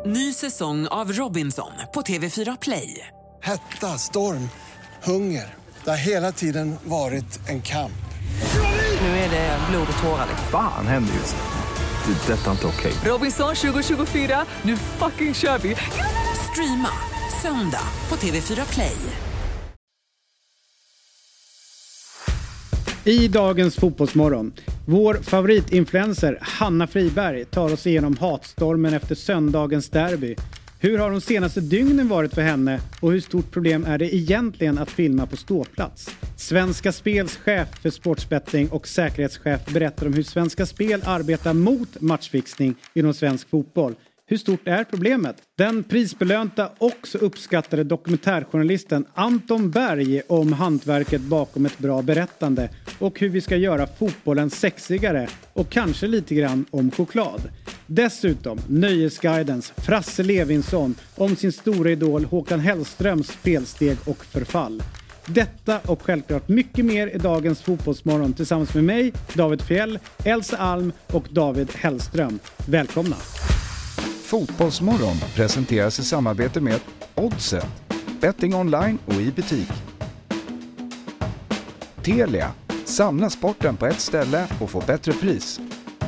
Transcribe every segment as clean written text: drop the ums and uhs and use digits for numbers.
Ny säsong av Robinson på TV4 Play. Hetta, storm, hunger. Det har hela tiden varit en kamp. Nu är det blod och tårar. Fan händer just nu. Det. Detta är inte okej. Robinson 2024, nu fucking kör vi. Streama söndag på TV4 Play. I dagens fotbollsmorgon, vår favoritinfluencer Hanna Friberg tar oss igenom hatstormen efter söndagens derby. Hur har de senaste dygnen varit för henne och hur stort problem är det egentligen att filma på ståplats? Svenska Spels chef för sportsbetting och säkerhetschef berättar om hur Svenska Spel arbetar mot matchfixning inom svensk fotboll. Hur stort är problemet? Den prisbelönta och så uppskattade dokumentärjournalisten Anton Berg om hantverket bakom ett bra berättande och hur vi ska göra fotbollen sexigare och kanske lite grann om choklad. Dessutom Nöjesguidens Frasse Levinsson om sin stora idol Håkan Hellströms felsteg och förfall. Detta och självklart mycket mer i dagens fotbollsmorgon tillsammans med mig, David Fjell, Elsa Alm och David Hellström. Välkomna! Fotbollsmorgon presenteras i samarbete med Oddset, betting online och i butik. Telia, samla sporten på ett ställe och få bättre pris.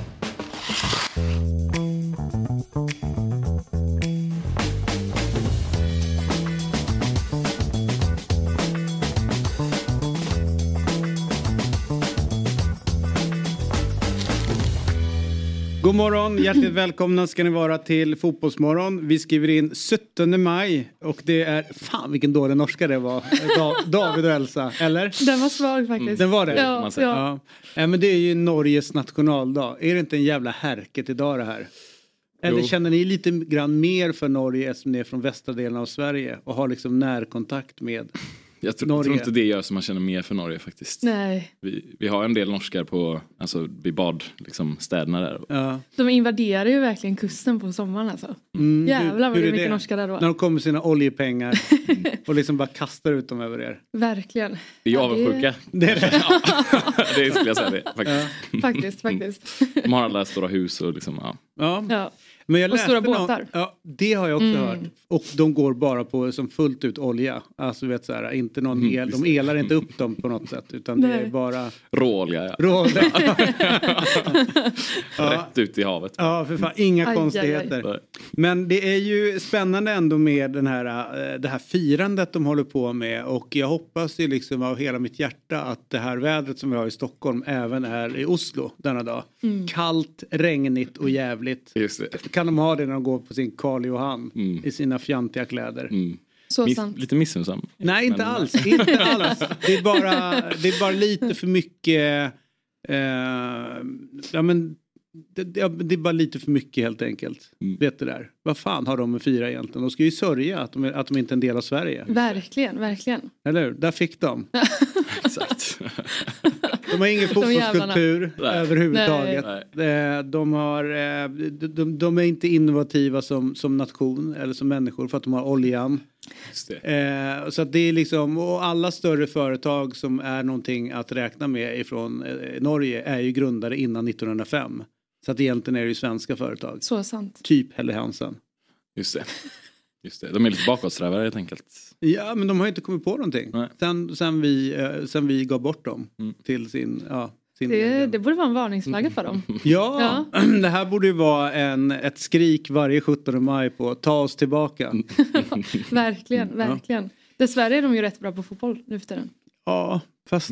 God morgon, hjärtligt välkomna ska ni vara till Fotbollsmorgon. Vi skriver in 17 maj och det är, fan vilken dålig norska det var, David och Elsa, eller? Den var svag faktiskt. Den var det? Ja. Men det är ju Norges nationaldag. Är det inte en jävla härket idag det här? Eller känner ni lite grann mer för Norge eftersom ni är från västra delen av Sverige och har liksom närkontakt med Jag tror inte det gör som man känner mer för Norge faktiskt. Nej. Vi har en del norskar på, alltså vid bad, liksom städerna där. Ja. De invaderar ju verkligen kusten på sommaren alltså. Jävlar vad det är mycket norskar där då. När de kommer med sina oljepengar och liksom bara kastar ut dem över er. Verkligen. Vi är avundsjuka. Det är det. Det skulle jag säga det, faktiskt. Faktiskt. De har alla stora hus och liksom, Ja. Men jag och stora båtar. Ja, det har jag också hört. Och de går bara på som fullt ut olja. Alltså vet så här, inte någon el. De elar inte upp dem på något sätt. Utan det är bara råolja. Rätt ut i havet. Ja, för fan, inga konstigheter. Men det är ju spännande ändå med det här firandet de håller på med. Och jag hoppas ju liksom av hela mitt hjärta att det här vädret som vi har i Stockholm även är i Oslo denna dag. Kallt, regnigt och jävligt. Just det. Kan de ha det när de går på sin Karl Johan i sina fjantiga kläder. Så sant. Lite missunnsam. Nej, inte alls. Inte alls. Det är bara lite för mycket det är bara lite för mycket helt enkelt. Vet du där. Vad fan har de med fira egentligen? De ska ju sörja att de inte är en del av Sverige. Verkligen. Eller hur? Där fick de. Exakt. De har ingen fotbollskultur överhuvudtaget. Nej. De är inte innovativa som nation eller som människor för att de har oljan. Just det. Så att det är liksom, och alla större företag som är någonting att räkna med ifrån Norge är ju grundade innan 1905. Så att egentligen är det ju svenska företag. Så sant. Typ Helle Hansen. Just det. De är lite bakåtsträvare helt enkelt. Ja, men de har inte kommit på någonting. Sen vi gav bort dem till sin det borde vara en varningsflagga för dem. Ja, det här borde ju vara ett skrik varje 17 maj på ta oss tillbaka. Verkligen. Dessvärre är de ju rätt bra på fotboll nu för tiden. Ja, fast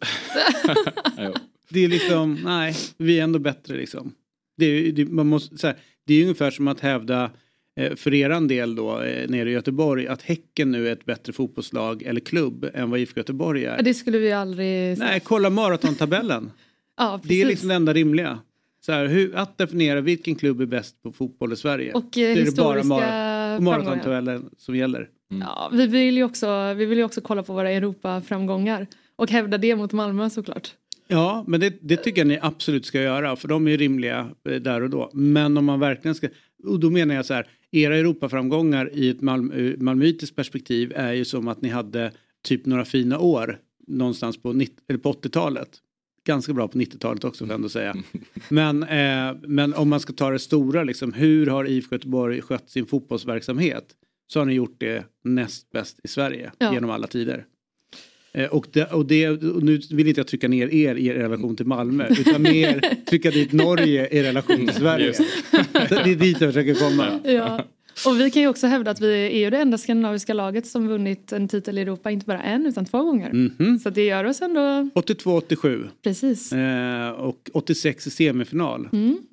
det är liksom, nej, vi är ändå bättre liksom. Man måste säga, det är ju ungefär som att hävda för eran del då nere i Göteborg att Häcken nu är ett bättre fotbollslag eller klubb än vad IFK Göteborg är. Det skulle vi aldrig säga. Nej, kolla maratontabellen. Ja, precis. Det är liksom det enda rimliga. Så här, att definiera vilken klubb är bäst på fotboll i Sverige. Och det är historiska maratontabellen som gäller. Ja, vi vill ju också kolla på våra Europa-framgångar och hävda det mot Malmö såklart. Ja, men det tycker jag ni absolut ska göra. För de är rimliga där och då. Men om man verkligen ska... Och då menar jag så här. Era Europaframgångar i ett malmöitiskt perspektiv är ju som att ni hade typ några fina år. Någonstans på 80-talet. ganska bra på 90-talet också, får jag ändå säga. Men om man ska ta det stora, liksom, hur har IFK Göteborg skött sin fotbollsverksamhet, så har ni gjort det näst bäst i Sverige genom alla tider. Och nu vill inte jag trycka ner er i relation till Malmö, utan mer trycka dit Norge i relation till Sverige. Det är dit jag försöker komma. Ja. Och vi kan ju också hävda att vi är ju det enda skandinaviska laget som vunnit en titel i Europa, inte bara en utan 2 gånger. Så det gör oss ändå... 82-87. Precis. Och 86 i semifinal.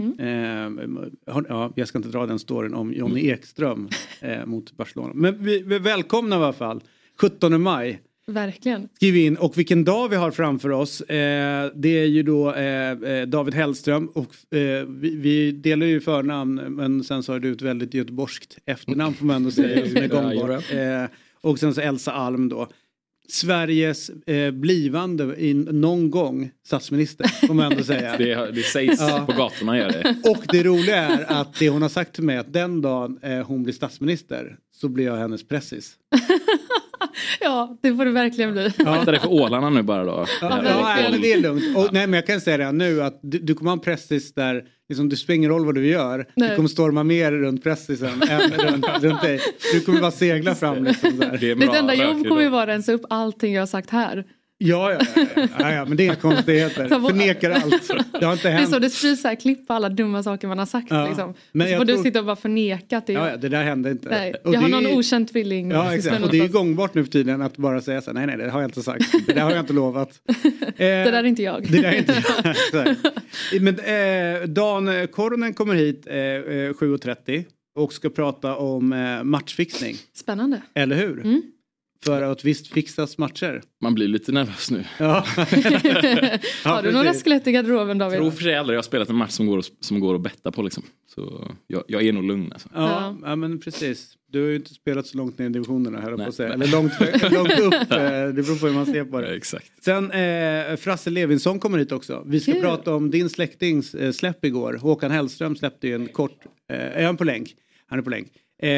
Jag ska inte dra den storyn om Johnny Ekström mot Barcelona. Men vi välkomnar i alla fall. 17 maj. Verkligen. Skriv in, och vilken dag vi har framför oss. Det är ju då David Hellström, och vi delar ju förnamn, men sen så har du ett väldigt göteborgskt efternamn, får man ändå säga, som är gångbart. Och sen så Elsa Alm då. Sveriges blivande någon gång statsminister, får man ändå säga. Det sägs på gatorna, gör det. Och det roliga är att det hon har sagt till mig, att den dagen hon blir statsminister så blir jag hennes pressis. Ja, det får det verkligen bli. Akta dig för ålarna nu bara då. Men det är lugnt. Och, nej, men jag kan säga det nu, att du kommer ha en pressis där liksom, det spelar ingen roll vad du gör. Nej. Du kommer storma mer runt pressisen än runt dig. Du kommer bara segla fram liksom där. Ditt enda jobb kommer ju vara att rensa upp allting jag har sagt här. Ja, men det är konstigheter. Förnekar allt. Det har inte hänt. Det är så, det sprids så här klipp på alla dumma saker man har sagt. Ja. Liksom. Men så får du sitta och bara förneka att det är... Ja, det där hände inte. Nej, jag har någon okänd tvilling. Ja, exakt. Och det är gångbart nu för tiden att bara säga så här, nej, det har jag inte sagt. Det där har jag inte lovat. Det där är inte jag. Det där är inte jag. Men Dan Koronen kommer hit 7:30 och ska prata om matchfixning. Spännande. Eller hur? För att visst fixas matcher. Man blir lite nervös nu. Ja. Har du några skelett i garderoben, David? Jag tror för sig aldrig jag har spelat en match som går att betta på liksom. Så jag är nog lugn alltså. Ja, men precis. Du har ju inte spelat så långt ner i divisionerna, här på att säga. Eller långt upp. Det beror på hur man ser på det. Ja, exakt. Sen Frasse Levinsson kommer hit också. Vi ska prata om din släktings släpp igår. Håkan Hellström släppte ju en kort... är han på länk? Han är på länk.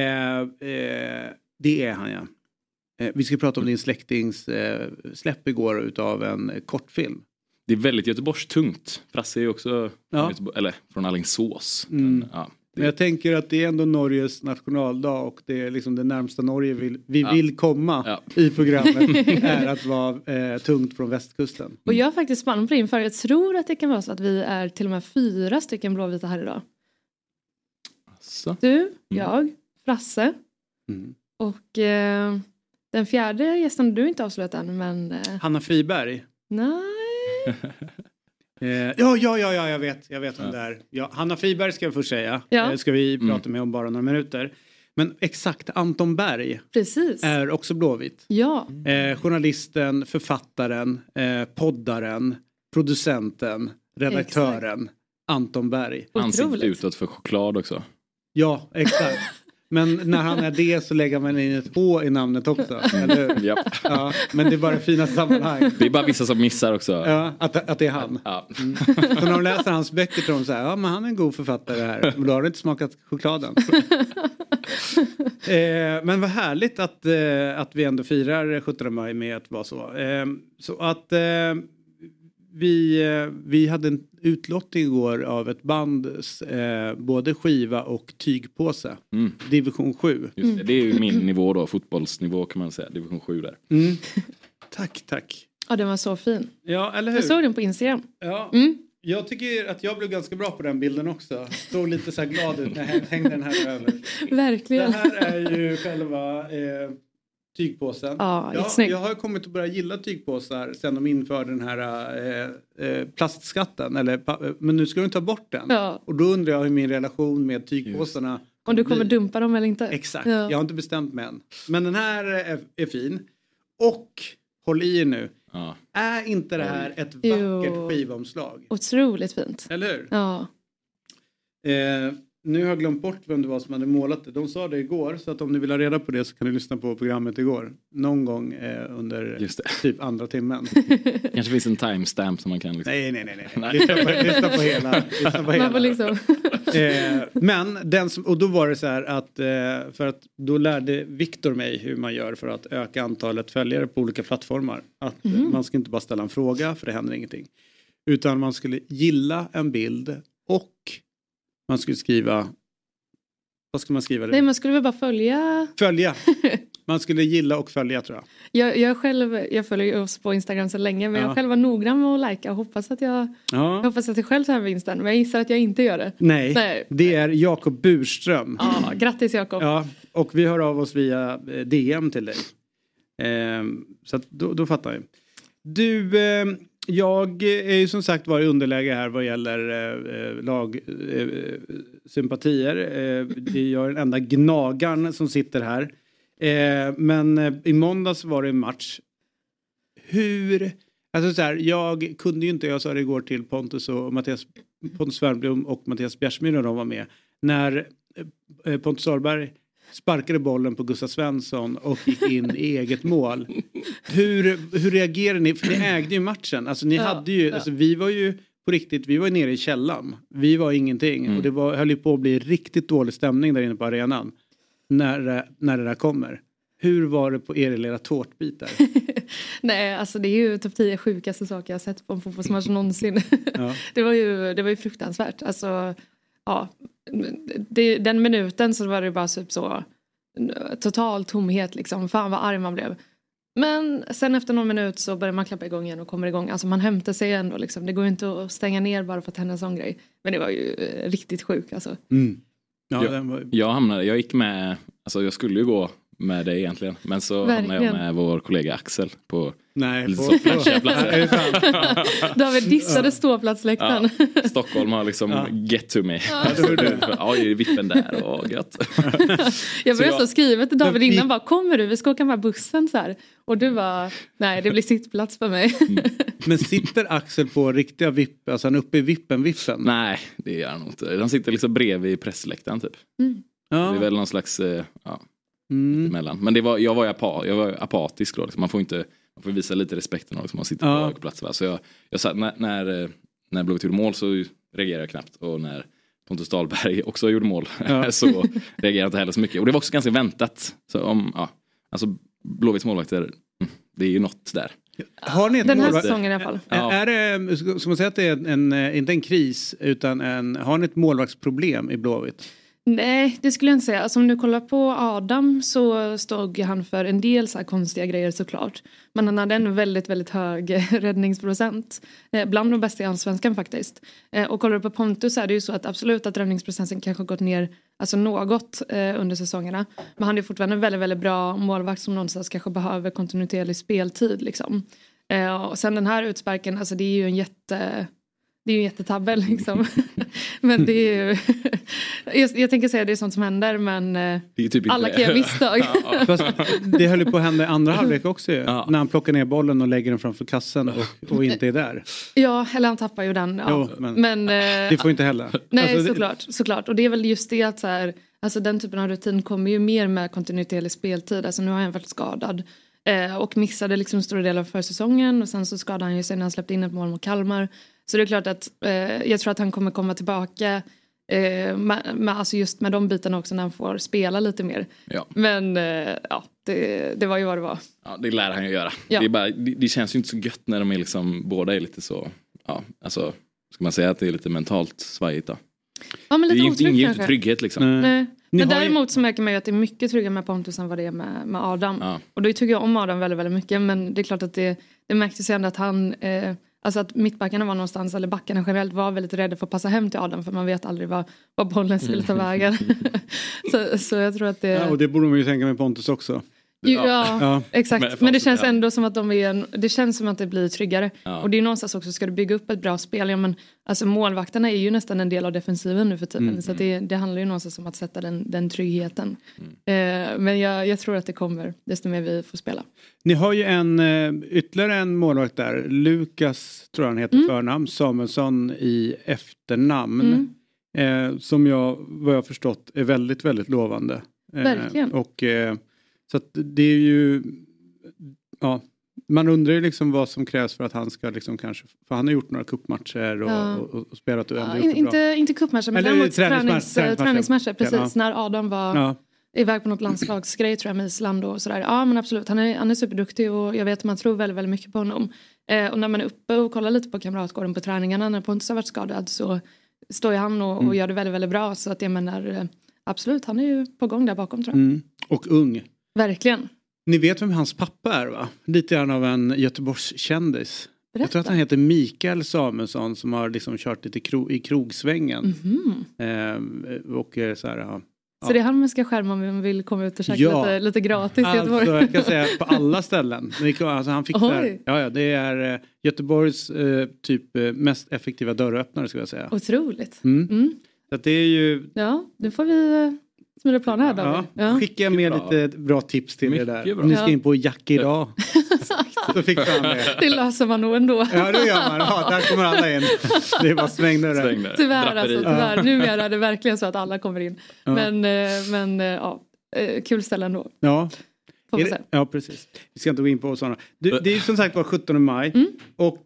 Det är han, ja. Vi ska prata om din släktings släpp igår utav en kortfilm. Det är väldigt Göteborgs-tungt. Frasse är ju också från Alingsås. Men jag tänker att det är ändå Norges nationaldag, och det är liksom det närmsta Norge vi vill komma i programmet är att vara tungt från västkusten. Och jag är faktiskt spänd på din, för jag tror att det kan vara så att vi är till och med 4 stycken blåvita här idag. Så. Du, jag, Frasse och... den fjärde gästen du inte avslöjat än, men... Hanna Friberg. Nej. Jag vet om det är. Ja, Hanna Friberg ska jag först säga. Ska vi prata med om bara några minuter. Men exakt, Anton Berg. Precis. Är också blåvitt. Ja. Journalisten, författaren, poddaren, producenten, redaktören. Exakt. Anton Berg. Ansiktet utåt för choklad också. Ja, exakt. Men när han är det så lägger man in ett H i namnet också. Eller hur? Ja, men det är bara fina sammanhang. Det är bara vissa som missar också. Ja, att det är han. Ja. Så när de läser hans böcker tror de så här, ja men han är en god författare här. Men då har det inte smakat chokladen. Men vad härligt att vi ändå firar 17 maj med att vara så. Så att... Vi hade en utlottning igår av ett bands både skiva och tygpåse. Division 7. Just det, det är ju min nivå då, fotbollsnivå kan man säga. Division 7 där. Tack. Ja, den var så fin. Ja, eller hur? Jag såg den på Instagram. Ja. Jag tycker att jag blev ganska bra på den bilden också. Såg lite så här glad ut när jag hängde den här över. Verkligen. Det här är ju själva... tygpåsen. Jag har kommit att börja gilla tygpåsar sen de införde den här plastskatten. Men nu ska de ta bort den. Ja. Och då undrar jag hur min relation med tygpåsarna... Om du kommer dumpa dem eller inte. Exakt, jag har inte bestämt mig än. Men den här är fin. Och håll i er nu. Ja. Är inte det här ett vackert skivomslag? Otroligt fint. Eller hur? Ja. Nu har jag glömt bort vem det var som hade målat det. De sa det igår, så att om ni vill ha reda på det så kan ni lyssna på programmet igår. Någon gång under typ andra timmen. Kanske finns en timestamp som man kan... Liksom... Nej. Lyssna på hela. Liksom. Men den som, och då var det så här att för att då lärde Viktor mig hur man gör för att öka antalet följare på olika plattformar. Att man ska inte bara ställa en fråga för det händer ingenting. Utan man skulle gilla en bild och man skulle skriva... Vad ska man skriva? Nej, man skulle väl bara följa. Följa. Man skulle gilla och följa, tror jag. Jag följer oss på Instagram så länge. Men jag själv var noggrann med att likea. Jag hoppas att jag själv tar vinsten. Men jag gissar att jag inte gör det. Nej. Det är Jakob Burström. Ja, grattis Jakob. Ja, och vi hör av oss via DM till dig. Så att då fattar jag. Du... Jag är ju som sagt var i underläge här vad gäller lagsympatier. Det är jag den enda gnagaren som sitter här. Men i måndags var det en match. Alltså så här, jag kunde ju inte, jag sa det igår till Pontus Wernbloom och Mattias Bjärsmyr när de var med. När Pontus Ahlberg sparkade bollen på Gustav Svensson och gick in i eget mål. Hur reagerade ni? För ni ägde ju matchen. Alltså ni hade ju, alltså vi var ju på riktigt, vi var ju nere i källan. Vi var ingenting. Och det höll ju på att bli riktigt dålig stämning där inne på arenan. När det där kommer. Hur var det på er lilla tårtbitar? Nej, alltså det är ju typ 10 sjukaste saker jag sett på en fotbollsmatch någonsin. Det var ju fruktansvärt. Alltså, ja... den minuten så var det bara typ så total tomhet liksom. Fan vad arg man blev. Men sen efter någon minut så börjar man klappa igång igen och kommer igång. Alltså man hämtar sig ändå liksom. Det går ju inte att stänga ner bara för att hända en sån grej. Men det var ju riktigt sjukt alltså. Jag gick med, alltså jag skulle ju gå med dig egentligen. Men så hamnade jag med vår kollega Axel på så flashiga platser. David dissade ståplatsläktaren. Stockholm har liksom get to me. Ja, är vippen där och gött. Jag började så skriva till David innan bara, kommer du? Vi ska åka med bussen så här. Och du var, nej det blir sittplats för mig. Men sitter Axel på riktiga vipp, alltså han är uppe i vippen? Nej, det gör han inte. Han sitter liksom bredvid pressläktaren typ. Det är väl någon slags, emellan. Men jag var apatisk då. Liksom. Man får visa lite respekten och liksom, man sitter på plats. Va? Så jag satt, när Blåvitt gjorde mål så reagerade jag knappt. Och när Pontus Dahlberg också gjorde mål så reagerade jag inte heller så mycket. Och det var också ganska väntat. Så alltså Blåvitts målvakter, det är ju något där. Har ni den här säsongen i alla fall. Är det, ska man säga att det är inte en kris utan har ni ett målvaktsproblem i Blåvitt? Nej, det skulle jag inte säga. Alltså, om du kollar på Adam så stod han för en del så här konstiga grejer såklart. Men han hade en väldigt, väldigt hög räddningsprocent. Bland de bästa i allsvenskan faktiskt. Och kollar du på Pontus så är det ju så att absolut att räddningsprocenten kanske har gått ner alltså något under säsongerna. Men han är fortfarande en väldigt, väldigt bra målvakt som någonstans kanske behöver kontinuerlig speltid liksom. Och sen den här utsparken, alltså det är ju en jättetabbel liksom. Men det är ju... jag tänker säga att det är sånt som händer, men typ alla kan göra misstag. Fast det höll ju på att hända i andra halvlek också ju. När han plockar ner bollen och lägger den framför kassen och inte är där. Ja, eller han tappar ju den. Ja. Jo, men det får inte heller. Nej, alltså, såklart. Och det är väl just det att så här, alltså den typen av rutin kommer ju mer med kontinuerlig speltid. Alltså nu har han varit skadad. Och missade liksom stora delar av försäsongen. Och sen så skadade han ju sig när han släppte in ett mål mot Kalmar. Så det är klart att jag tror att han kommer komma tillbaka alltså just med de bitarna också när han får spela lite mer. Ja. Men det var ju vad det var. Ja, det lär han ju göra. Ja. Det känns ju inte så gött när de är liksom, båda är lite så, alltså ska man säga att det är lite mentalt svajigt då? Ja, men lite det är ingen trygghet liksom. Nej. Men däremot så märker man ju att det är mycket tryggare med Pontus än vad det är med Adam. Ja. Och då tycker jag om Adam väldigt, väldigt mycket. Men det är klart att det märktes ju ändå att han... Alltså att mittbackarna var någonstans, eller backarna generellt var väldigt rädda för att passa hem till Adam. För man vet aldrig vad bollen skulle ta vägen. så jag tror att det... Ja, och det borde man ju tänka med Pontus också. Ja, exakt. Men det känns ändå som att det känns som att det blir tryggare. Ja. Och det är någonstans också, ska du bygga upp ett bra spel. Ja, men alltså målvakterna är ju nästan en del av defensiven nu för tiden. Så att det handlar ju någonstans om att sätta den tryggheten. Men jag tror att det kommer desto mer vi får spela. Ni har ju ytterligare en målvakt där. Lukas tror han heter förnamn. Samuelsson i efternamn. Som vad jag förstått är väldigt, väldigt lovande. Verkligen. Och... Så att det är ju, man undrar ju liksom vad som krävs för att han ska liksom kanske, för han har gjort några cupmatcher och spelat och ändå gjort det bra. Inte cupmatcher, men däremot träningsmatcher, precis, när Adam var iväg på något landslagsgrej tror jag med Island och sådär. Ja, men absolut, han är superduktig och jag vet att man tror väldigt, väldigt mycket på honom. Och när man är uppe och kollar lite på Kamratgården på träningarna när Pontus har varit skadad så står ju han och gör det väldigt, väldigt bra. Så att jag menar, absolut, han är ju på gång där bakom tror jag. Och ung. Verkligen. Ni vet vem hans pappa är va? Lite grann av en Göteborgs kändis. Berätta. Jag tror att han heter Mikael Samuelsson som har liksom kört lite i krogsvängen. Och så här, ja. Så det är han man ska skärma om man vill komma ut och käka lite gratis i Göteborg. Alltså, jag kan säga på alla ställen. Alltså, han fick där, det är Göteborgs typ mest effektiva dörröppnare skulle jag säga. Otroligt. Så att det är ju... Ja, nu får vi smida plan här David. Ja. Skicka med lite bra tips till er där. Bra. Ni ska in på Jack idag. Så fick han det. Det löser man nog ändå. Ja, det gör man. Ja, där kommer alla in. Det är bara svängdörrar. Tyvärr. Numera är det verkligen så att alla kommer in. Men kul ställe ändå. Ja. Ja, precis. Vi ska inte gå in på sådana. Det är som sagt var 17 maj. Och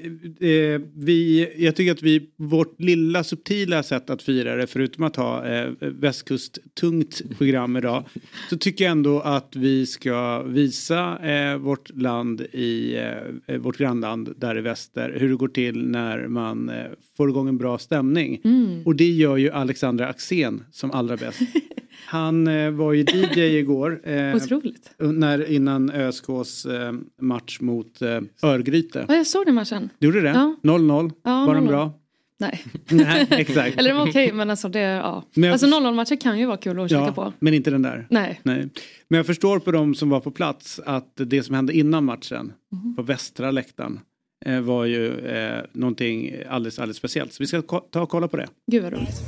jag tycker att vårt lilla subtila sätt att fira det, förutom att ha västkust-tungt program idag, så tycker jag ändå att vi ska visa vårt land vårt grannland där i väster, hur det går till när man får igång en bra stämning. Och det gör ju Alexander Axén som allra bäst. Han var ju DJ igår. Otroligt. Innan ÖSKs match mot Örgryte. Ja, jag såg den matchen. Du gjorde det? Ja. 0-0. Ja, var den bra? Nej. Nej, exakt. Eller det var okej, men alltså det, ja. Men alltså 0-0-matcher kan ju vara kul att kika på. Men inte den där. Nej. Men jag förstår på de som var på plats att det som hände innan matchen på västra läktaren var ju någonting alldeles, alldeles speciellt. Så vi ska ta och kolla på det. Gud vad roligt.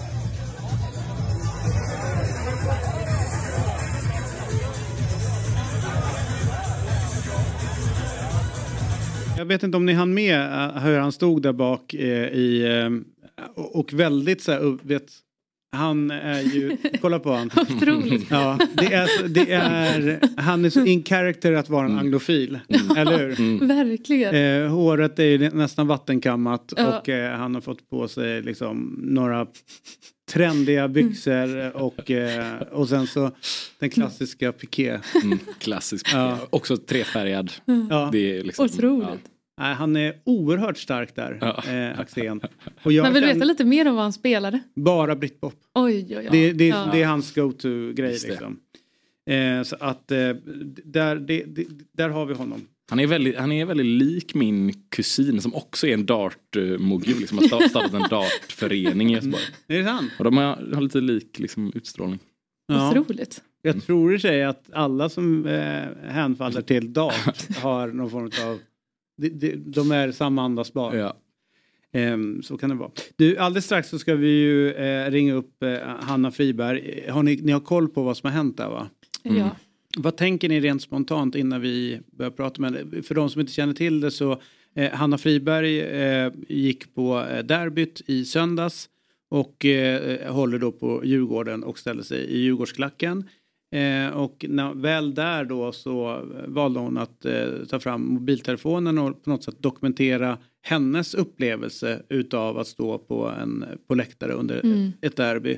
Jag vet inte om ni hann med hur han stod där bak och väldigt så här, vet, han är ju, kolla på han. Otroligt. Ja, det är han är så in character att vara en anglofil, eller hur? Verkligen. Håret är ju nästan vattenkammat och han har fått på sig liksom några trendiga byxor och sen så den klassiska piké. Klassisk piké. Ja. Också trefärgad. Det är liksom, otroligt. Nej, han är oerhört stark där, Axén. Man vill veta lite mer om vad han spelade. Bara Britpop. Oj. Det är hans go-to-grej liksom. Så att där har vi honom. Han är väldigt lik min kusin som också är en dartmogul. Liksom har startat en dartförening i Göteborg. Det är sant. Och de har lite lik liksom, utstrålning. Ja. Otroligt. Jag tror det säger att alla som hänfaller till dart har någon form av... De är samma andas barn. Ja. Så kan det vara. Du, alldeles strax så ska vi ju ringa upp Hanna Friberg. Ni har koll på vad som har hänt där, va? Ja. Vad tänker ni rent spontant innan vi börjar prata med det? För de som inte känner till det så Hanna Friberg gick på derbyt i söndags och håller då på Djurgården och ställer sig i Djurgårdsklacken. Och väl där då så valde hon att ta fram mobiltelefonen och på något sätt dokumentera hennes upplevelse utav att stå på läktare under ett derby.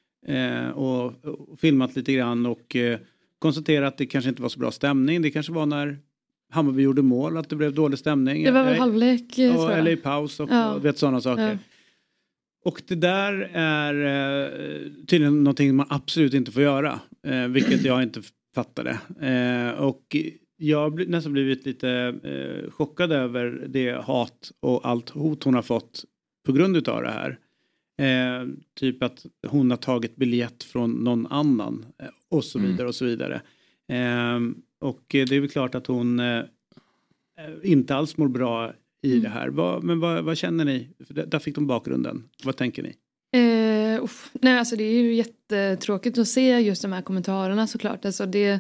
Och filmat lite grann och konstatera att det kanske inte var så bra stämning. Det kanske var när Hammarby gjorde mål att det blev dålig stämning. Det var väl halvlek. Eller i paus och vet sådana saker. Ja. Och det där är tydligen någonting man absolut inte får göra. Vilket jag inte fattade. Och jag har nästan blivit lite chockad över det hat och allt hot hon har fått på grund utav det här. Typ att hon har tagit biljett från någon annan och så vidare och så vidare. Och det är väl klart att hon inte alls mår bra i det här. Vad känner ni? För där fick de bakgrunden. Vad tänker ni? Nej, alltså det är ju jättetråkigt att se just de här kommentarerna såklart. Alltså det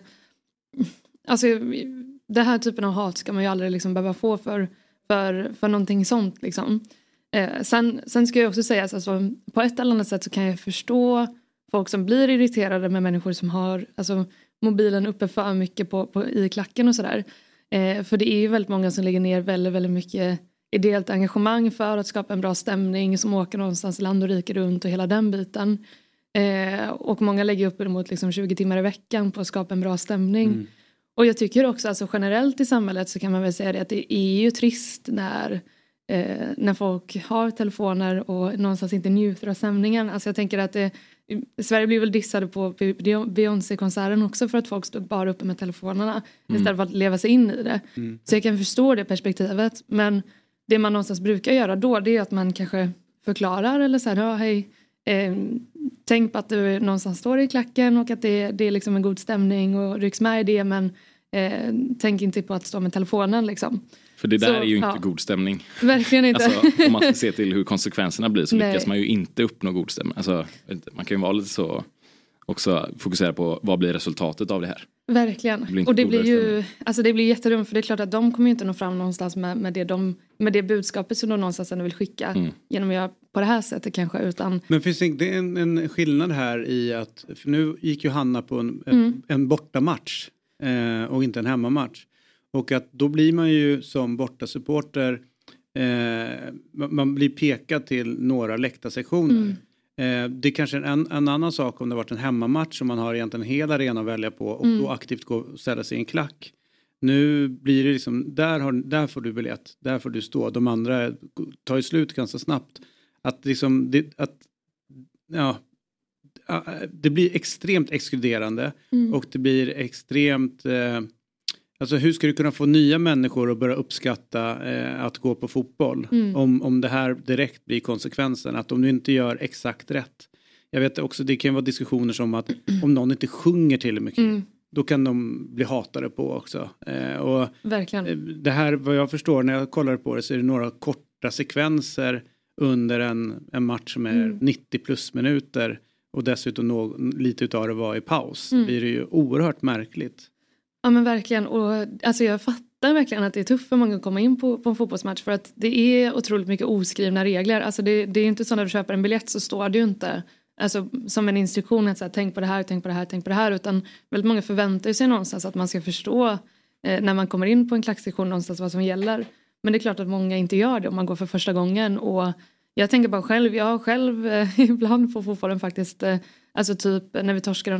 här typen av hat ska man ju aldrig liksom behöva få för någonting sånt liksom. Sen ska jag också säga alltså, på ett eller annat sätt så kan jag förstå folk som blir irriterade med människor som har alltså, mobilen uppe för mycket i klacken och sådär. För det är ju väldigt många som lägger ner väldigt, väldigt mycket ideellt engagemang för att skapa en bra stämning som åker någonstans land och rike runt och hela den biten. Och många lägger upp emot liksom 20 timmar i veckan på att skapa en bra stämning. Och jag tycker också, alltså generellt i samhället så kan man väl säga det att det är ju trist när folk har telefoner och någonstans inte njuter av stämningen. Alltså jag tänker att Sverige blir väl dissade på Beyoncé-konserten också för att folk stod bara uppe med telefonerna istället för att leva sig in i det. Så jag kan förstå det perspektivet. Men det man någonstans brukar göra då, det är att man kanske förklarar eller så här, hej, tänk på att du någonstans står i klacken och att det är liksom en god stämning och rycks med i det, men tänk inte på att stå med telefonen liksom. För det där är ju inte god stämning. Verkligen inte. Alltså, om man ska se till hur konsekvenserna blir så lyckas man ju inte uppnå god stämning. Alltså, man kan ju vara lite så också fokusera på vad blir resultatet av det här. Verkligen. Och det blir ju, alltså det blir jättedumt, för det är klart att de kommer ju inte nå fram någonstans med det budskapet som de någonstans ändå vill skicka genom att göra på det här sättet kanske, utan... Men finns det inte en skillnad här i att, för nu gick ju Hanna på en bortamatch och inte en hemmamatch. Och att då blir man ju som bortasupporter, man blir pekad till några läktarsektioner. Det är kanske en annan sak om det har varit en hemmamatch som man har egentligen hela arena att välja på och då aktivt gå och ställa sig i en klack. Nu blir det liksom, där får du biljett, där får du stå. De andra tar ju slut ganska snabbt. Att liksom, det blir extremt exkluderande och det blir extremt... Alltså hur ska du kunna få nya människor att börja uppskatta att gå på fotboll? Om det här direkt blir konsekvensen. Att om du inte gör exakt rätt. Jag vet också, det kan vara diskussioner som att om någon inte sjunger till mycket. Då kan de bli hatade på också. Och verkligen. Det här, vad jag förstår när jag kollar på det, så är det några korta sekvenser under en match som är 90 plus minuter. Och dessutom lite utav det var i paus. Det blir ju oerhört märkligt. Ja men verkligen, och alltså jag fattar verkligen att det är tufft för många att komma in på en fotbollsmatch, för att det är otroligt mycket oskrivna regler. Alltså det är inte så när du köper en biljett så står det ju inte alltså, som en instruktion att säga, tänk på det här, tänk på det här, tänk på det här, utan väldigt många förväntar sig någonstans att man ska förstå när man kommer in på en klacksektion någonstans vad som gäller. Men det är klart att många inte gör det om man går för första gången, och jag tänker bara själv, jag har själv ibland på fotbollen faktiskt, alltså typ när vi torskade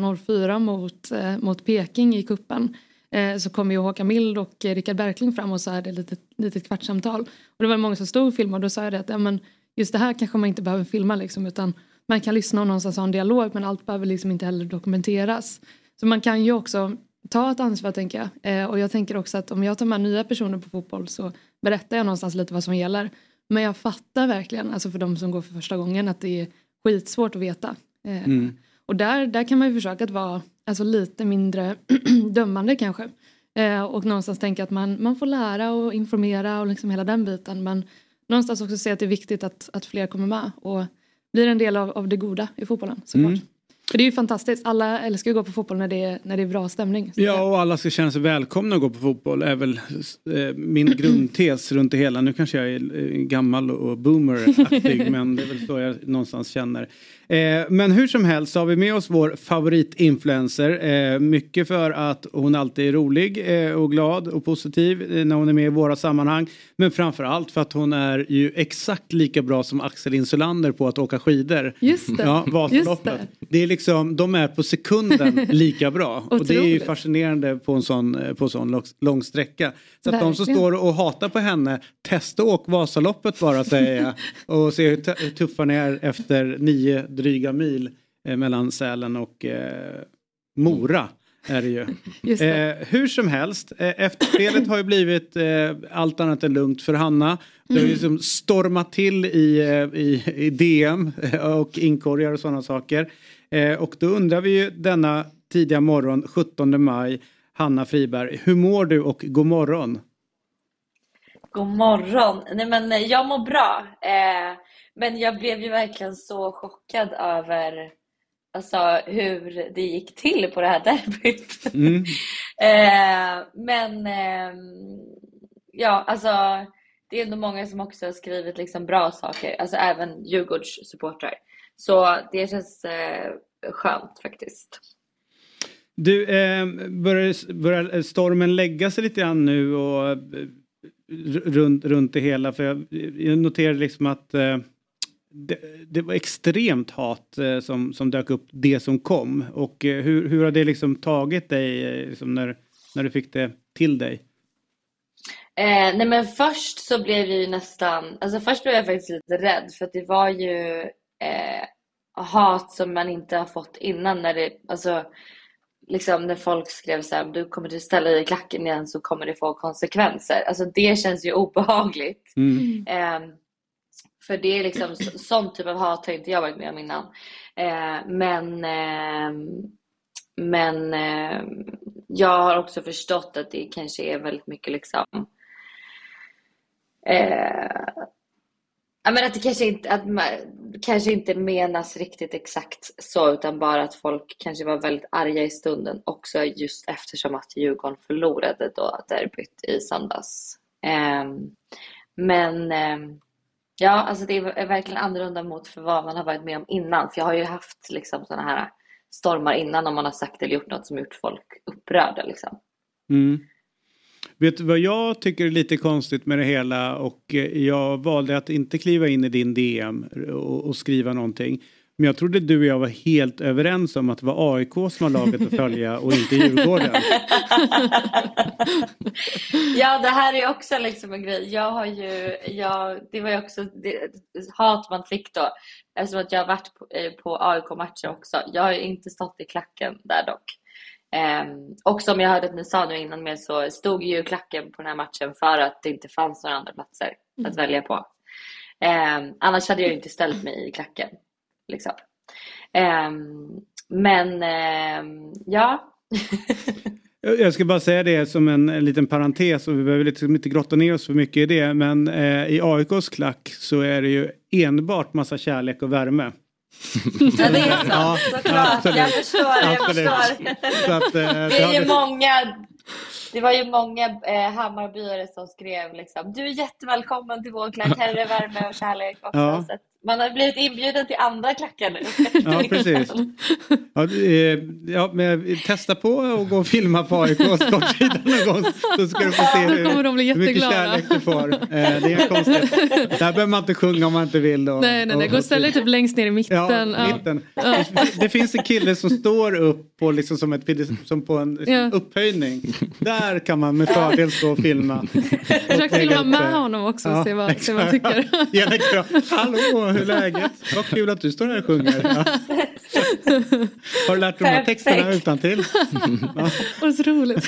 0-4 mot Peking i kuppen. Så kom ju Håkan Mild och Rickard Berkling fram och så hade ett litet kvartssamtal. Och det var många som stod och filmade och då sa jag det att ja, men just det här kanske man inte behöver filma liksom, utan man kan lyssna och någonstans ha en dialog, men allt behöver liksom inte heller dokumenteras. Så man kan ju också ta ett ansvar, tänker jag. Och jag tänker också att om jag tar med nya personer på fotboll så berättar jag någonstans lite vad som gäller. Men jag fattar verkligen, alltså för de som går för första gången, att det är skitsvårt att veta. Och där kan man ju försöka att vara alltså lite mindre dömande kanske. Och någonstans tänka att man får lära och informera och liksom hela den biten. Men någonstans också se att det är viktigt att fler kommer med och blir en del av det goda i fotbollen, såklart. För det är ju fantastiskt. Alla älskar att gå på fotboll när det är bra stämning. Ja, och alla ska känna sig välkomna att gå på fotboll. Är väl min grundtes runt det hela. Nu kanske jag är gammal och boomer-aktig, men det är väl så jag någonstans känner. Men hur som helst så har vi med oss vår favoritinfluencer. Mycket för att hon alltid är rolig och glad och positiv när hon är med i våra sammanhang. Men framförallt för att hon är ju exakt lika bra som Axel Insulander på att åka skidor. Just det. Ja, Vasaloppet. Det är liksom, de är på sekunden lika bra. Och det är ju fascinerande på en sån lång sträcka. Så att de som står och hatar på henne, testa åk Vasaloppet bara, säger jag. Och se hur tuffa ni är efter 9 dryga mil mellan Sälen och Mora är det ju. Just det. Hur som helst, efterspelet har ju blivit allt annat än lugnt för Hanna. Det har ju liksom stormat till i DM och inkorgar och sådana saker. Och då undrar vi ju denna tidiga morgon, 17 maj, Hanna Friberg, hur mår du och god morgon? God morgon. Nej, men jag mår bra. Men jag blev ju verkligen så chockad över alltså, hur det gick till på det här derbyt. Ja, alltså det är ändå många som också har skrivit liksom bra saker. Alltså även Djurgårds supportrar. Så det känns skönt faktiskt. Du, börjar stormen lägga sig lite grann nu och runt det hela? För jag noterade liksom att det var extremt hat som dök upp, det som kom. Och hur har det liksom tagit dig liksom när du fick det till dig? Nej men först så blev jag ju nästan, alltså först blev jag faktiskt lite rädd för att det var ju hat som man inte har fått innan, när det, alltså liksom när folk skrev så här, du kommer att ställa dig i klacken igen så kommer det få konsekvenser. Alltså det känns ju obehagligt. För det är liksom sån typ av hat har inte jag varit med om innan. Men jag har också förstått att det kanske är väldigt mycket liksom jag menar att det kanske inte menas riktigt exakt så, utan bara att folk kanske var väldigt arga i stunden också, just eftersom att Djurgården förlorade då derbyt i söndags. Ja, alltså det är verkligen annorlunda mot för vad man har varit med om innan. För jag har ju haft liksom såna här stormar innan om man har sagt eller gjort något som gjort folk upprörda liksom. Vet du vad jag tycker är lite konstigt med det hela, och jag valde att inte kliva in i din DM och skriva någonting. Men jag trodde du och jag var helt överens om att det var AIK som var laget att följa och inte Djurgården. Ja, det här är också liksom en grej. Det var ju också hat man fick då. Eftersom att jag har varit på AIK-matcher också. Jag har ju inte stått i klacken där dock. Och som jag hörde att ni sa nu innan med, så stod ju klacken på den här matchen för att det inte fanns några andra platser att välja på. Annars hade jag ju inte ställt mig i klacken liksom. Ja. Jag ska bara säga det som en liten parentes, och vi behöver liksom inte grotta ner oss för mycket i det, men i AIKs klack så är det ju enbart massa kärlek och värme. Ja, det är så. Ja, såklart. Jag förstår. Så att, det var ju många Hammarbyare som skrev liksom, du är jättevälkommen till vår klack, här är det värme och kärlek också. Ja. Så att man har blivit inbjuden till andra klackar nu. Ja, precis. Ja, men testa på och gå och filma på AIKs kortsida någon gång, så ska du få se hur mycket kärlek du får. Det är konstigt. Där behöver man inte sjunga om man inte vill. Då. Nej. Gå och ställa dig typ längst ner i mitten. Ja, mitten. Ja. Det finns en kille som står upp på, liksom som på en upphöjning. Där kan man med fördel stå och filma. Försök filma med honom också och se vad han tycker. Hallå, hur är läget? Vad kul att du står här och sjunger. Ja. Har du lärt de här texterna utan till? Ja. Vad så roligt.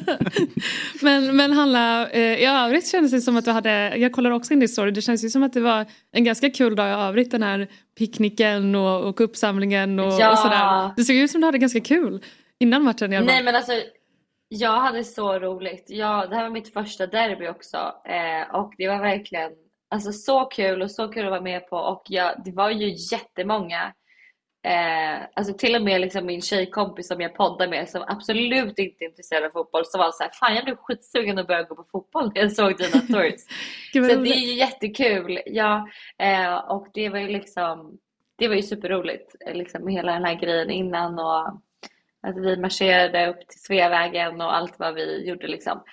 men Hanna, i övrigt kändes det som att du hade, jag kollar också in din story, det känns ju som att det var en ganska kul dag i övrigt, den här picknicken och uppsamlingen och sådär. Det såg ut som du hade ganska kul innan matchen. Nej, men alltså jag hade så roligt. Det här var mitt första derby också. Och det var verkligen alltså så kul att vara med på. Och det var ju jättemånga. Alltså till och med liksom min tjejkompis som jag poddar med, som absolut inte är intresserad av fotboll, så var så här, fan jag blev skitsugen att börja gå på fotboll när jag såg dina stories. Så det är ju jättekul. Ja, och det var ju liksom, det var ju superroligt liksom, med hela den här grejen innan, och att vi marscherade upp till Sveavägen och allt vad vi gjorde liksom.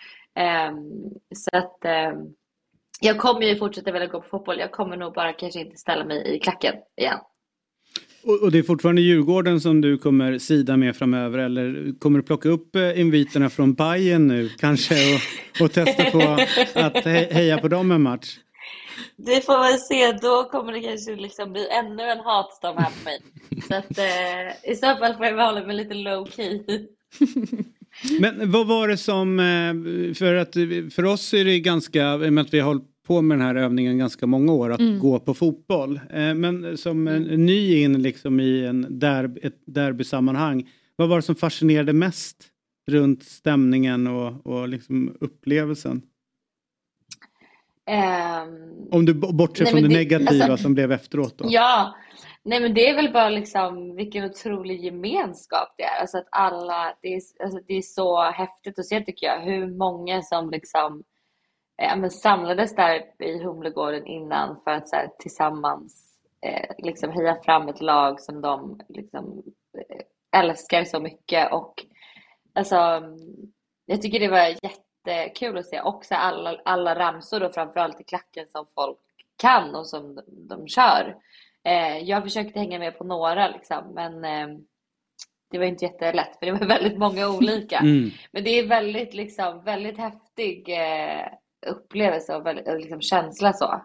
Så att jag kommer ju fortsätta vilja gå på fotboll. Jag kommer nog bara kanske inte ställa mig i klacken igen. Och det är fortfarande Djurgården som du kommer sida med framöver, eller kommer du plocka upp inviterna från Bayern nu kanske och testa på att heja på dem en match? Det får man se, då kommer det kanske liksom bli ännu en hatstorm här på mig. Så att i så fall får jag hålla mig lite low key. Men vad var det som, för oss är det ganska, med att vi har hållit på med den här övningen ganska många år, att gå på fotboll. Men som ny in liksom i ett derbysammanhang, vad var det som fascinerade mest runt stämningen och liksom upplevelsen? Om du bortser från det negativa alltså, som blev efteråt då. Ja, nej men det är väl bara liksom vilken otrolig gemenskap det är. Alltså att alla, det är så häftigt att se tycker jag. Hur många som liksom samlades där i Humlegården innan för att så här, tillsammans liksom heja fram ett lag som de liksom älskar så mycket. Och alltså, jag tycker det var jättekul att se också alla ramsor och framförallt i klacken som folk kan och som de kör. Jag försökte hänga med på några liksom, men det var inte jättelätt för det var väldigt många olika. Men det är väldigt liksom väldigt häftig upplevelse och väldigt, liksom känsla så.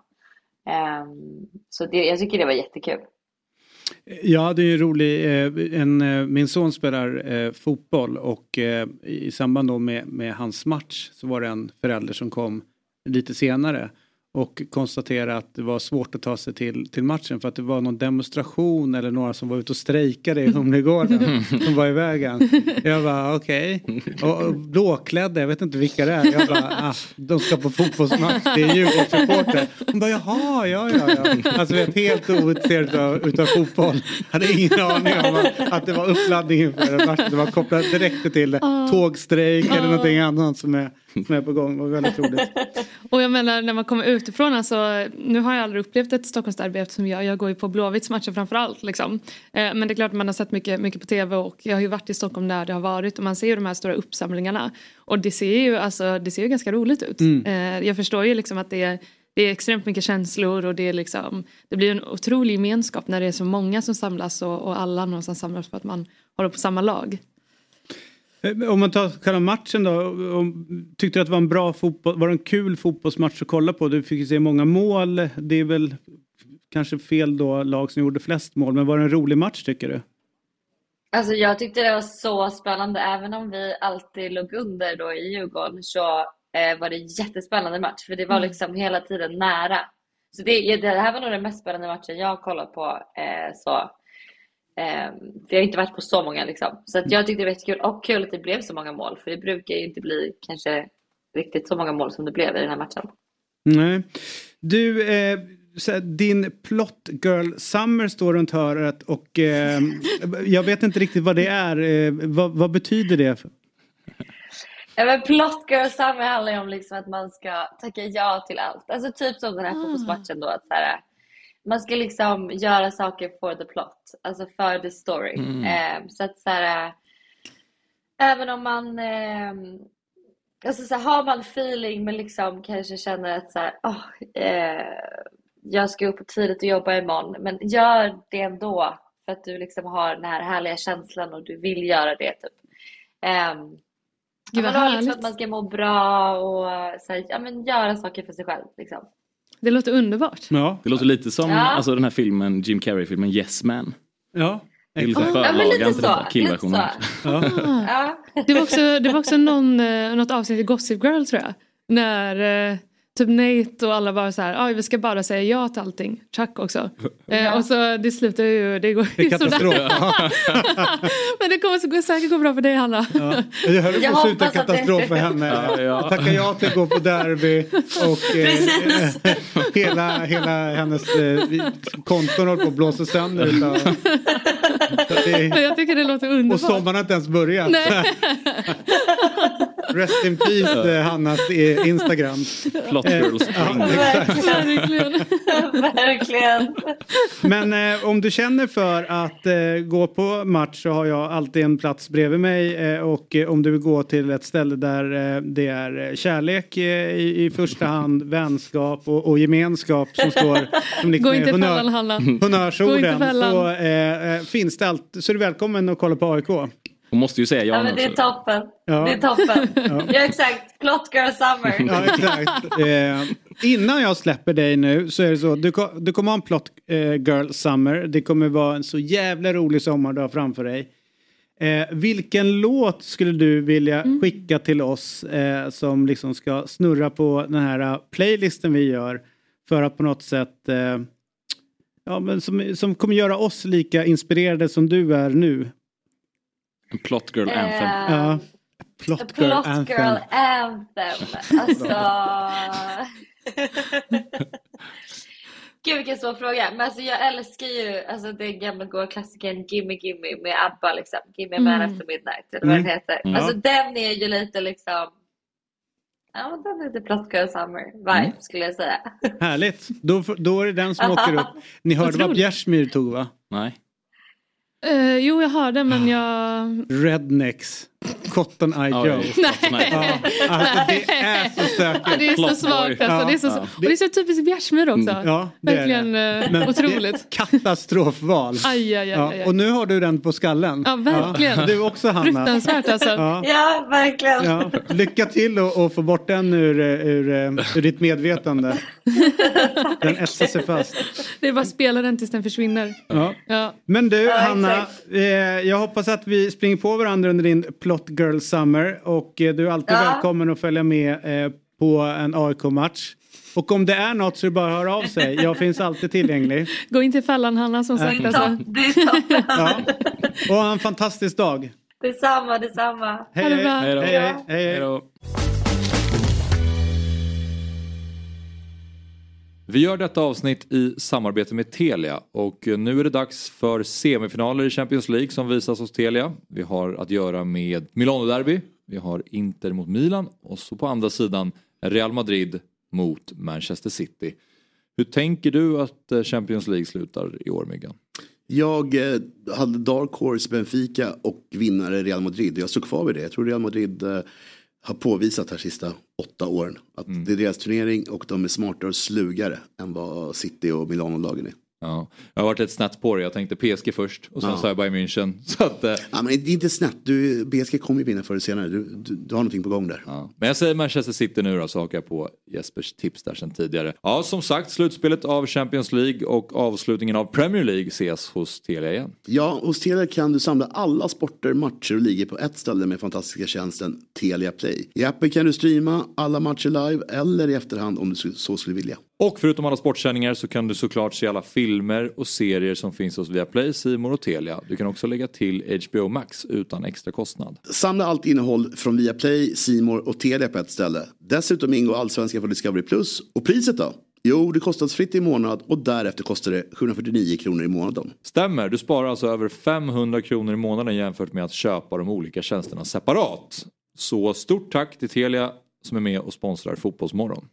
Så jag tycker det var jättekul. Ja, det är ju roligt. Min son spelar fotboll och i samband då med hans match så var det en förälder som kom lite senare och konstaterade att det var svårt att ta sig till matchen för att det var någon demonstration eller några som var ute och strejkade i Humlegården som var i vägen. Jag bara okej. Och blåklädda, jag vet inte vilka det är. Jag bara, de ska på fotbollsmatch, det är Djurgårdssupporter. Hon bara, jaha, ja. Alltså vet, helt ointresserad utav fotboll. Hade ingen aning om att det var uppladdningen för en match. Det var kopplat direkt till tågstrejk eller någonting annat som är på gång. Det var väldigt roligt. Och jag menar när man kommer utifrån, alltså, nu har jag aldrig upplevt ett Stockholmsderby eftersom jag går ju på Blåvitts matcher framförallt liksom. Men det är klart man har sett mycket på tv och jag har ju varit i Stockholm där det har varit och man ser ju de här stora uppsamlingarna och det ser ju ganska roligt ut. Jag förstår ju liksom att det är extremt mycket känslor och det är liksom, det blir en otrolig gemenskap när det är så många som samlas och alla någonstans samlas för att man håller på samma lag. Om man tar själva matchen då, tyckte du att det var en bra fotboll, var det en kul fotbollsmatch att kolla på? Du fick ju se många mål, det är väl kanske fel då lag som gjorde flest mål, men var det en rolig match tycker du? Alltså jag tyckte det var så spännande, även om vi alltid låg under då i Djurgården så var det en jättespännande match, för det var liksom hela tiden nära. Så det här var nog den mest spännande matchen jag har kollat på så. För jag har inte varit på så många liksom. Så att jag tyckte det var jättekul och kul att det blev så många mål. För det brukar ju inte bli kanske riktigt så många mål som det blev i den här matchen. Nej. Du, din Plot Girl Summer står runt hörnet och jag vet inte riktigt vad det är. Vad betyder det? Ja, men Plot Girl Summer handlar ju om liksom att man ska tacka ja till allt. Alltså typ som den här fotbollsmatchen då, att så här, man ska liksom göra saker for the plot, alltså för the story. Så att så här, även om man alltså så här, har man feeling men liksom kanske känner att så här, jag ska upp tidigt och jobba imorgon, men gör det ändå för att du liksom har den här härliga känslan och du vill göra det typ. Man har liksom att man ska må bra och så här, ja, men göra saker för sig själv liksom. Det låter underbart. Ja. Det låter lite som alltså, den här filmen, Jim Carrey-filmen Yes Man. Ja. Det är lite förlagan till detta, killversionen. Ja. Det var också något avsnitt i Gossip Girl tror jag. När typ Nate och alla bara så här, vi ska bara säga ja till allting. Chuck också. Och så det slutar ju, det går ju katastrof. Men det kommer säkert gå bra för dig, Hanna. Ja. Jag höll på att sluta katastrof för henne. Jag tackar ja till att gå på derby och hela hennes konton håller på att blåsa sönder. Jag tycker det låter underbart. Och sommaren har inte ens börjat. Rest in peace, Hannas Instagram. Plot Girl Spring. Verkligen. Men om du känner för att gå på match så har jag alltid en plats bredvid mig. Och om du vill gå till ett ställe där det är kärlek i första hand, vänskap och gemenskap som står som liksom gå inte fällan, Hanna. Honnörsorden, så finns det allt. Så är du välkommen att kolla på AIK. Hon måste ju säga ja. Ja, men det är toppen. Ja. Det är toppen. Ja, exakt. Plot Girl Summer. Ja, exakt. Innan jag släpper dig nu så är det så. Du kommer ha en Plot Girl Summer. Det kommer vara en så jävla rolig sommar du har framför dig. Vilken låt skulle du vilja skicka till oss som liksom ska snurra på den här playlisten vi gör för att på något sätt men som kommer göra oss lika inspirerade som du är nu? En Plot Girl Anthem. Ja. Plot Girl Anthem. Alltså... Gud vilken svår fråga. Men alltså jag älskar ju alltså den gamla goa klassikern Gimme Gimme med ABBA liksom. Gimme Man After Midnight eller vad den heter. Alltså den är ju lite liksom... Ja, den är lite Plot Girl Summer vibe skulle jag säga. Härligt. Då är det den som åker upp. Ni hörde vad Bjärsmyr tog, va? Nej. Jo, jag hörde, men jag... Rednecks. Cotton Eye Joe. Nej. Ja, alltså det är så stökigt. Ja, det är så svagt alltså. Det är så, och det är så typiskt Bjärsmyr också. Ja, verkligen otroligt. Katastrofval. Aj. Och nu har du den på skallen. Ja, verkligen. Ja, du också, Hanna. Fruktansvärt alltså. Ja, verkligen. Ja. Lycka till och få bort den ur ditt medvetande. Den etsar sig fast. Det är bara att spela den tills den försvinner. Ja. Men du, Hanna, jag hoppas att vi springer på varandra under din Plot Girl Summer. Och du är alltid välkommen att följa med på en AIK-match. Och om det är något så är det bara att höra av sig. Jag finns alltid tillgänglig. Gå in till fällan, Hanna, som sagt. Alltså. Det är toppen. Ja. Och ha en fantastisk dag. Detsamma. Hej då. Vi gör detta avsnitt i samarbete med Telia och nu är det dags för semifinaler i Champions League som visas hos Telia. Vi har att göra med Milano-derby, vi har Inter mot Milan och så på andra sidan Real Madrid mot Manchester City. Hur tänker du att Champions League slutar i år, Myggan? Jag hade Dark Horse Benfica och vinnare Real Madrid. Jag stod kvar vid det. Jag tror Real Madrid har påvisat här sista 8 åren att det är deras turnering och de är smartare och slugare än vad City och Milano-lagen är. Ja, jag har varit ett snett på det. Jag tänkte PSG först och sen sa jag Bayern München. Så att, ja, men det är inte snett. PSG kommer ju vinna förr eller senare. Du har någonting på gång där. Ja. Men jag säger Manchester City nu då, så hakar jag på Jespers tips där sedan tidigare. Ja, som sagt, slutspelet av Champions League och avslutningen av Premier League ses hos Telia igen. Ja, hos Telia kan du samla alla sporter, matcher och ligger på ett ställe med fantastiska tjänsten Telia Play. I appen kan du streama alla matcher live eller i efterhand om du så skulle vilja. Och förutom alla sportsändningar så kan du såklart se alla filmer och serier som finns hos Viaplay, C More och Telia. Du kan också lägga till HBO Max utan extra kostnad. Samla allt innehåll från Viaplay, C More och Telia på ett ställe. Dessutom ingår Allsvenskan för Discovery Plus. Och priset då? Jo, det kostnadsfritt i månad och därefter kostar det 749 kronor i månaden. Stämmer, du sparar alltså över 500 kronor i månaden jämfört med att köpa de olika tjänsterna separat. Så stort tack till Telia som är med och sponsrar Fotbollsmorgon.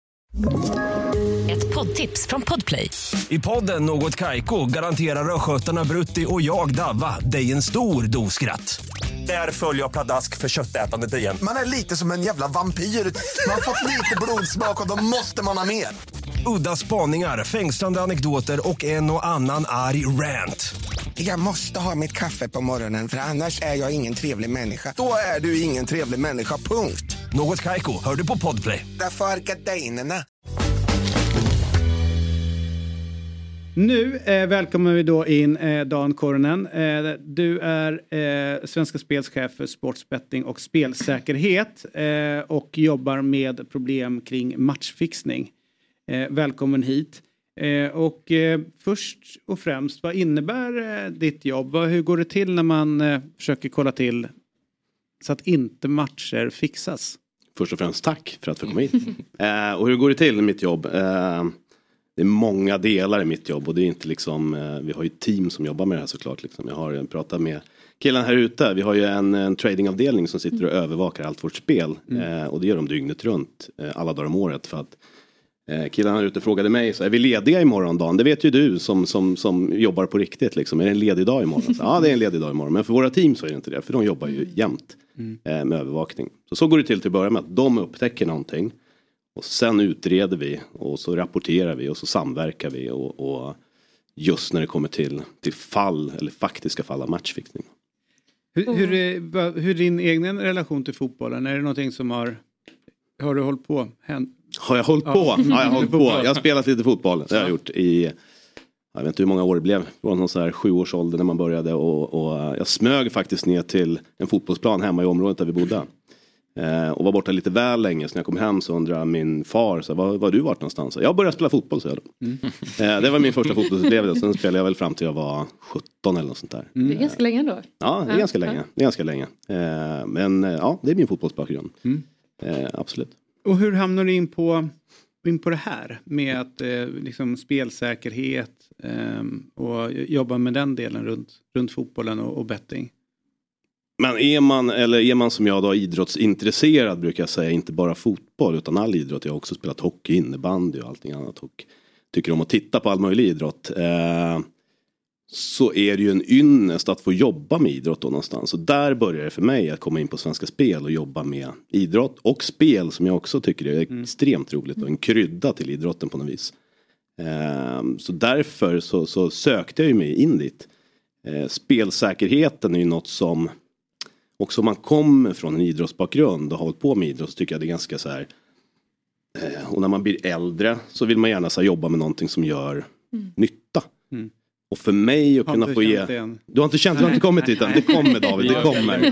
Ett poddtips från Podplay. I podden Något Kaiko garanterar röskötarna Brutti och jag Davva dig en stor doskratt. Där följer jag pladask för köttätandet igen. Man är lite som en jävla vampyr. Man har fått lite blodsmak och då måste man ha mer. Udda spaningar, fängslande anekdoter och en och annan arg rant. Jag måste ha mitt kaffe på morgonen för annars är jag ingen trevlig människa. Då är du ingen trevlig människa, punkt. Något Kaiko, hör du på Podplay. Därför är gardinerna. Nu välkomnar vi då in Dan Koronen. Du är Svenska Spels chef för sportsbetting och spelsäkerhet och jobbar med problem kring matchfixning. Välkommen hit. Och först och främst, vad innebär ditt jobb? Hur går det till när man försöker kolla till så att inte matcher fixas? Först och främst tack för att få komma hit. Och hur går det till i mitt jobb? Det är många delar i mitt jobb och det är inte liksom, vi har ju ett team som jobbar med det här såklart. Liksom. Jag har pratat med killen här ute. Vi har ju en tradingavdelning som sitter och övervakar allt vårt spel. Och det gör de dygnet runt, alla dagar om året. För att killen här ute frågade mig, så är vi lediga imorgon dagen? Det vet ju du som jobbar på riktigt. Liksom. Är det en ledig dag imorgon? Så, ja, det är en ledig dag imorgon. Men för våra team så är det inte det. För de jobbar ju jämt med övervakning. Så går det till att börja med att de upptäcker någonting. Och sen utreder vi och så rapporterar vi och så samverkar vi och just när det kommer till fall eller faktiska fall av matchfixning. Hur är din egen relation till fotbollen? Är det någonting som har du hållit på? Har jag hållit på? Ja, jag har hållit på. Jag har spelat lite fotboll. Det har jag gjort i, jag vet inte hur många år det blev. Från någon så här 7-årsålder när man började och jag smög faktiskt ner till en fotbollsplan hemma i området där vi bodde. Och var borta lite väl länge. Så när jag kom hem så undrade min far så, var har du varit någonstans? Jag började spela fotboll, så det var min första fotbollsupplevelse. Sen spelade jag väl fram till jag var 17 eller något sånt där. Det är ganska länge då. Ja, det är ganska länge. Det är ganska länge. Men ja, det är min fotbollsbakgrund. Absolut. Och hur hamnar du in på det här med att liksom spelsäkerhet och jobba med den delen runt fotbollen och betting? Men är man som jag då idrottsintresserad, brukar jag säga, inte bara fotboll utan all idrott. Jag har också spelat hockey, innebandy och allting annat och tycker om att titta på all möjlig idrott. så är det ju en ynnest att få jobba med idrott då någonstans. Och där börjar det för mig att komma in på Svenska Spel och jobba med idrott och spel som jag också tycker är extremt roligt och en krydda till idrotten på något vis. Så därför så sökte jag ju mig in dit. Spelsäkerheten är ju något som också om man kommer från en idrottsbakgrund och har hållit på med idrott, så tycker jag det är ganska så här. Och när man blir äldre så vill man gärna så här, jobba med någonting som gör nytta. Och för mig att kunna få ge... Du har inte känt, du har inte kommit dit än. Det kommer David, det kommer.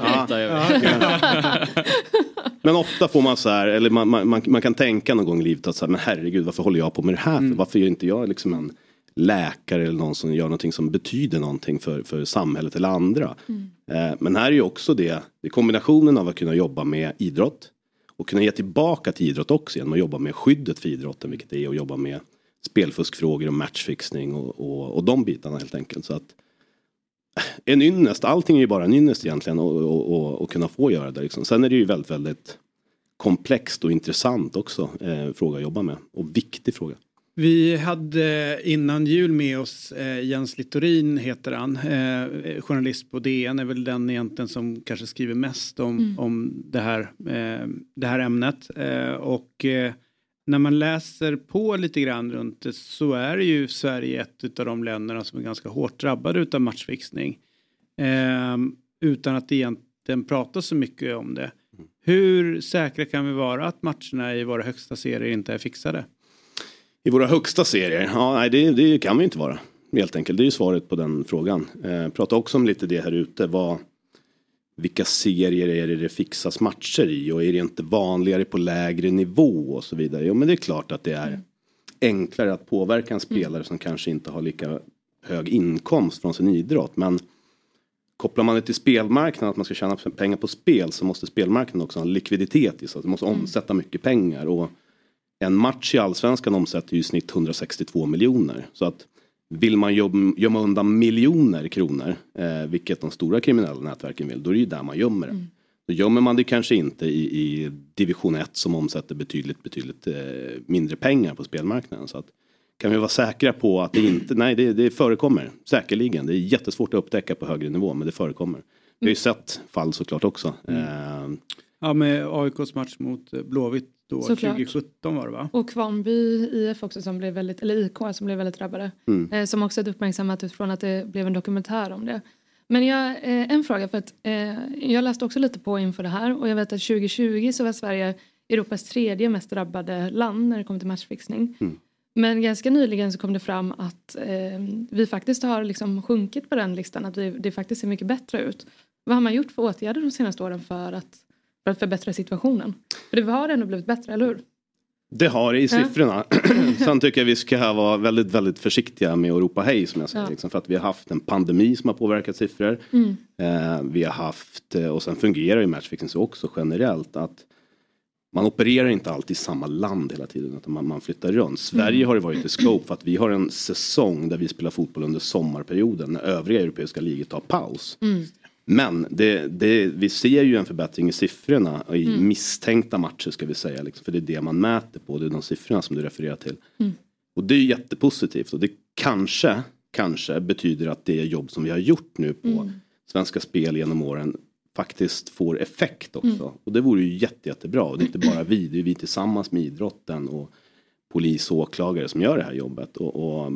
Men ofta får man så här, eller man kan tänka någon gång i livet att så här, men herregud, varför håller jag på med det här? Varför gör inte jag liksom en läkare eller någon som gör någonting som betyder någonting för samhället eller andra? Men här är ju också det är kombinationen av att kunna jobba med idrott och kunna ge tillbaka till idrott också genom att jobba med skyddet för idrotten, vilket är att jobba med spelfuskfrågor och matchfixning och de bitarna helt enkelt. Så att en ynnest, allting är ju bara en ynnest egentligen och kunna få göra det liksom. Sen är det ju väldigt, väldigt komplext och intressant också fråga att jobba med och viktig fråga. Vi hade innan jul med oss Jens Littorin heter han, journalist på DN, är väl den egentligen som kanske skriver mest om det här ämnet och när man läser på lite grann runt det så är ju Sverige ett av de länderna som är ganska hårt drabbade utav matchfixning. Utan att egentligen prata så mycket om det. Hur säkra kan vi vara att matcherna i våra högsta serier inte är fixade? I våra högsta serier? Ja, nej, det kan vi inte vara. Helt enkelt, det är ju svaret på den frågan. Prata också om lite det här ute. Vilka serier är det fixas matcher i? Och är det inte vanligare på lägre nivå och så vidare? Jo, men det är klart att det är enklare att påverka en spelare som kanske inte har lika hög inkomst från sin idrott. Men kopplar man det till spelmarknaden, att man ska tjäna pengar på spel, så måste spelmarknaden också ha likviditet i. Så att det måste omsätta mycket pengar. Och en match i Allsvenskan omsätter ju i snitt 162 miljoner. Så att vill man gömma undan miljoner kronor, vilket de stora kriminella nätverken vill, då är det ju där man gömmer det. Då gömmer man det kanske inte i division 1 som omsätter betydligt mindre pengar på spelmarknaden. Så att, kan vi vara säkra på att det inte, nej det förekommer, säkerligen. Det är jättesvårt att upptäcka på högre nivå, men det förekommer. Vi har ju sett fall såklart också. Ja, med AIKs match mot Blåvitt då, såklart. 2017 var det va? Och Kvarnby IF också som blev väldigt, eller IK som blev väldigt drabbade. Som också är uppmärksammat utifrån att det blev en dokumentär om det. Men en fråga för att jag läste också lite på inför det här och jag vet att 2020 så var Sverige Europas 3:e mest drabbade land när det kom till matchfixning. Men ganska nyligen så kom det fram att vi faktiskt har liksom sjunkit på den listan, att det faktiskt ser mycket bättre ut. Vad har man gjort för åtgärder de senaste åren för att förbättra situationen? För det har ändå blivit bättre, eller hur? Det har i siffrorna. Sen tycker jag vi ska vara väldigt, väldigt försiktiga med att ropa hej som jag säger. Liksom, för att vi har haft en pandemi som har påverkat siffror. Vi har haft, och sen fungerar ju matchfixing så också generellt, att man opererar inte alltid i samma land hela tiden, utan man flyttar runt. Sverige har det varit i scope för att vi har en säsong där vi spelar fotboll under sommarperioden när övriga europeiska ligor tar paus. Men vi ser ju en förbättring i siffrorna i misstänkta matcher ska vi säga. Liksom, för det är det man mäter på, det är de siffrorna som du refererar till. Och det är jättepositivt och det kanske betyder att det jobb som vi har gjort nu på Svenska Spel genom åren faktiskt får effekt också. Och det vore ju jättebra. Och det är inte bara vi, det är vi tillsammans med idrotten och polis och åklagare som gör det här jobbet. Och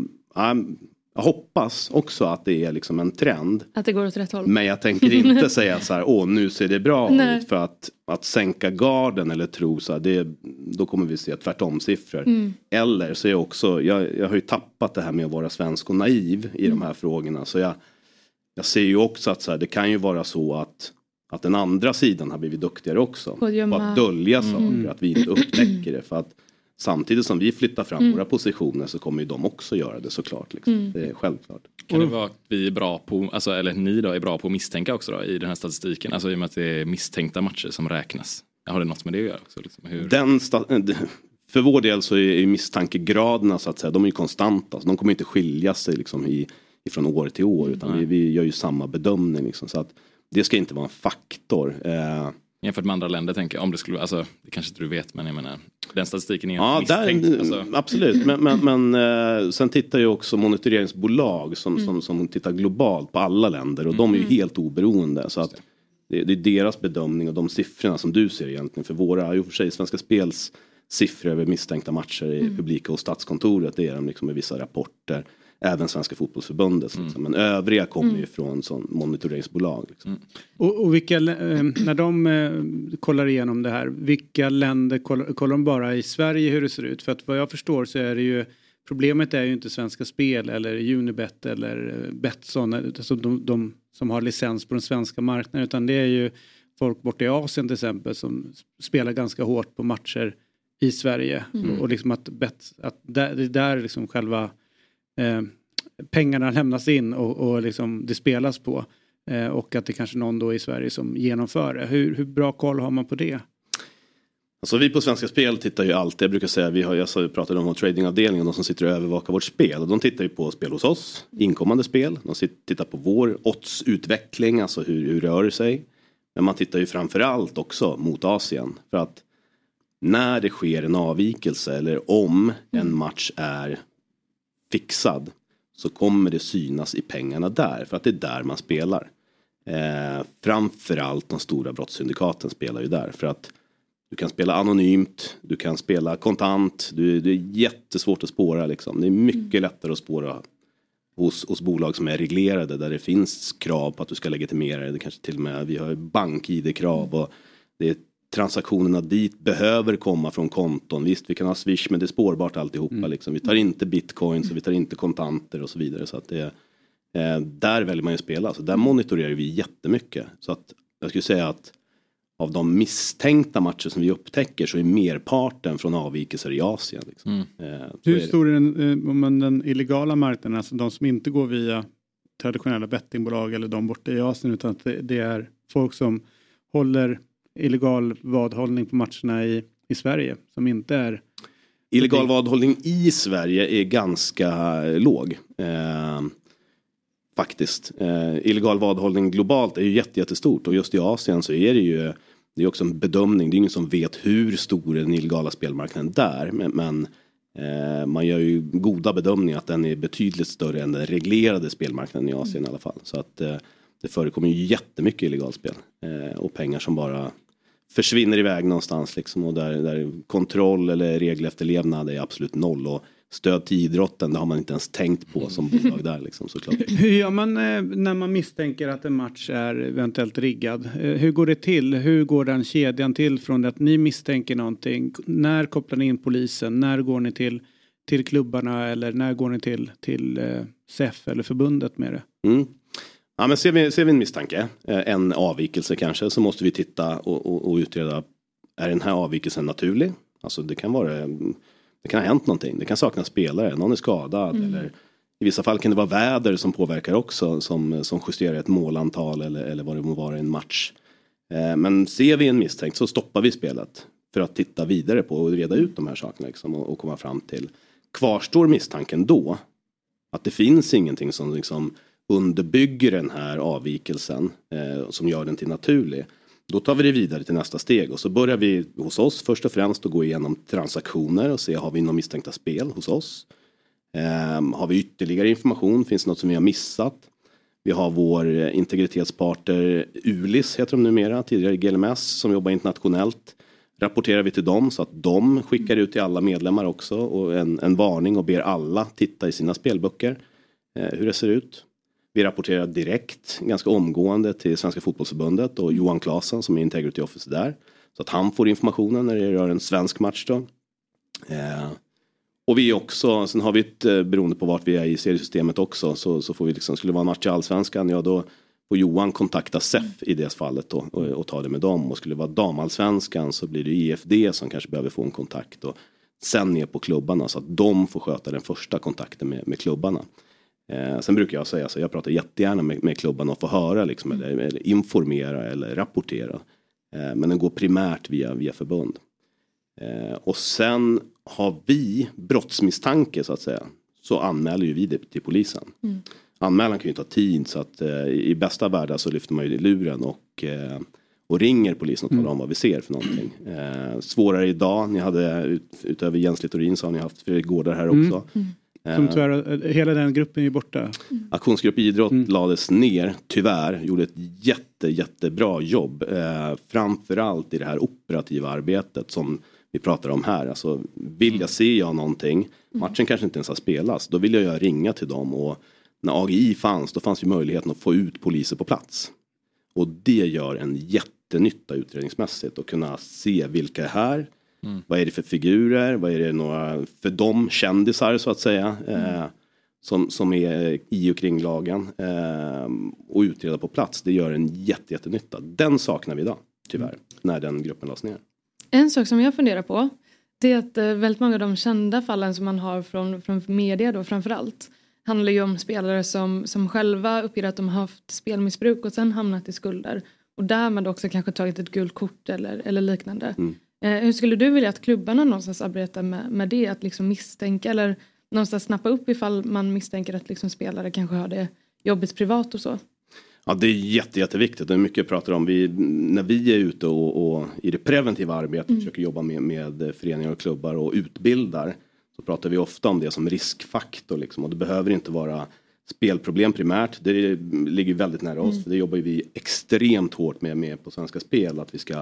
jag hoppas också att det är liksom en trend. Att det går åt rätt håll. Men jag tänker inte säga så här, nu ser det bra ut, för att sänka garden eller tro så här, då kommer vi se tvärtom siffror. Eller så är jag också, jag har ju tappat det här med att vara svensk och naiv i de här frågorna. Så jag ser ju också att så här, det kan ju vara så att den andra sidan har blivit duktigare också. På att dölja saker, att vi inte upptäcker det. För att samtidigt som vi flyttar fram våra positioner så kommer ju de också göra det såklart. Liksom. Det är självklart. Kan det vara att vi är bra på, alltså, eller ni då är bra på att misstänka också då, i den här statistiken? Alltså i och med att det är misstänkta matcher som räknas. Har det något med det att göra också? Liksom? För vår del så är misstankegraderna så att säga, de är ju konstanta. Så de kommer inte skilja sig liksom ifrån år till år. Utan vi gör ju samma bedömning. Liksom, så att det ska inte vara en faktor. Jämfört med andra länder tänker jag, om det skulle, alltså det kanske inte du vet, men jag menar Den statistiken är ja, misstänkt. Alltså. Absolut, men sen tittar ju också monitoreringsbolag som tittar globalt på alla länder och de är ju helt oberoende. Så att det är deras bedömning och de siffrorna som du ser egentligen för våra, ju för sig Svenska Spels siffror över misstänkta matcher i publika och Statskontoret, det är de liksom med vissa rapporter. Även Svenska fotbollsförbundet. Liksom. Men övriga kommer ju från sån monitoreringsbolag. Liksom. Och vilka, när de kollar igenom det här, vilka länder kollar de bara i Sverige hur det ser ut? För att vad jag förstår så är det ju, problemet är ju inte Svenska Spel eller Unibet eller Betsson, alltså de som har licens på den svenska marknaden, utan det är ju folk borta i Asien till exempel som spelar ganska hårt på matcher i Sverige. Och liksom att där liksom själva pengarna lämnas in och liksom det spelas på. Och att det kanske någon då i Sverige som genomför det. Hur bra koll har man på det? Alltså vi på Svenska Spel tittar ju alltid, jag brukar säga, jag pratade om tradingavdelningen, de som sitter och övervakar vårt spel. Och de tittar ju på spel hos oss, inkommande spel. De tittar på vår oddsutveckling, alltså hur rör det sig. Men man tittar ju framförallt också mot Asien. För att när det sker en avvikelse eller om en match är fixad så kommer det synas i pengarna där. För att det är där man spelar. Framförallt de stora brottssyndikaten spelar ju där. För att du kan spela anonymt, du kan spela kontant. Det är jättesvårt att spåra liksom. Det är mycket lättare att spåra hos bolag som är reglerade. Där det finns krav på att du ska legitimera det. Det kanske till och med, vi har bank-id-krav och det är transaktionerna dit behöver komma från konton. Visst, vi kan ha Swish, men det är spårbart alltihopa. Liksom. Vi tar inte bitcoins och vi tar inte kontanter och så vidare. Så att det där väljer man ju spela. Så där monitorerar vi jättemycket. Så att jag skulle säga att av de misstänkta matcher som vi upptäcker så är merparten från avvikelser i Asien. Liksom. Hur stor är den illegala marknaden? Alltså de som inte går via traditionella bettingbolag eller de borta i Asien, utan att det är folk som håller illegal vadhållning på matcherna i Sverige som inte är... Illegal vadhållning i Sverige är ganska låg. Faktiskt. Illegal vadhållning globalt är ju jättestort och just i Asien så är det ju, det är också en bedömning. Det är ingen som vet hur stor är den illegala spelmarknaden där, men man gör ju goda bedömningar att den är betydligt större än den reglerade spelmarknaden i Asien i alla fall. Så att det förekommer ju jättemycket illegalspel och pengar som bara försvinner iväg någonstans liksom, och där kontroll eller regelefterlevnad är absolut noll och stöd till idrotten, det har man inte ens tänkt på som bolag där liksom, såklart. Hur gör man när man misstänker att en match är eventuellt riggad? Hur går det till? Hur går den kedjan till från att ni misstänker någonting? När kopplar ni in polisen? När går ni till klubbarna eller när går ni till SEF eller förbundet med det? Ja, men ser vi en misstanke, en avvikelse kanske, så måste vi titta och utreda, är den här avvikelsen naturlig? Alltså det kan ha hänt någonting, det kan saknas spelare, någon är skadad eller i vissa fall kan det vara väder som påverkar också som justerar ett målantal eller vad det må vara i en match. Men ser vi en misstänkt så stoppar vi spelet för att titta vidare på och reda ut de här sakerna liksom, och komma fram till, kvarstår misstanken då att det finns ingenting som liksom underbygger den här avvikelsen som gör den till naturlig, då tar vi det vidare till nästa steg och så börjar vi hos oss först och främst att gå igenom transaktioner och se, har vi några misstänkta spel hos oss? Har vi ytterligare information? Finns det något som vi har missat? Vi har vår integritetspartner Ulis, heter de numera, tidigare GLMS, som jobbar internationellt. Rapporterar vi till dem så att de skickar ut till alla medlemmar också och en varning och ber alla titta i sina spelböcker hur det ser ut. Vi rapporterar direkt, ganska omgående till Svenska fotbollsförbundet och Johan Klasen som är integrity officer där. Så att han får informationen när det rör en svensk match då. Och vi också, sen har vi beroende på vart vi är i seriesystemet också, så får vi liksom, skulle det vara en match i Allsvenskan, ja då får Johan kontakta SEF i det fallet då och ta det med dem. Och skulle det vara damallsvenskan så blir det EFD som kanske behöver få en kontakt och sen ner på klubbarna så att de får sköta den första kontakten med klubbarna. Sen brukar jag säga så jag pratar jättegärna med klubbarna och får höra liksom, eller informera eller rapportera. Men den går primärt via förbund. Och sen har vi brottsmisstanke så att säga, så anmäler ju vi det till polisen. Anmälan kan ju ta tid så att i bästa världen så lyfter man ju luren och och ringer polisen och talar om vad vi ser för någonting. Svårare idag, ni hade utöver Jens Littorin så har ni haft Fredrik Gårdar här också. Som tyvärr, hela den gruppen är ju borta. Aktionsgrupp idrott lades ner, tyvärr, gjorde ett jättebra jobb. Framförallt i det här operativa arbetet som vi pratar om här. Alltså, vill jag se någonting, matchen kanske inte ens har spelats, då vill jag ringa till dem. Och när AGI fanns, då fanns ju möjligheten att få ut poliser på plats. Och det gör en jättenytta utredningsmässigt. Att kunna se vilka är här. Vad är det för figurer? Vad är det några för dem kändisar så att säga. Som är i och kring lagen. Och utreda på plats. Det gör en jättenytta. Den saknar vi idag tyvärr. När den gruppen lades ner. En sak som jag funderar på. Det är att väldigt många av de kända fallen som man har från media då framförallt. Handlar ju om spelare som själva uppger att de har haft spelmissbruk och sen hamnat i skulder. Och därmed också kanske tagit ett gult kort eller liknande. Hur skulle du vilja att klubbarna någonstans arbetar med det? Att liksom misstänka eller någonstans snappa upp ifall man misstänker att liksom spelare kanske har det jobbigt privat och så? Ja, det är jätteviktigt. Det är mycket jag pratar om. När vi är ute och i det preventiva arbetet försöker jobba med föreningar och klubbar och utbildar. Så pratar vi ofta om det som riskfaktor. Liksom. Och det behöver inte vara spelproblem primärt. Det ligger väldigt nära oss. För det jobbar vi extremt hårt med på Svenska Spel. Att vi ska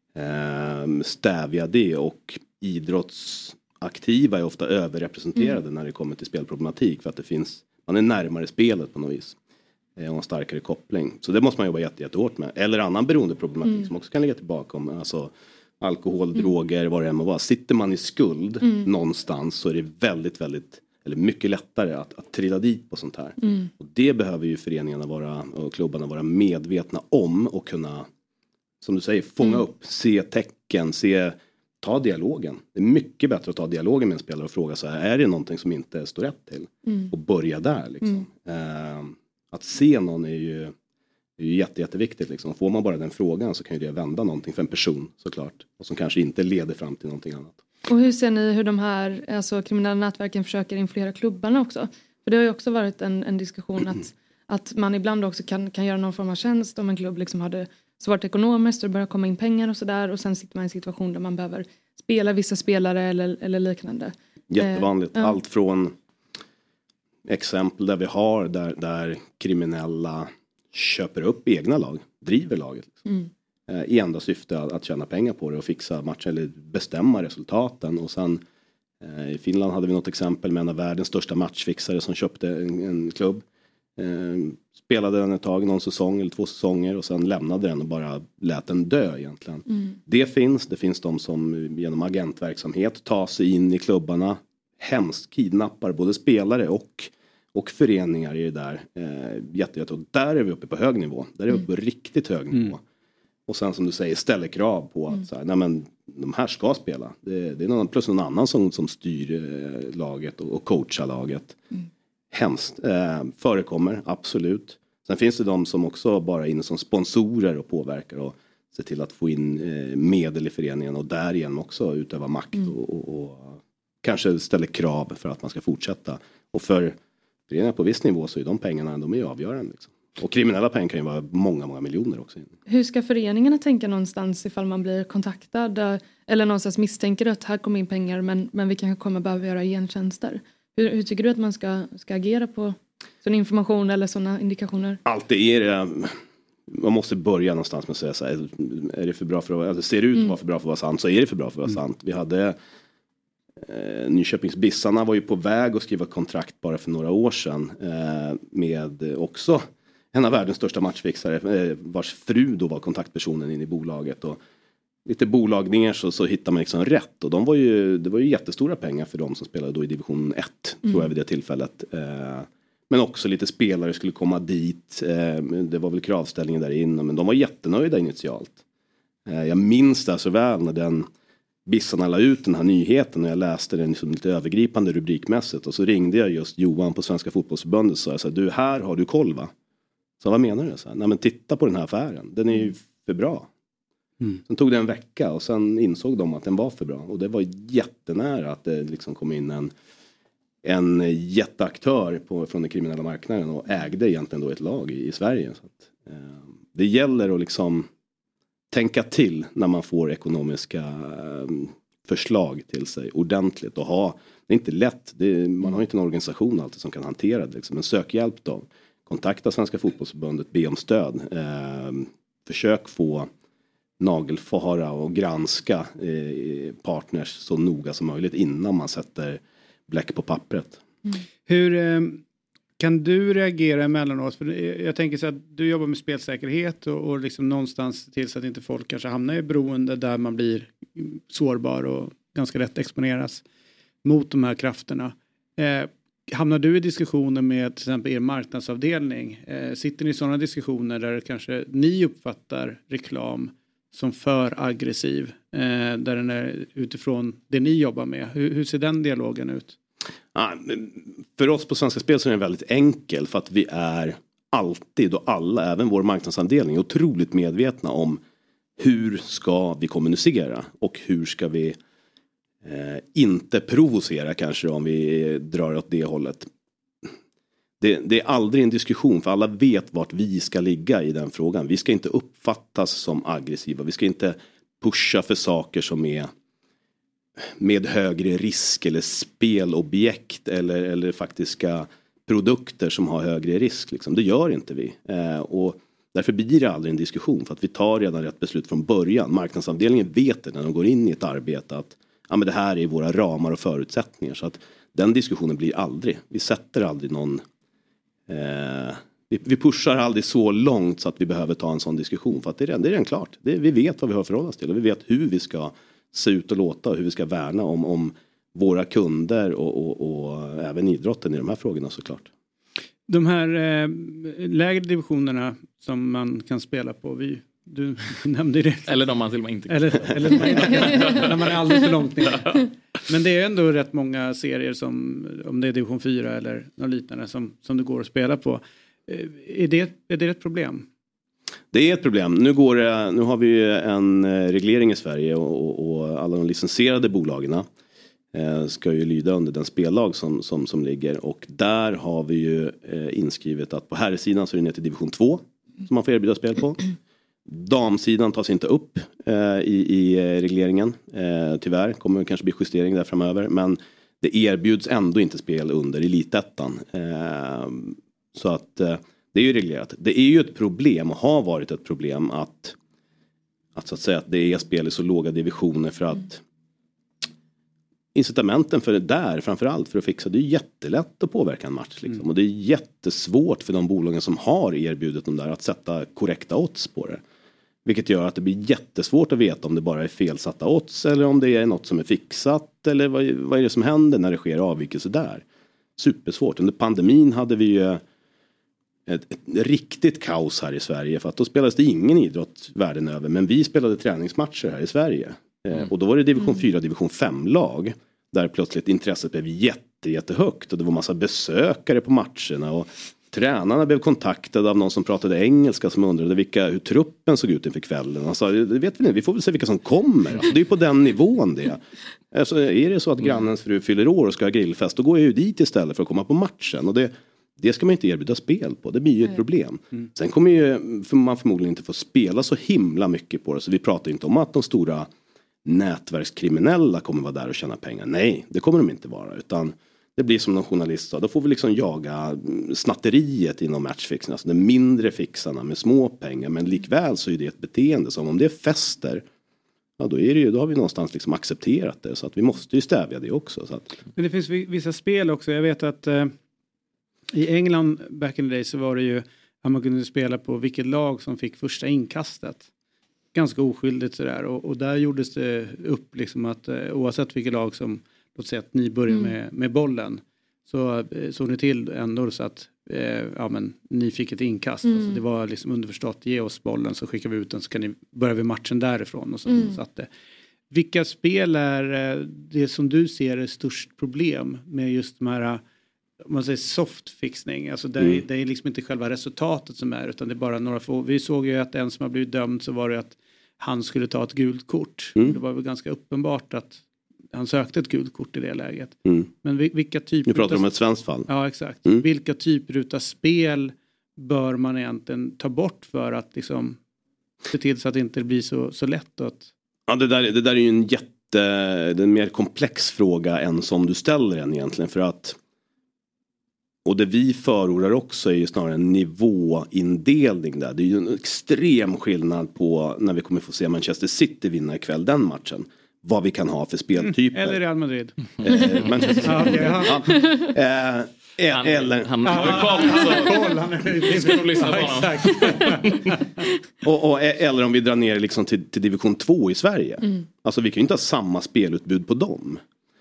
stävja det. Och idrottsaktiva är ofta överrepresenterade när det kommer till spelproblematik. För att man är närmare spelet på något vis. Och en starkare koppling. Så det måste man jobba jättehårt med. Eller annan beroendeproblematik som också kan ligga tillbaka om. Alltså alkohol, droger, vad det än må vara. Sitter man i skuld någonstans så är det väldigt eller mycket lättare att trilla dit på sånt här. Och det behöver ju föreningarna och klubbarna vara medvetna om och kunna, som du säger, fånga upp, se tecken, ta dialogen. Det är mycket bättre att ta dialogen med en spelare och fråga så här, är det någonting som inte står rätt till? Och börja där liksom. Att se någon är ju jätteviktigt liksom. Får man bara den frågan så kan ju det vända någonting för en person såklart. Och som kanske inte leder fram till någonting annat. Och hur ser ni hur de här kriminella nätverken försöker influera klubbarna också? För det har ju också varit en diskussion att man ibland också kan göra någon form av tjänst om en klubb liksom hade svårt ekonomiskt och det börjar komma in pengar och sådär. Och sen sitter man i en situation där man behöver spela vissa spelare eller liknande. Jättevanligt. Allt från exempel där vi har där kriminella köper upp egna lag, driver laget. Liksom. I enda syfte att tjäna pengar på det och fixa matcher eller bestämma resultaten. Och sen i Finland hade vi något exempel med en av världens största matchfixare som köpte en klubb. Spelade den ett tag, någon säsong eller 2 säsonger och sen lämnade den och bara lät den dö egentligen. Det finns de som genom agentverksamhet tar sig in i klubbarna, hemskt kidnappar både spelare och föreningar i det där. Och där är vi uppe på hög nivå. Där är vi uppe på riktigt hög nivå. Och sen som du säger ställer krav på att så här, nej men, de här ska spela. Det är någon, plus någon annan som styr laget och coachar laget. Hemskt. Förekommer, absolut. Sen finns det de som också bara är inne som sponsorer och påverkar och ser till att få in medel i föreningen och därigenom också utöva makt och kanske ställer krav för att man ska fortsätta. Och för föreningar på viss nivå så är de pengarna, de är ju avgörande liksom. Och kriminella pengar kan ju vara många miljoner också. Hur ska föreningarna tänka någonstans ifall man blir kontaktad eller någonstans misstänker att här kommer in pengar men vi kanske kommer behöva göra gentjänster? Hur tycker du att man ska agera på sån information eller sådana indikationer? Alltid är det, man måste börja någonstans med att säga så här, är det för bra för att vara, eller ser det ut att vara för bra för att vara sant så är det för bra för att vara sant. Vi hade Nyköpingsbissarna var ju på väg att skriva kontrakt bara för några år sedan med också en av världens största matchfixare vars fru då var kontaktpersonen in i bolaget och lite bolag ner så hittar man liksom rätt och det var ju jättestora pengar för dem som spelade då i division 1 tror jag vid det tillfället. Men också lite spelare skulle komma dit, det var väl kravställningen där inne men de var jättenöjda initialt. Jag minns det så väl när den Bissarna la ut den här nyheten och jag läste den liksom lite övergripande rubrikmässigt och så ringde jag just Johan på Svenska fotbollsförbundet och sa så här, du, här har du koll va? Så vad menar du? Så här, nej men titta på den här affären, den är ju för bra. Sen tog det en vecka och sen insåg de att den var för bra och det var jättenära att det liksom kom in en jätteaktör från den kriminella marknaden och ägde egentligen då ett lag i Sverige. Så att, det gäller att liksom tänka till när man får ekonomiska förslag till sig ordentligt och det är inte lätt, man har inte en organisation alltid som kan hantera det liksom. Men sök hjälp då, kontakta Svenska fotbollsförbundet, be om stöd, försök få nagelfara och granska partners så noga som möjligt innan man sätter bläck på pappret. Hur kan du reagera emellanåt? För jag tänker så att du jobbar med spelsäkerhet och liksom någonstans till så att inte folk kanske hamnar i beroende där man blir sårbar och ganska lätt exponeras mot de här krafterna. Hamnar du i diskussioner med till exempel er marknadsavdelning? Sitter ni i sådana diskussioner där kanske ni uppfattar reklam som för aggressiv? Där den är utifrån det ni jobbar med. Hur ser den dialogen ut? För oss på Svenska Spel så är det väldigt enkel för att vi är alltid och alla, även vår marknadsavdelning, otroligt medvetna om hur ska vi kommunicera och hur ska vi inte provocera kanske om vi drar åt det hållet. Det är aldrig en diskussion för alla vet vart vi ska ligga i den frågan. Vi ska inte uppfattas som aggressiva. Vi ska inte pusha för saker som är med högre risk eller spelobjekt eller faktiska produkter som har högre risk. Liksom. Det gör inte vi. Och därför blir det aldrig en diskussion för att vi tar redan rätt beslut från början. Marknadsavdelningen vet det när de går in i ett arbete att men det här är våra ramar och förutsättningar. Så att den diskussionen blir aldrig. Vi sätter aldrig någon... Vi pushar aldrig så långt så att vi behöver ta en sån diskussion. För att det är redan klart. Vi vet vad vi har förhållit oss till. Och vi vet hur vi ska se ut och låta och hur vi ska värna om våra kunder och även idrotten i de här frågorna såklart. De här lägre divisionerna som man kan spela på, du nämnde det. Eller de man till och med inte kan eller när man är alldeles för långt ner. Men det är ändå rätt många serier som, om det är division 4 eller något liknande som det går att spela på. Är det ett problem? Det är ett problem. Nu har vi en reglering i Sverige och alla de licensierade bolagen ska ju lyda under den spellag som ligger. Och där har vi ju inskrivet att på herrsidan så är det ner till division 2 som man får erbjuda spel på. Damsidan tas inte upp i regleringen. Tyvärr kommer det kanske bli justering där framöver. Men det erbjuds ändå inte spel under elitettan. Så att det är ju reglerat. Det är ju ett problem och har varit ett problem att så att säga att det är spel i så låga divisioner för att incitamenten för det där framförallt för att fixa, det är jättelätt att påverka en match liksom. Och det är jättesvårt för de bolagen som har erbjudit dem där att sätta korrekta odds på det. Vilket gör att det blir jättesvårt att veta om det bara är felsatta odds eller om det är något som är fixat eller vad är det som händer när det sker avvikelse där. Supersvårt. Under pandemin hade vi ju ett riktigt kaos här i Sverige för att då spelades det ingen idrott världen över men vi spelade träningsmatcher här i Sverige. Och då var det division 4, division 5-lag där plötsligt intresset blev jättehögt och det var massa besökare på matcherna och tränarna blev kontaktade av någon som pratade engelska som undrade hur truppen såg ut inför kvällen. Han sa, det vet vi inte, vi får väl se vilka som kommer. Alltså, det är ju på den nivån det. Alltså, är det så att grannens fru fyller år och ska ha grillfest, då går jag ju dit istället för att komma på matchen. Och det ska man inte erbjuda spel på. Det blir ju ett problem. Sen kommer ju man förmodligen inte få spela så himla mycket på det. Så vi pratar inte om att de stora nätverkskriminella kommer vara där och tjäna pengar. Nej, det kommer de inte vara. Utan det blir som någon journalist sa. Då får vi liksom jaga snatteriet inom matchfixen. Alltså de mindre fixarna med små pengar. Men likväl så är det ett beteende som om det är fester. Ja, då har vi någonstans liksom accepterat det. Så att vi måste ju stävja det också. Så att... Men det finns vissa spel också. Jag vet att i England back in the day så var det ju att man kunde spela på vilket lag som fick första inkastet. Ganska oskyldigt sådär. Och där gjordes det upp liksom att oavsett vilket lag som, låt säga att ni börjar med bollen, så såg ni till ändå så att ni fick ett inkast. Alltså det var liksom underförstått, ge oss bollen så skickar vi ut den så kan ni börja vid matchen därifrån. Och så satt det. Vilka spel är det som du ser är störst problem med just de här, om man säger softfixning, alltså det är liksom inte själva resultatet som är, utan det är bara några få. Vi såg ju att en som har blivit dömd så var det att han skulle ta ett gult kort. Det var väl ganska uppenbart att han sökte ett gult kort i det läget. Men vilka typer... Nu pratar om ett svenskt fall. Ja, exakt. Vilka typer av spel bör man egentligen ta bort för att liksom se till så att det inte blir så lätt att... Ja, det där är ju det är en mer komplex fråga än som du ställer den egentligen, för att och det vi förordar också är ju snarare en nivåindelning där. Det är ju en extrem skillnad på när vi kommer få se Manchester City vinna ikväll den matchen. Vad vi kan ha för speltyper. Eller Real Madrid. Manchester City. Eller... Han ska nog lyssna på honom. Eller om vi drar ner liksom till division 2 i Sverige. Alltså vi kan ju inte ha samma spelutbud på dem.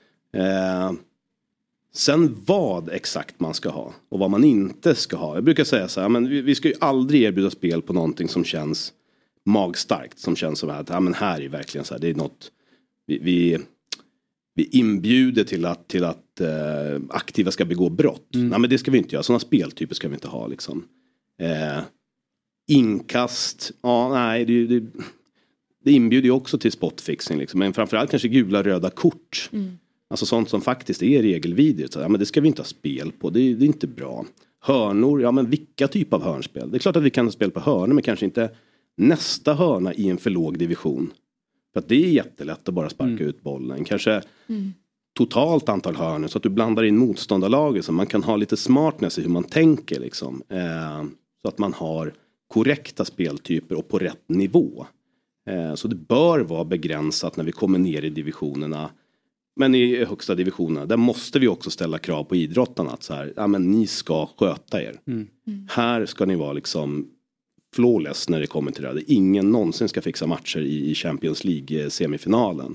Sen vad exakt man ska ha och vad man inte ska ha. Jag brukar säga så här, men vi ska ju aldrig erbjuda spel på någonting som känns magstarkt. Som känns som att men här är verkligen så här, det är något vi inbjuder till att aktiva ska begå brott. Nej, men det ska vi inte göra. Sådana speltyper ska vi inte ha liksom. Inkast, det inbjuder ju också till spotfixing liksom. Men framförallt kanske gula röda kort. Alltså sånt som faktiskt är regelvidrigt. Så, men det ska vi inte ha spel på. Det är inte bra. Hörnor, men vilka typ av hörnspel? Det är klart att vi kan spela på hörnor, men kanske inte nästa hörna i en för låg division. För att det är jättelätt att bara sparka ut bollen. Kanske totalt antal hörnor så att du blandar in motståndarlaget. Så man kan ha lite smartness i hur man tänker liksom. Så att man har korrekta speltyper och på rätt nivå. Så det bör vara begränsat när vi kommer ner i divisionerna. Men i högsta divisionerna, där måste vi också ställa krav på idrottarna. Att så här, men ni ska sköta er. Här ska ni vara liksom flawless när det kommer till det. Ingen någonsin ska fixa matcher i Champions League-semifinalen.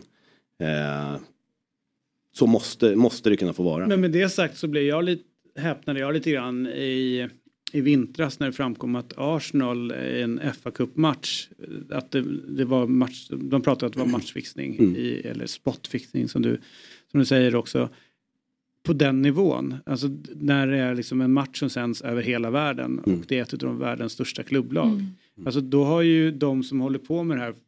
Så måste det kunna få vara. Men med det sagt så blev häpnade jag lite grann i vintras när det framkom att Arsenal i en FA-cupmatch, att det var match, de pratade att det var matchfixning eller spotfixning som du säger också, på den nivån. Alltså när det är liksom en match som sänds över hela världen och det är ett av världens största klubblag. Alltså då har ju de som håller på med det här,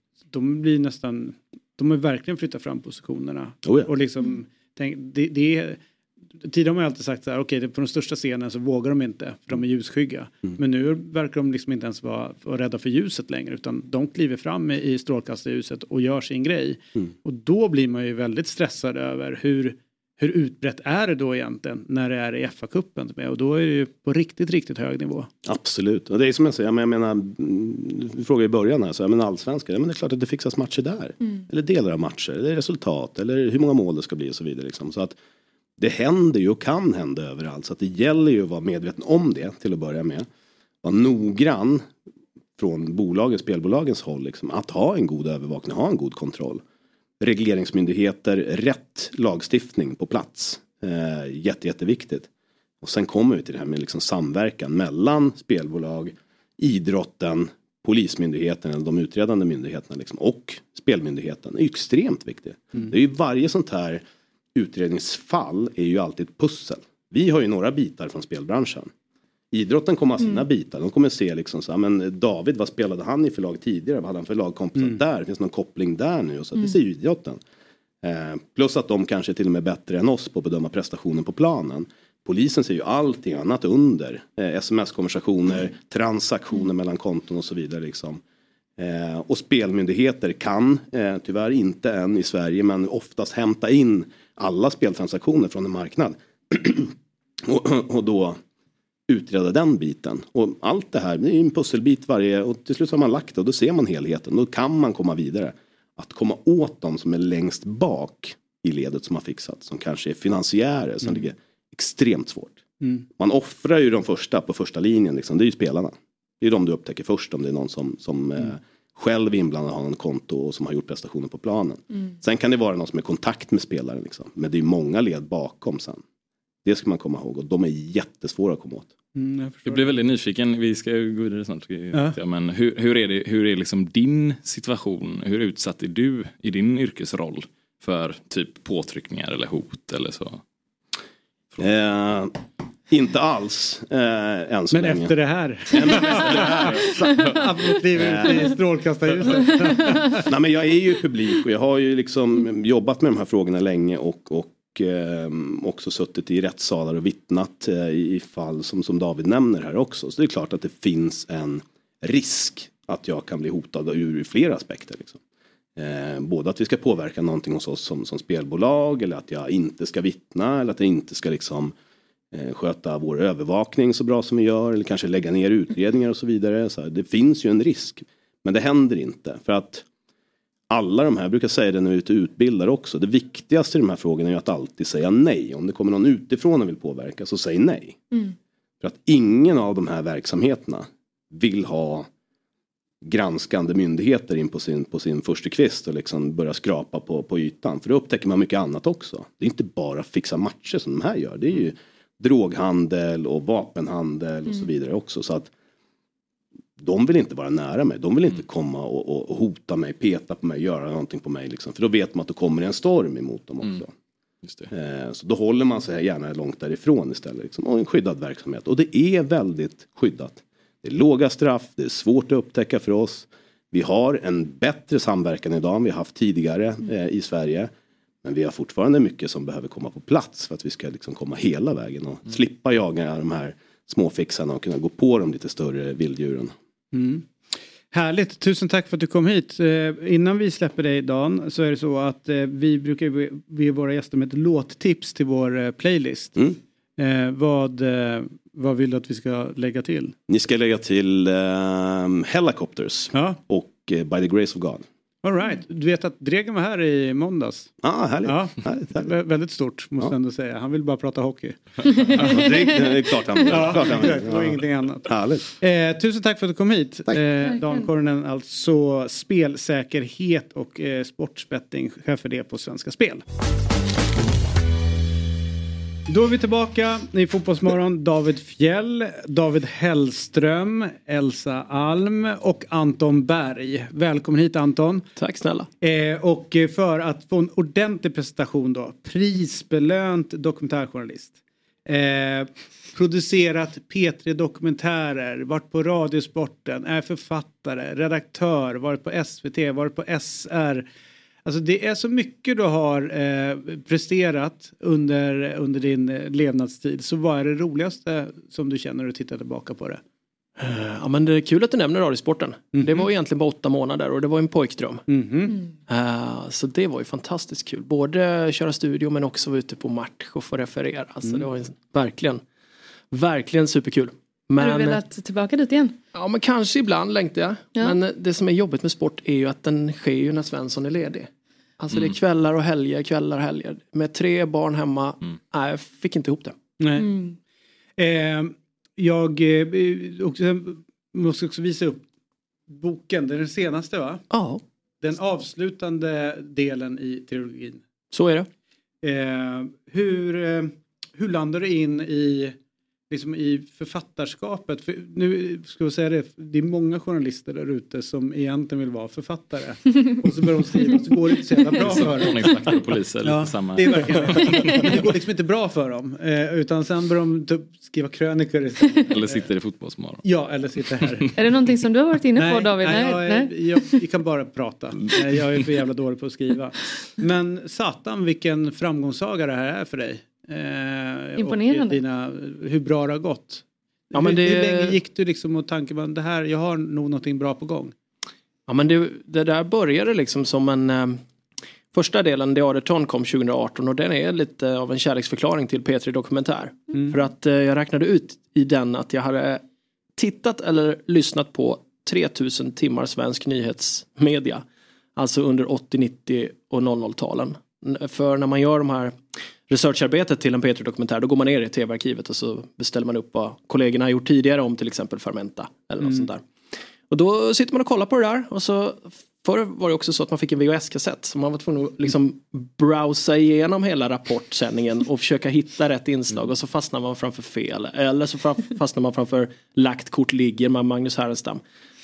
de har verkligen flyttat fram positionerna. Och liksom det är tidigare har man alltid sagt så här, okej, på de största scenen så vågar de inte, för de är ljusskygga. Men nu verkar de liksom inte ens vara rädda för ljuset längre, utan de kliver fram i strålkastarljuset och gör sin grej. Och då blir man ju väldigt stressad över hur utbrett är det då egentligen när det är i FA-cupen med, och då är det ju på riktigt, riktigt hög nivå. Absolut, och det är som jag säger, men jag menar, du frågade i början här, så jag menar allsvenska, men det är klart att det fixas matcher där. Eller delar av matcher, eller resultat, eller hur många mål det ska bli och så vidare liksom. Så att det händer ju och kan hända överallt. Så att det gäller ju att vara medveten om det till att börja med. Vara noggrann från spelbolagens håll. Liksom, att ha en god övervakning, ha en god kontroll. Regleringsmyndigheter, rätt lagstiftning på plats. Jätteviktigt. Och sen kommer vi till det här med liksom samverkan mellan spelbolag, idrotten, polismyndigheten eller de utredande myndigheterna liksom, och spelmyndigheten. Det är ju extremt viktigt. Det är ju varje sånt här utredningsfall är ju alltid ett pussel. Vi har ju några bitar från spelbranschen. Idrotten kommer ha sina bitar. De kommer se liksom så här, men David, vad spelade han i för lag tidigare? Vad hade han för lagkompisar där? Finns någon koppling där nu? Och så det ser ju idrotten. Plus att de kanske är till och med bättre än oss på att bedöma prestationen på planen. Polisen ser ju allting annat under. SMS-konversationer, transaktioner mellan konton och så vidare liksom. Och spelmyndigheter kan tyvärr inte än i Sverige, men oftast hämta in alla speltransaktioner från en marknad och då utreda den biten. Och allt det här, det är en pusselbit varje, och till slut har man lagt det och då ser man helheten. Då kan man komma vidare. Att komma åt dem som är längst bak i ledet som har fixat, som kanske är finansiärer, som ligger extremt svårt. Man offrar ju de första på första linjen liksom. Det är ju spelarna. Det är de du upptäcker först om det är någon som själv är inblandad, har en konto och som har gjort prestationer på planen. Sen kan det vara någon som är i kontakt med spelaren liksom. Men det är många led bakom sen. Det ska man komma ihåg, och de är jättesvåra att komma åt. Jag blir väldigt nyfiken, vi ska gå vidare snart. Men hur är liksom din situation? Hur utsatt är du i din yrkesroll för typ påtryckningar eller hot eller så? Inte alls än så men länge. Efter det här. I strålkastarljuset. Nej, men jag är ju publik och jag har ju liksom jobbat med de här frågorna länge och också suttit i rättssalar och vittnat i fall som David nämner här också. Så det är klart att det finns en risk att jag kan bli hotad ur flera aspekter. Liksom. Både att vi ska påverka någonting hos oss som spelbolag, eller att jag inte ska vittna, eller att jag inte ska liksom, sköta vår övervakning så bra som vi gör, eller kanske lägga ner utredningar och så vidare. Så här, det finns ju en risk, men det händer inte. För att alla de här, jag brukar säga det när vi är ute och utbildar också, det viktigaste i de här frågorna är ju att alltid säga nej. Om det kommer någon utifrån och vill påverka, så säg nej. För att ingen av de här verksamheterna vill ha granskande myndigheter in på sin första kvist och liksom börja skrapa på ytan. För då upptäcker man mycket annat också. Det är inte bara fixa matcher som de här gör. Det är ju droghandel och vapenhandel och så vidare också. Så att de vill inte vara nära mig. De vill inte komma och hota mig, peta på mig, göra någonting på mig. Liksom. För då vet man att det kommer en storm emot dem också. Just det. Så då håller man sig gärna långt därifrån istället. Liksom. Och en skyddad verksamhet. Och det är väldigt skyddat. Det är låga straff, det är svårt att upptäcka för oss. Vi har en bättre samverkan idag än vi har haft tidigare i Sverige. Men vi har fortfarande mycket som behöver komma på plats för att vi ska liksom komma hela vägen och slippa jaga de här småfixarna och kunna gå på de lite större vilddjuren. Härligt, tusen tack för att du kom hit. Innan vi släpper dig, Dan, så är det så att vi brukar ge våra gäster med ett låttips till vår playlist. Vad vill du att vi ska lägga till? Ni ska lägga till Helicopters och By the Grace of God. All right. Du vet att Dregen var här i måndags. Härligt. Ja, väldigt stort måste jag ändå säga. Han vill bara prata hockey. Det är klart han vill. Det var ingenting annat. Härligt. Tusen tack för att du kom hit. Dan Korhonen, alltså spelsäkerhet och sportsbetting, chef för det på Svenska Spel. Då är vi tillbaka i Fotbollsmorgon. David Fjell, David Hellström, Elsa Alm och Anton Berg. Välkommen hit, Anton. Tack snälla. Och för att få en ordentlig presentation då. Prisbelönt dokumentärjournalist. Producerat P3 dokumentärer, varit på Radiosporten, är författare, redaktör, varit på SVT, varit på SR. Alltså det är så mycket du har presterat under din levnadstid. Så vad är det roligaste som du känner när du tittar tillbaka på det? Ja, men det är kul att du nämner Radiosporten. Det var egentligen bara 8 månader och det var en pojkdröm. Så det var ju fantastiskt kul. Både köra studio men också vara ute på match och få referera. Alltså det var verkligen superkul. Men, har du velat tillbaka dit igen? Ja, men kanske ibland längtar jag. Ja. Men det som är jobbigt med sport är ju att den sker ju när Svensson är ledig. Alltså det är kvällar och helger. Med 3 barn hemma. Nej, jag fick inte ihop det. Nej. Jag måste också visa upp boken. Det är den senaste, va? Ja. Den avslutande delen i trilogin. Så är det. Hur landar du in i författarskapet? För nu ska jag säga det är många journalister där ute som egentligen vill vara författare. Och så börjar de skriva, så går det inte så jävla bra för dem. Det är verkligen. Det går liksom inte bra för dem. Utan sen börjar de skriva krönikor istället. Eller sitter i Fotbollsmorgon. Ja, eller sitter här. Är det någonting som du har varit inne på, David? Nej. Jag kan bara prata. Jag är för jävla dålig på att skriva. Men satan, vilken framgångssaga det här är för dig. Imponerande. Hur bra det har gått. Ja, men hur länge gick du liksom och tanken var det här, jag har nog någonting bra på gång? Ja, men det där började liksom som en första delen, The Auditon, kom 2018 och den är lite av en kärleksförklaring till P3 Dokumentär. För att jag räknade ut i den att jag hade tittat eller lyssnat på 3000 timmar svensk nyhetsmedia. Alltså under 80, 90 och 00-talen. För när man gör de här researcharbetet till en P3-dokumentär, då går man ner i tv-arkivet och så beställer man upp vad kollegorna har gjort tidigare om till exempel Fermenta eller något sånt där. Och då sitter man och kollar på det där och så förr var det också så att man fick en VHS-kassett så man var tvungen att liksom browsa igenom hela rapportsändningen och försöka hitta rätt inslag och så fastnar man framför fel eller så fastnar man framför lagt kort ligger med Magnus Härenstam.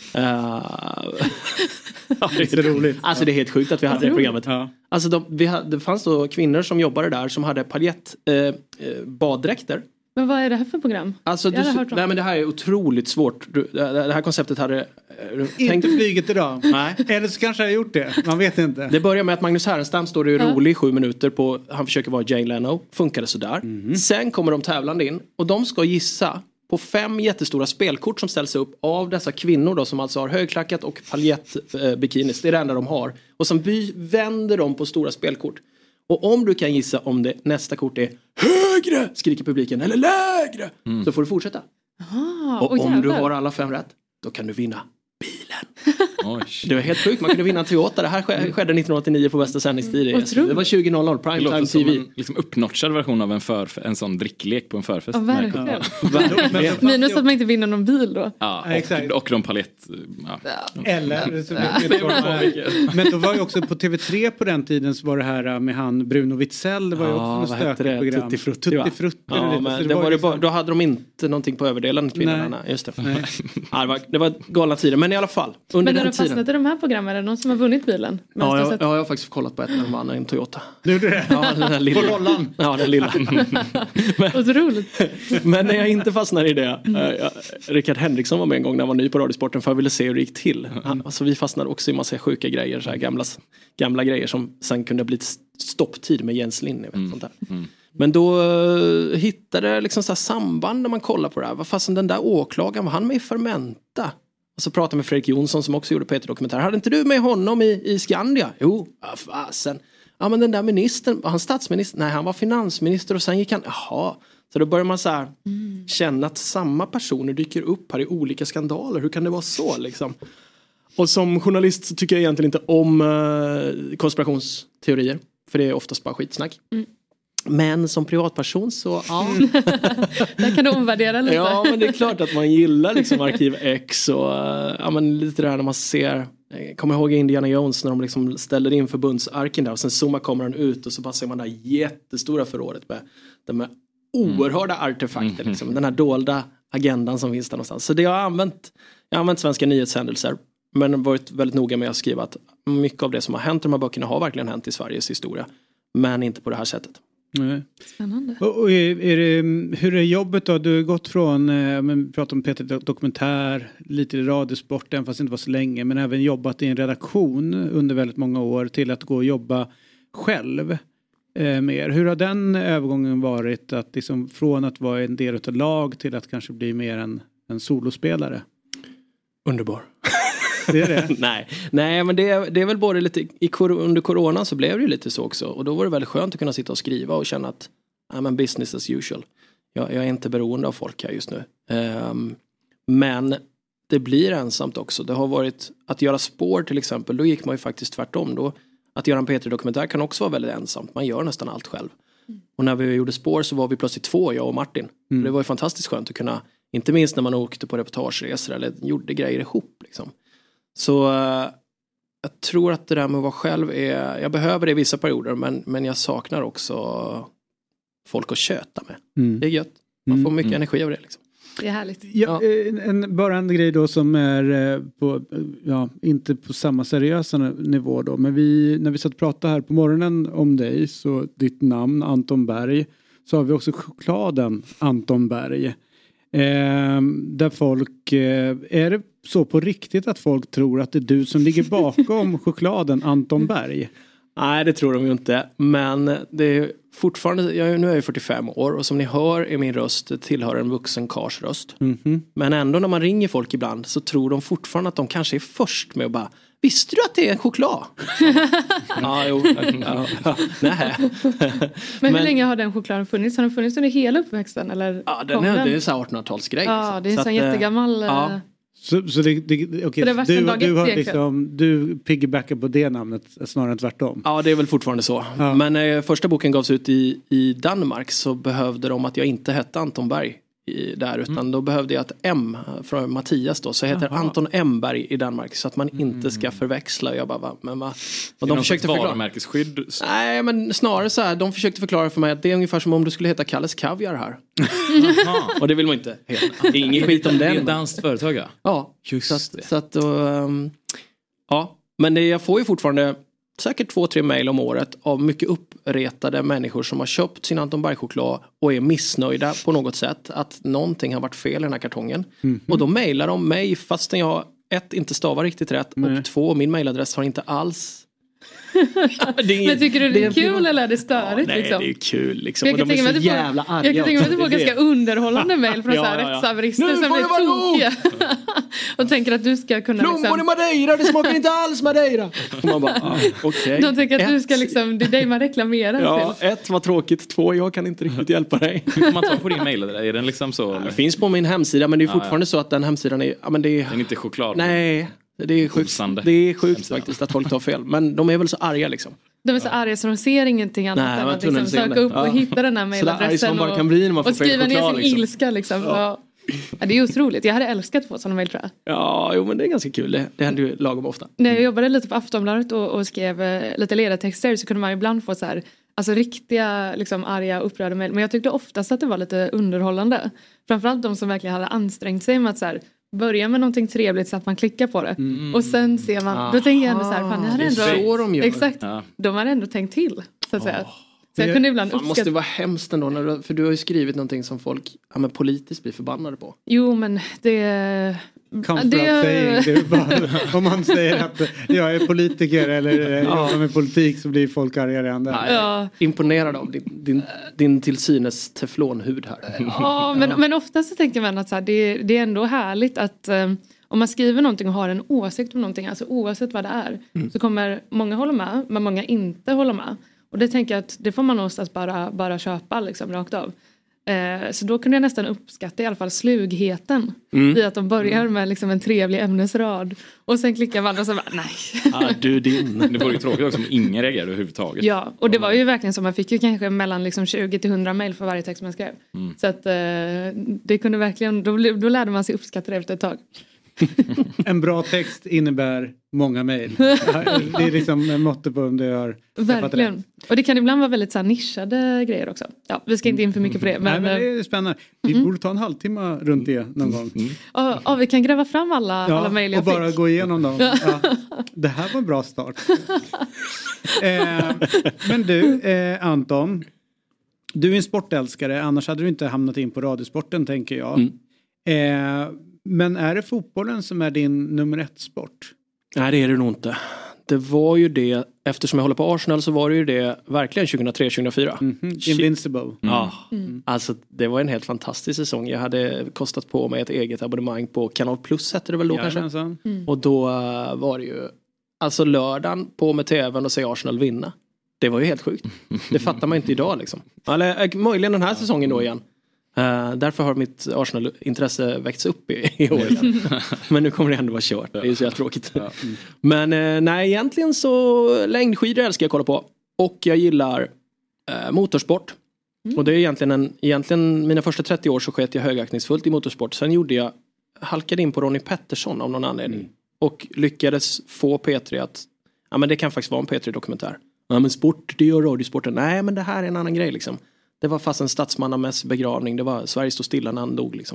Ja, det är roligt. Alltså det är helt sjukt att vi hade det programmet. Alltså det fanns då kvinnor som jobbade där som hade baddräkter. Men vad är det här för program? Alltså nej, men det här är otroligt svårt. Det här konceptet hade inte flyget idag. Nej. Eller så kanske jag har gjort det. Man vet inte. Det börjar med att Magnus Härenstam står i rolig 7 minuter på, han försöker vara Jay Leno. Funkade sådär. Sen kommer de tävlande in och de ska gissa på 5 jättestora spelkort som ställs upp av dessa kvinnor då, som alltså har högklackat och paljettbikinis. Det är det enda de har. Och sen vänder de på stora spelkort. Och om du kan gissa om det nästa kort är högre, skriker publiken, eller lägre, så får du fortsätta. Och om du har alla 5 rätt, då kan du vinna bilen. Det var helt sjukt, man kunde vinna en Toyota. Det här skedde 1989 på bästa sändningstid. Det var 20.00 primetime TV. En liksom uppnotchad version av en sån dricklek på en förfest. Ja, verkligen. Minus att man inte vinner någon bil då. Ja, och de palett. Eller men då var ju också på TV3 på den tiden, så var det här med han Bruno Witzell. Det var ju också en stökig program. Tutti Frutti. Då hade de inte någonting på överdelen, kvinnorna. Just det. Det var galna tider, men i alla fall. Men när de fastnat i de här programmen, är det någon som har vunnit bilen? Ja, jag har faktiskt kollat på ett när de vann en Toyota. Du det? Ja, den här lilla. På rollan? Ja, den lilla. Otroligt. Men när jag inte fastnar i det, Rickard Henriksson var med en gång när han var ny på Radiosporten, för jag ville se hur det gick till. Alltså, vi fastnade också i massa sjuka grejer, så här gamla grejer som sen kunde bli stopptid med Jens Lind, sånt där. Men då hittade liksom så här samband när man kollar på det här. Vad fasen, den där åklagaren, var han med i Fermenta? Och så pratade med Fredrik Jonsson som också gjorde Peter-dokumentär. Hade inte du med honom i Skandia? Jo, fasen. Ja, men den där ministern, var han statsminister? Nej, han var finansminister och sen gick han... Jaha. Så då börjar man så här känna att samma personer dyker upp här i olika skandaler. Hur kan det vara så liksom? Och som journalist så tycker jag egentligen inte om konspirationsteorier. För det är oftast bara skitsnack. Men som privatperson så där kan du omvärdera lite. Ja, men det är klart att man gillar liksom Arkiv X och men lite där när man ser, kommer ihåg Indiana Jones när de liksom ställer in förbundsarken där och sen zoomar kameran ut och så bara ser man det här jättestora förrådet med de här oerhörda artefakter liksom, den här dolda agendan som finns där någonstans. Så det jag har använt svenska nyhetshändelser, men varit väldigt noga med att skriva att mycket av det som har hänt i de här böckerna har verkligen hänt i Sveriges historia, men inte på det här sättet. Nej. Spännande. Och hur är jobbet då? Du har gått från, vi pratar om Peter dokumentär, lite i radiosport, även fast det inte var så länge, men även jobbat i en redaktion under väldigt många år till att gå och jobba själv mer. Hur har den övergången varit, att liksom från att vara en del av lag till att kanske bli mer en solospelare? Underbar. Det är det? Nej, men det är väl både lite under corona så blev det ju lite så också. Och då var det väldigt skönt att kunna sitta och skriva och känna att men business as usual. Jag är inte beroende av folk här just nu. Men det blir ensamt också. Det har varit att göra spår till exempel. Då gick man ju faktiskt tvärtom. Då, att göra en Peter-dokumentär kan också vara väldigt ensamt. Man gör nästan allt själv. Och när vi gjorde spår så var vi plötsligt 2, jag och Martin. Det var ju fantastiskt skönt att kunna, inte minst när man åkte på reportageresor eller gjorde grejer ihop liksom. Så jag tror att det där med att vara själv jag behöver det i vissa perioder, men jag saknar också folk att köta med. Det är gött. Man får mycket energi av det liksom. Det är härligt. Ja. Bara en grej då som är på, inte på samma seriösa nivå då, men när vi satt och pratade här på morgonen om dig, så ditt namn Anton Berg, så har vi också chokladen Anton Berg. Där folk, är det så på riktigt att folk tror att det är du som ligger bakom chokladen Anton Berg? Nej, det tror de ju inte. Men det är fortfarande, nu är jag 45 år och som ni hör är min röst tillhör en vuxen kars röst. Men ändå när man ringer folk ibland så tror de fortfarande att de kanske är först med att bara, visste du att det är en choklad? Nej. Men hur länge har den chokladen funnits? Har den funnits under hela uppväxten? Eller det är så 1800-talsgrej. Ja, det är en sån jättegammal... Så du piggybackar på det namnet snarare än tvärtom? Ja, det är väl fortfarande så. Ja. Men när första boken gavs ut i Danmark så behövde de att jag inte hette Anton Berg där, utan då behövde jag ett M från Mattias då, så heter Anton M. Berg i Danmark, så att man inte ska förväxla. Jag bara, och de försökte förklara. Varumärkesskydd? Nej, men snarare så här, de försökte förklara för mig att det är ungefär som om du skulle heta Kalles Kaviar här. Och det vill man inte heta. Det är ingen skit om den. Det är ett danskt företag, ja. Ja, just det. Så att, men jag får ju fortfarande säkert 2-3 mejl om året av mycket uppretade människor som har köpt sin Anton Berg-choklad och är missnöjda på något sätt att någonting har varit fel i den här kartongen. Och då mejlar de mig fastän jag 1 inte stavar riktigt rätt och 2 min mejladress har inte alls Men tycker du det är kul eller är det störigt? Nej, liksom? det är kul liksom. Jag kan tänka mig att jävla arga. Jag kan tänka mig att du får ganska underhållande mejl från rättshaverister som är tokiga. Och tänker att du ska kunna Plommon i Madeira, det smakar inte alls Madeira. Och man bara, okej. De tänker att du ska liksom, det är dig man reklamerar till. 1, vad tråkigt. 2, jag kan inte riktigt hjälpa dig. Hur får man ta på din mejl? Är den liksom så? Det finns på min hemsida, men det är fortfarande så att den hemsidan är... Ja, men det är... Den är inte choklad. Nej, det är sjukt faktiskt att folk tar fel. Men de är väl så arga liksom. De är så arga så de ser ingenting annat än att liksom söka upp och hitta den här mejladressen och skriva ner sin liksom. ilska liksom. Ja, det är otroligt. Jag hade älskat att få sådana mejl, tror jag. Ja, jo, men det är ganska kul. Det händer ju lagom ofta. När jag jobbade lite på Aftonbladet och skrev lite ledartexter så kunde man ibland få så här, alltså riktiga liksom arga upprörda mejl. Men jag tyckte oftast att det var lite underhållande. Framförallt de som verkligen hade ansträngt sig med att så här, börja med någonting trevligt så att man klickar på det. Och sen ser man, då tänker jag ändå så här, fan, jag hade ändå, så de gör. Exakt, de hade ändå tänkt till, så att säga. Så jag kunde ibland uppskatta. Måste vara hemskt ändå, för du har ju skrivit någonting som folk politiskt blir förbannade på. Jo, men det... Om man säger att jag är politiker eller jobbar med politik så blir folk arga redan där. Ja. Imponerad av din till synes teflonhud här. Ja, men ofta så tänker man att så här, det är ändå härligt att om man skriver någonting och har en åsikt om någonting, alltså oavsett vad det är, så kommer många hålla med, men många inte hålla med. Och det tänker jag att det får man någonstans bara köpa liksom, rakt av. Så då kunde jag nästan uppskatta i alla fall slugheten i att de börjar med liksom en trevlig ämnesrad och sen klickar man och så bara, nej. Det vore ju tråkigt också om ingen reagerade överhuvudtaget. Ja, och det var ju verkligen så, man fick ju kanske mellan liksom 20 till 100 mejl för varje text man skrev. Så att det kunde verkligen, då lärde man sig uppskatta det efter ett tag. En bra text innebär många mejl. Det är liksom en mått på om du har verkligen. Rätt. Och det kan ibland vara väldigt så här nischade grejer också. Ja, vi ska inte in för mycket på det. Men det är spännande. Vi borde ta en halvtimme runt det någon gång. Ja, vi kan gräva fram alla mejl jag och bara gå igenom dem. Ja. Det här var en bra start. Men du, Anton. Du är en sportälskare. Annars hade du inte hamnat in på radiosporten, tänker jag. Men är det fotbollen som är din nummer 1 sport? Nej, det är det nog inte. Det var ju det, eftersom jag håller på Arsenal så var det ju det verkligen 2003-2004. Invincible. Ja, alltså det var en helt fantastisk säsong. Jag hade kostat på mig ett eget abonnemang på Kanal Plus, hette det väl då kanske. Och då var det ju, alltså lördagen på med tvn och se Arsenal vinna. Det var ju helt sjukt. Det fattar man inte idag liksom. Eller möjligen den här säsongen då igen. Därför har mitt Arsenal-intresse växt upp i år. Men nu kommer det ändå vara kört. Det är ju så jävla tråkigt. Men nej, egentligen så längdskidor älskar jag kolla på. Och jag gillar motorsport. Och det är egentligen mina första 30 år så sket jag högaktningsfullt i motorsport. Sen halkade in på Ronnie Pettersson av någon anledning. Och lyckades få P3 att men det kan faktiskt vara en P3-dokumentär. Ja, men sport, det gör radiosporten. Nej, men det här är en annan grej liksom. Det var fast en statsmannamässig begravning. Det var Sverige stod stilla när han dog liksom.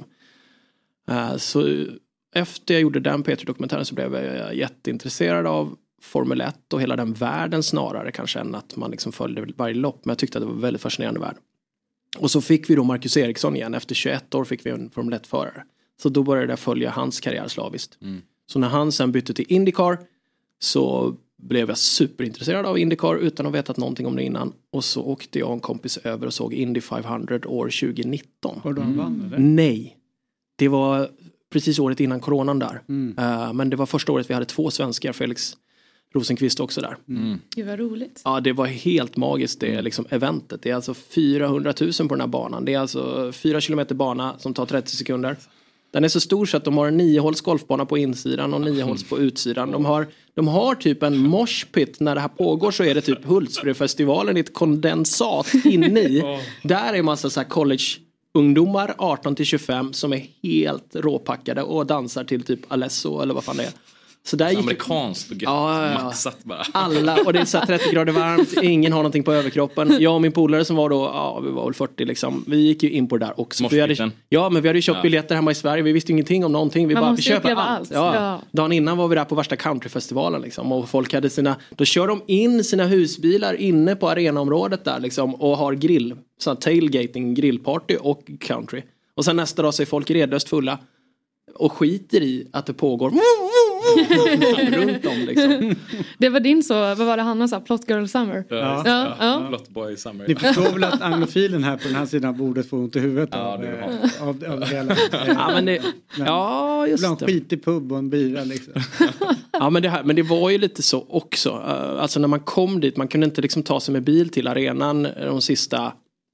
Så efter jag gjorde den P3-dokumentären så blev jag jätteintresserad av Formel 1 och hela den världen snarare kanske än att man liksom följde varje lopp. Men jag tyckte att det var en väldigt fascinerande värld. Och så fick vi då Marcus Eriksson igen. Efter 21 år fick vi en Formel 1-förare. Så då började jag följa hans karriär slaviskt. Så när han sen bytte till IndyCar så blev jag superintresserad av IndyCar utan att veta någonting om det innan. Och så åkte jag och en kompis över och såg Indy 500 år 2019. Var du vann eller? Nej. Det var precis året innan coronan där. Men det var första året vi hade 2 svenskar. Felix Rosenqvist också där. Det var roligt. Ja, det var helt magiskt det liksom eventet. Det är alltså 400 000 på den här banan. Det är alltså 4 kilometer bana som tar 30 sekunder. Den är så stor så att de har en 9-håls golfbana på insidan och 9-håls på utsidan. De har typ en moshpit. När det här pågår så är det typ Hultsfredfestivalen i ett kondensat inne i. Där är en massa så här college-ungdomar 18-25 som är helt råpackade och dansar till typ Alesso eller vad fan det är. Så där gick amerikanskt och maxat bara. Alla, och det är så 30 grader varmt. Ingen har någonting på överkroppen. Jag och min polare som var då, vi var väl 40 liksom. Vi gick ju in på det där också. Vi hade ju köpt biljetter hemma i Sverige. Vi visste ingenting om någonting. Vi köper allt. Ja. Dagen innan var vi där på värsta countryfestivalen liksom. Och folk hade då kör de in sina husbilar inne på arenaområdet där liksom. Och har grill, så tailgating, grillparty och country. Och sen nästa dag så är folk redlöst fulla. Och skiter i att det pågår runt om liksom. Det var din så, vad var det Hanna sa? Plot Girl Summer. Ja. Plot Boy Summer. Ni förstår väl att anglofilen här på den här sidan av bordet får ont i huvudet av hela. Ja, men det, ja, just bland skit i pub och en bira liksom. Ja, men det var ju lite så också. Alltså när man kom dit, man kunde inte liksom ta sig med bil till arenan de sista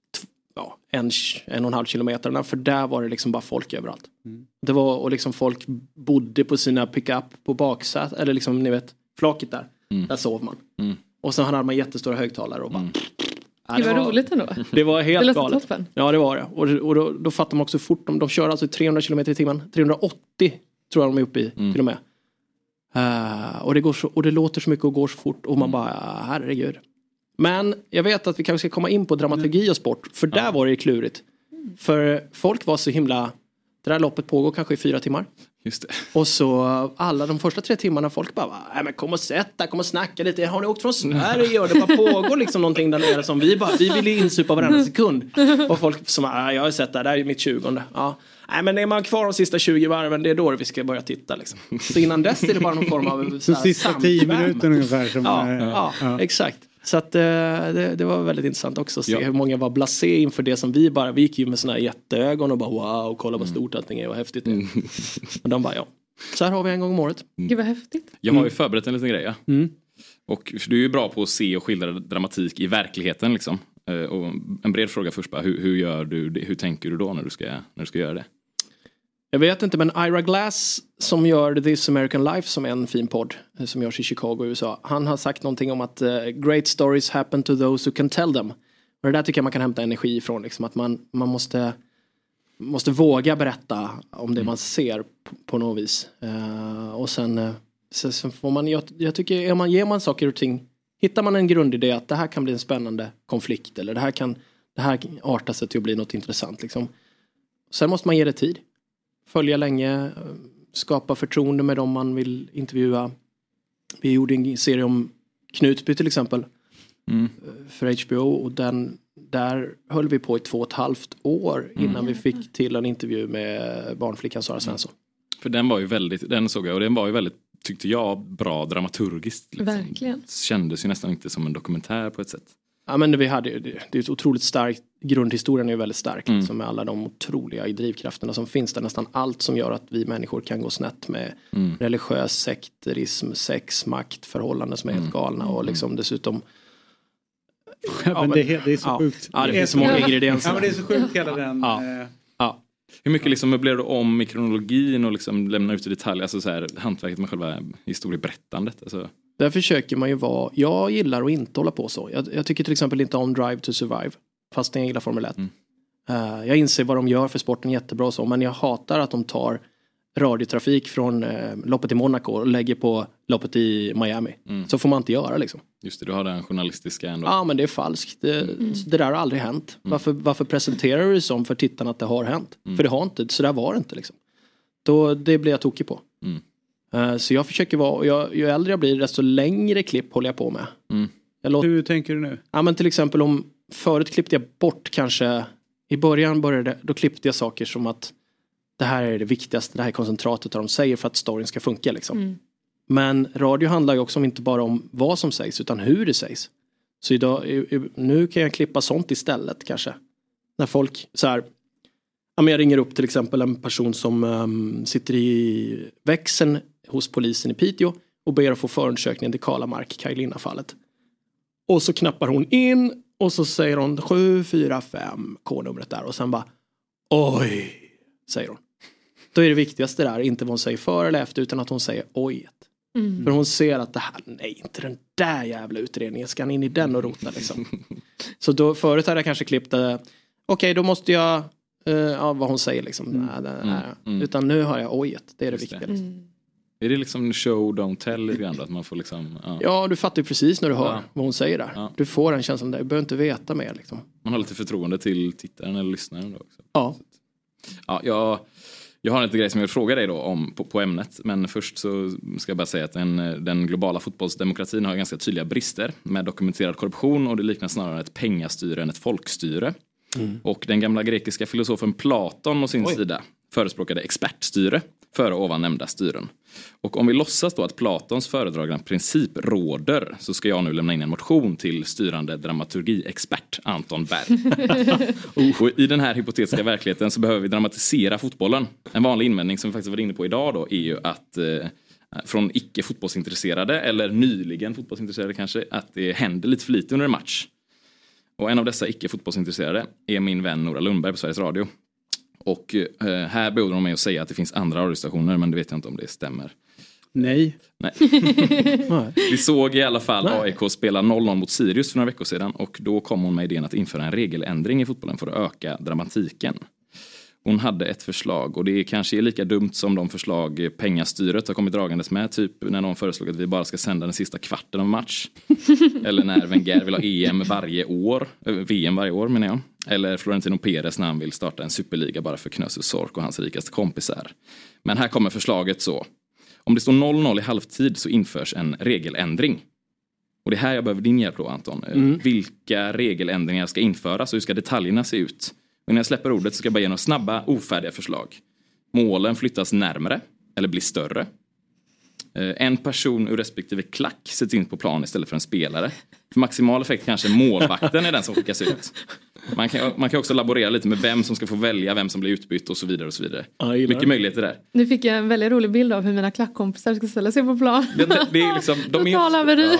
1,5 kilometerna, för där var det liksom bara folk överallt. Det var, och liksom folk bodde på sina pickup på baksat, eller liksom ni vet, flaket där. Där sov man. Och sen hade man jättestora högtalare och bara... Det var roligt ändå. Det var helt galet. Toppen. Ja, det var det. Och då fattar man också fort. De kör alltså 300 km i timmen. 380 tror jag de är uppe i till och med. Och det går så, och det låter så mycket och går så fort. Och man bara, herregud. Men jag vet att vi kanske ska komma in på dramaturgi och sport. För där var det klurigt. För folk var så himla... Det där loppet pågår kanske i 4 timmar. Just det. Och så alla de första 3 timmarna folk bara, nej men kom och sätta, kom och snacka lite. Har ni åkt från Sverige? Och det bara pågår liksom någonting där nere som vi ville insupa varenda sekund. Och folk som, jag har sett det här är mitt 20:e. Ja. Nej, men är man kvar de sista 20 varven, det är då vi ska börja titta liksom. Så innan dess är det bara någon form av så sista 10 minuter ungefär som ja, exakt. Så att det var väldigt intressant också att se hur många var blasé inför det som vi gick ju med såna här jätteögon och bara wow, kolla vad stort allting är och häftigt det är. Och de bara så här har vi en gång om året. Gud vad häftigt. Jag har ju förberett en liten grej. Och du är ju bra på att se och skildra dramatik i verkligheten liksom. Och en bred fråga först bara, hur gör du det? Hur tänker du då när du ska göra det? Jag vet inte, men Ira Glass som gör This American Life, som är en fin podd som görs i Chicago, USA. Han har sagt någonting om att great stories happen to those who can tell them. Och det där tycker jag man kan hämta energi ifrån. Liksom, att man måste våga berätta om det man ser på något vis. Och sen får man, jag tycker, ger man saker och ting, hittar man en grundidé att det här kan bli en spännande konflikt. Eller det här artar sig till att bli något intressant. Liksom. Sen måste man ge det tid. Följa länge, skapa förtroende med dem man vill intervjua. Vi gjorde en serie om Knutby till exempel för HBO, och där höll vi på i 2,5 år innan vi fick till en intervju med barnflickan Sara Svensson. För den var ju den såg jag, och den var ju väldigt, tyckte jag, bra dramaturgiskt. Liksom. Verkligen. Kändes ju nästan inte som en dokumentär på ett sätt. Ja, men det är ett otroligt starkt, grundhistorien är ju väldigt stark liksom, med alla de otroliga drivkrafterna som finns där. Nästan allt som gör att vi människor kan gå snett med religiös sekterism, sex, makt, förhållanden som är helt galna och liksom dessutom men det är så sjukt. Ja, det finns så många ingredienser. Ja, men det är så sjukt hela den. Hur mycket liksom möblerar du om i kronologin och liksom lämnar ut i detalj, alltså så här, hantverket med själva historieberättandet, alltså. Där försöker man ju vara, jag gillar att inte hålla på så. Jag tycker till exempel inte om Drive to Survive, fast jag gillar Formel 1. Jag inser vad de gör för sporten jättebra och så, men jag hatar att de tar radiotrafik från loppet i Monaco och lägger på loppet i Miami. Så får man inte göra liksom. Just det, du har den journalistiska ändå. Ja, men det är falskt. Det där har aldrig hänt. Varför presenterar du det som för tittarna att det har hänt? För det har inte, så där var det inte liksom. Det blir jag tokig på. Så jag försöker vara, ju äldre jag blir desto längre klipp håller jag på med. Hur tänker du nu? Ja, men till exempel om förut klippte jag bort kanske, i början då klippte jag saker som att det här är det viktigaste, det här är koncentratet av de säger för att storyn ska funka liksom. Men radio handlar ju också inte bara om vad som sägs utan hur det sägs. Så nu kan jag klippa sånt istället kanske. När folk så här, jag ringer upp till exempel en person som sitter i växeln hos polisen i Piteå och ber att få förundersökningen till Kalamark, Kajlina-fallet. Och så knappar hon in och så säger hon 745 K-numret där och sen bara oj, säger hon. Då är det viktigaste där inte vad hon säger för eller efter utan att hon säger ojet. För hon ser att det här, nej inte den där jävla utredningen, ska han in i den och rota liksom. Så då, förut hade jag kanske klippt okej, då måste jag vad hon säger liksom. Utan nu har jag ojet, det är det viktiga liksom. Är det liksom show, don't tell lite grann, att man får liksom... Ja, du fattar ju precis när du hör vad hon säger där. Du får en känsla där, du behöver inte veta mer liksom. Man har lite förtroende till tittaren eller lyssnaren då också. Ja. Ja, jag har en grej som jag vill fråga dig då om på ämnet. Men först så ska jag bara säga att den globala fotbollsdemokratin har ganska tydliga brister med dokumenterad korruption, och det liknar snarare ett pengastyre än ett folkstyre. Och den gamla grekiska filosofen Platon å sin sida förespråkade expertstyre. före ovan nämnda styren. Och om vi låtsas då att Platons föredragande princip råder, så ska jag nu lämna in en motion till styrande dramaturgiexpert Anton Berg. Och i den här hypotetiska verkligheten så behöver vi dramatisera fotbollen. En vanlig invändning som vi faktiskt var inne på idag då är ju att från icke-fotbollsintresserade eller nyligen fotbollsintresserade kanske, att det händer lite för lite under en match. Och en av dessa icke-fotbollsintresserade är min vän Nora Lundberg på Sveriges Radio. Och här beordrar de mig att säga att det finns andra radiostationer, men det vet jag inte om det stämmer. Nej. Vi såg i alla fall AIK spela 0-0 mot Sirius för några veckor sedan, och då kom hon med idén att införa en regeländring i fotbollen för att öka dramatiken. Hon hade ett förslag, och det är kanske lika dumt som de förslag pengastyret har kommit dragandes med, typ när någon föreslog att vi bara ska sända den sista kvarten av match. Eller när Wenger vill ha VM varje år menar jag. Eller Florentino Perez när han vill starta en superliga bara för Knösus Sork och hans rikaste kompisar. Men här kommer förslaget så. Om det står 0-0 i halvtid så införs en regeländring. Och det här jag behöver din hjälp då, Anton. Vilka regeländringar ska införas och hur ska detaljerna se ut? Men när jag släpper ordet så ska jag bara ge några snabba, ofärdiga förslag. Målen flyttas närmare eller blir större. En person ur respektive klack sätts in på plan istället för en spelare. För maximal effekt kanske målvakten är den som skickas ut. Man kan också laborera lite med vem som ska få välja, vem som blir utbytt och så vidare och så vidare. Mycket möjligheter där. Nu fick jag en väldigt rolig bild av hur mina klackkompisar ska ställa sig på plan. Det är liksom, total haveri.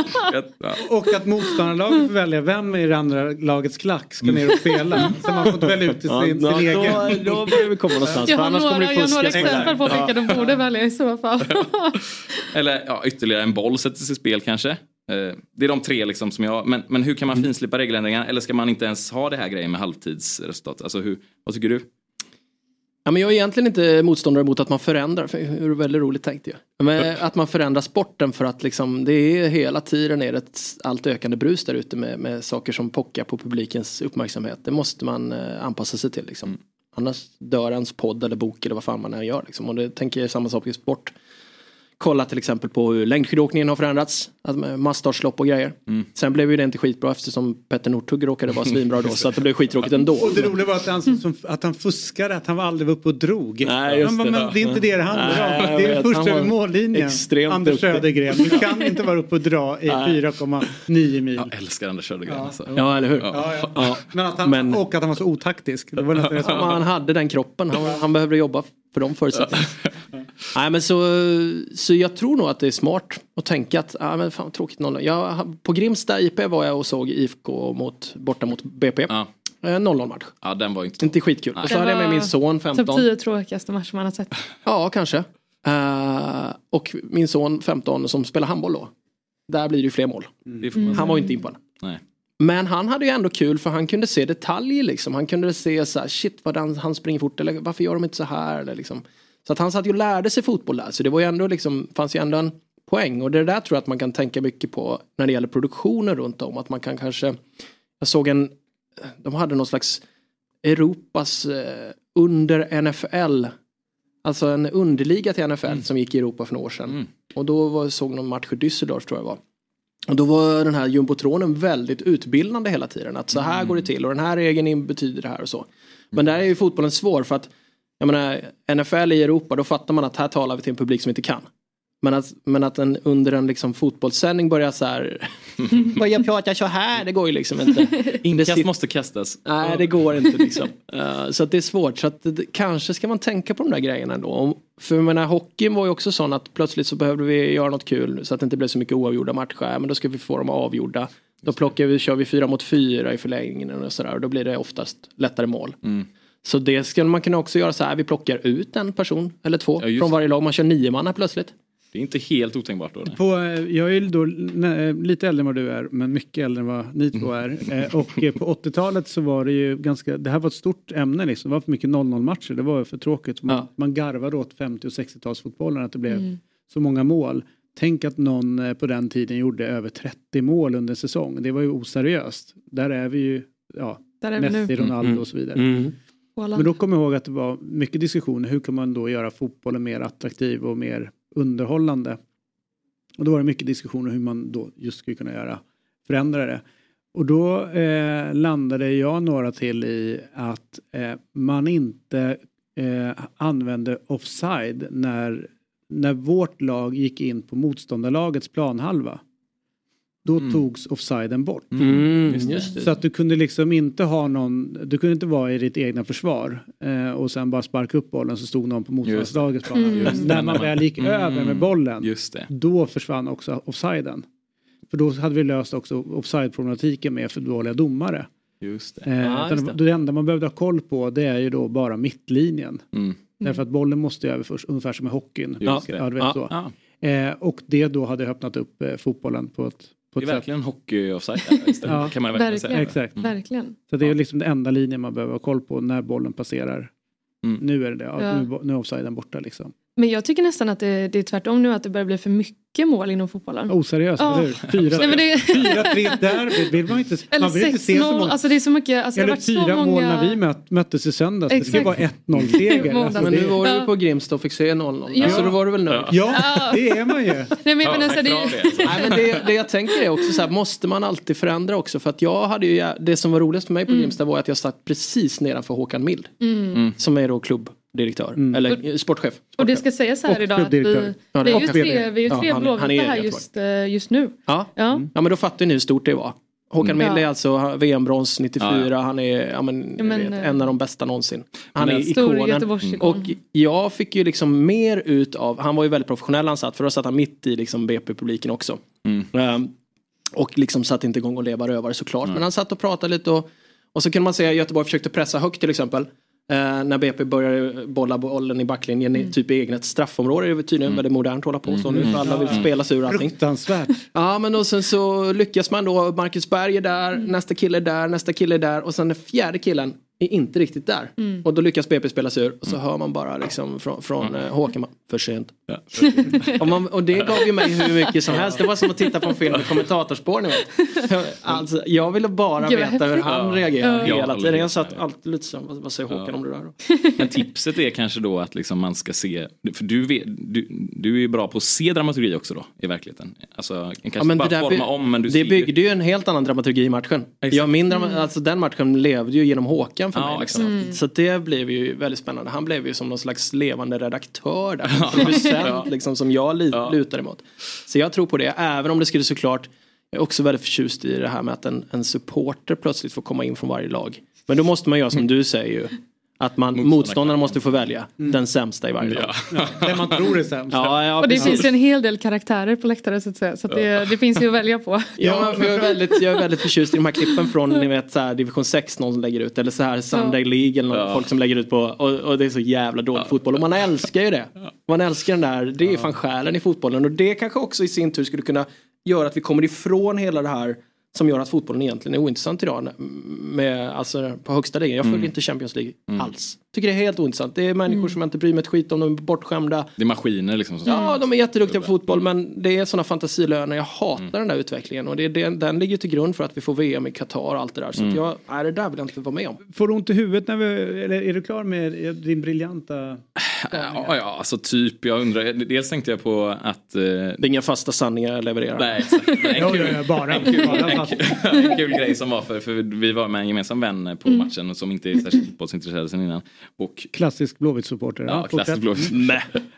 Och att motståndarlaget får välja vem i det andra lagets klack ska ner och spela. Så man får välja ut sin egen. Då börjar vi komma någonstans. Jag har några exempel på vilka de borde välja i så fall. Eller ytterligare en boll sätts i spel kanske. Det är de tre liksom som jag... Men hur kan man finslipa regeländringar? Eller ska man inte ens ha det här grejen med halvtidsresultat? Alltså vad tycker du? Ja, men jag är egentligen inte motståndare mot att man förändrar. För det är väldigt roligt tänkt ju. Men att man förändrar sporten för att liksom, det är hela tiden är ett allt ökande brus där ute med saker som pockar på publikens uppmärksamhet. Det måste man anpassa sig till liksom. Annars dör ens podd eller bok eller vad fan man än gör liksom. Och det tänker jag samma sak i sport. Kolla till exempel på hur längdskidåkningen har förändrats. Med massstartslopp och grejer. Sen blev ju det inte skitbra eftersom Petter Northug råkade vara svinbra då. Så att det blev skittråkigt ändå. Och det roliga var att han fuskade. Att han aldrig var uppe och drog. Nej, just det. Men det är inte det handlar om. Det är först över mållinjen. Anders Södergren. Du kan inte vara uppe och dra i 4,9 mil. Jag älskar Anders Södergren. Alltså. Ja, eller hur? Ja. Men och att han var så otaktisk. Det var nästan så. Han hade den kroppen. Han behövde jobba för de förutsättningarna. Nej, men så jag tror nog att det är smart att tänka att men fan tråkigt 0-0. På Grimsta IP var jag och såg IFK borta mot BP. 0-0 match. Ja, den var inte skitkul. Och så hade jag med min son 15. Typ 10 tråkigaste matcher man har sett. Ja, kanske. Och min son 15 som spelar handboll då. Där blir det ju fler mål. Han var ju inte imponerad. Nej. Men han hade ju ändå kul för han kunde se detaljer liksom. Han kunde se så här, shit vad han springer fort eller varför gör de inte så här eller liksom. Så att han satt ju och lärde sig fotboll där. Så det var ju ändå liksom, fanns ju ändå en poäng. Och det där tror jag att man kan tänka mycket på när det gäller produktionen runt om. Att man kan kanske, jag såg de hade någon slags Europas under NFL. Alltså en underliga till NFL som gick i Europa för några år sedan. Och då såg någon match i Düsseldorf tror jag var. Och då var den här jumbotronen väldigt utbildande hela tiden. Att så här går det till och den här regeln betyder det här och så. Men där är ju fotbollen svår för att jag menar, NFL i Europa, då fattar man att här talar vi till en publik som inte kan. Men att under en liksom fotbollssändning börjar så här vad jag pratar så här, det går ju liksom inte. Inkast måste kastas. Nej, det går inte liksom. Så att det är svårt. Så att kanske ska man tänka på de där grejerna ändå. För jag menar, hockeyn var ju också sån att plötsligt så behövde vi göra något kul så att det inte blev så mycket oavgjorda matcher. Men då ska vi få dem avgjorda. Då kör vi 4-4 i förlängningen och sådär. Och då blir det oftast lättare mål. Så det ska man kunna också göra så här. Vi plockar ut en person eller två från varje lag. Man kör 9 manna plötsligt. Det är inte helt otänkbart då. Jag är då lite äldre än vad du är. Men mycket äldre än vad ni två är. Och på 80-talet så var det ju ganska... Det här var ett stort ämne liksom. Det var för mycket 0-0-matcher. Det var för tråkigt. Man garvade åt 50- och 60-talsfotbollen att det blev så många mål. Tänk att någon på den tiden gjorde över 30 mål under en säsong. Det var ju oseriöst. Där är vi ju... Ja, Messi, Ronaldo och så vidare. Men då kommer jag ihåg att det var mycket diskussioner. Hur kan man då göra fotbollen mer attraktiv och mer underhållande? Och då var det mycket diskussioner hur man då just skulle kunna förändra det. Och då landade jag några till i att man inte använde offside när vårt lag gick in på motståndarlagets planhalva. Då togs offsiden bort. Just det. Så att du kunde liksom inte ha någon, du kunde inte vara i ditt egna försvar och sen bara sparka upp bollen så stod någon på motståndarlagets plan. När man väl gick över med bollen, då försvann också offsiden. För då hade vi löst också offside-problematiken med för dåliga domare. Just det. Det enda man behövde ha koll på, det är ju då bara mittlinjen. Därför att bollen måste över först, ungefär som i hockeyn. Och det då hade öppnat upp fotbollen på ett det är verkligen hockey-offside kan man verkligen säga. Exakt. Verkligen. Så det är liksom den enda linjen man behöver ha koll på när bollen passerar. Nu är det nu är offsiden borta liksom. Men jag tycker nästan att det är tvärtom nu, att det börjar bli för mycket mål inom fotbollen. Oseriöst, eller hur? 4-3 där vill man inte, eller man vill inte se så många. Alltså det är så mycket, alltså eller 4 mål när vi möttes i söndags. Det ska vara 1-0-seger. Alltså, men nu var du på Grimstad och fick se 0-0. Ja. Så då var du väl nöjd? Ja, det är man ju. Nej, men alltså, det jag tänker är också så här, måste man alltid förändra också? För att jag hade ju, det som var roligast för mig på Grimstad var att jag satt precis nedanför Håkan Mild. Som är då klubbdirektör. Eller sportchef. Och det ska sägas här idag att vi är ju tre blåvita här just nu. Ja, men då fattar ni hur stort det var. Håkan Mild är alltså VM-brons 94. Han är en av de bästa någonsin. Han är ikonen. Och jag fick ju liksom mer ut av, han var ju väldigt professionell ansatt, för då satt han mitt i liksom BP-publiken också. Och liksom satt inte igång och leva rövare såklart. Men han satt och pratade lite och så kunde man säga att Göteborg försökte pressa högt till exempel. När BP börjar bolla bollen i backlinjen typ i eget straffområde. Det är tydligen väldigt modernt att hålla på så nu, för alla vill spela sig ur allting. Fruktansvärt. Ja, men och sen så lyckas man då. Marcus Berg är där, nästa kille är där och sen den fjärde killen är inte riktigt där. Och då lyckas BP spela sig ur och så hör man bara liksom från Håkan, för sent. Och det gav ju mig hur mycket som helst. Det var som att titta på en film med kommentatorspår, ni vet. Alltså, jag ville bara veta hur han reagerar hela tiden. Jag satt alltid lite så, vad säger Håkan om det där då? Men tipset är kanske då att liksom man ska se, för du är ju bra på att se dramaturgi också då i verkligheten. Alltså kanske bara forma om, men det byggde ju en helt annan dramaturgi i matchen. Alltså den matchen levde ju genom Håkan för mig liksom. Så det blev ju väldigt spännande. Han blev ju som någon slags levande redaktör där. Producent liksom, som jag lutar emot. Så jag tror på det. Även om det skulle såklart, jag är också väldigt förtjust i det här med att en supporter plötsligt får komma in från varje lag. Men då måste man göra som du säger ju. Att motståndarna måste få välja den sämsta i varje lag. Det man tror är sämst. Och det finns ju en hel del karaktärer på läktare så att säga. Så att det finns ju att välja på. Ja, för jag är väldigt förtjust i de här klippen från ni vet, så här, division 6 någon som lägger ut. Eller så här Sunday League eller folk som lägger ut på. Och det är så jävla dålig fotboll. Och man älskar ju det. Man älskar den där. Det är fan själen i fotbollen. Och det kanske också i sin tur skulle kunna göra att vi kommer ifrån hela det här som gör att fotbollen egentligen är ointressant idag med, alltså, på högsta ligan. Jag följer inte Champions League alls. Tycker det är helt ointressant. Det är människor som inte bryr mig ett skit om, de är bortskämda. Det är maskiner liksom. Ja, de är jätteduktiga på fotboll, men det är sådana fantasilöner. Jag hatar den där utvecklingen och den ligger till grund för att vi får VM i Qatar och allt det där. Så att det där vill jag inte vara med om. Får du ont i huvudet eller är du klar med din briljanta... Ja, alltså typ, jag undrar, dels tänkte jag på att... Det är inga fasta sanningar jag levererar. Nej, exakt. En kul grej som var för vi var med en gemensam vän på matchen och som inte är särskilt fotbollsintresserad sen innan. Och klassisk Blåvitt-supporter. Ja, klassisk Blåvitt. Nej.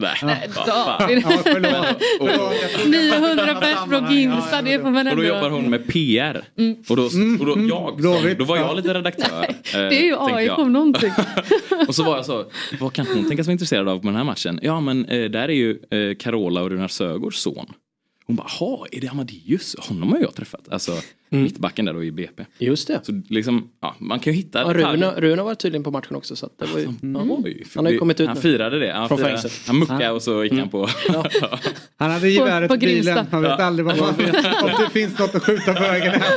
900 pers från Gimstad, det får man ändå. Och då jobbar hon med PR. Och då var jag lite redaktör. Det är ju AIK om någonting. Och så var jag så, vad kan hon tänkas vara intresserad av på den här matchen? Ja, men där är ju Carola och Runar Sögårds son. Hon bara, är det Amadeus? Honom har jag träffat. Alltså, mittbacken där då i BP. Just det. Så liksom, man kan ju hitta... Runa var tydligen på matchen också. Så att det var ju, han har ju kommit ut han firade det. Han muckade och så gick han på... Han hade geväret i bilen. Han vet aldrig vad man vet. Om det finns något att skjuta på vägen hem.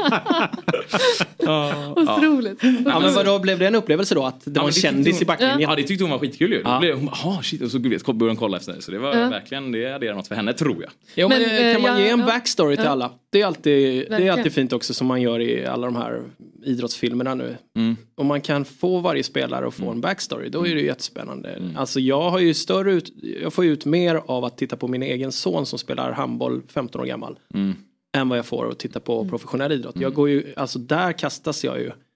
Otroligt. Ja, men vadå, blev det en upplevelse då? Att det var en kändis i backen? Ja, det tyckte hon var skitkul ju. Då blev hon shit. Och så började hon kolla efter det. Så det var verkligen, det är något för henne, tror jag. Jo, men kan man ge en backstory till alla? Det är alltid fint också som man gör i alla de här idrottsfilmerna nu. Om man kan få varje spelare att få en backstory, då är det jättespännande. Alltså jag har ju jag får ut mer av att titta på min egen son som spelar handboll 15 år gammal än vad jag får att titta på professionell idrott. Jag går ju, alltså där kastas jag ju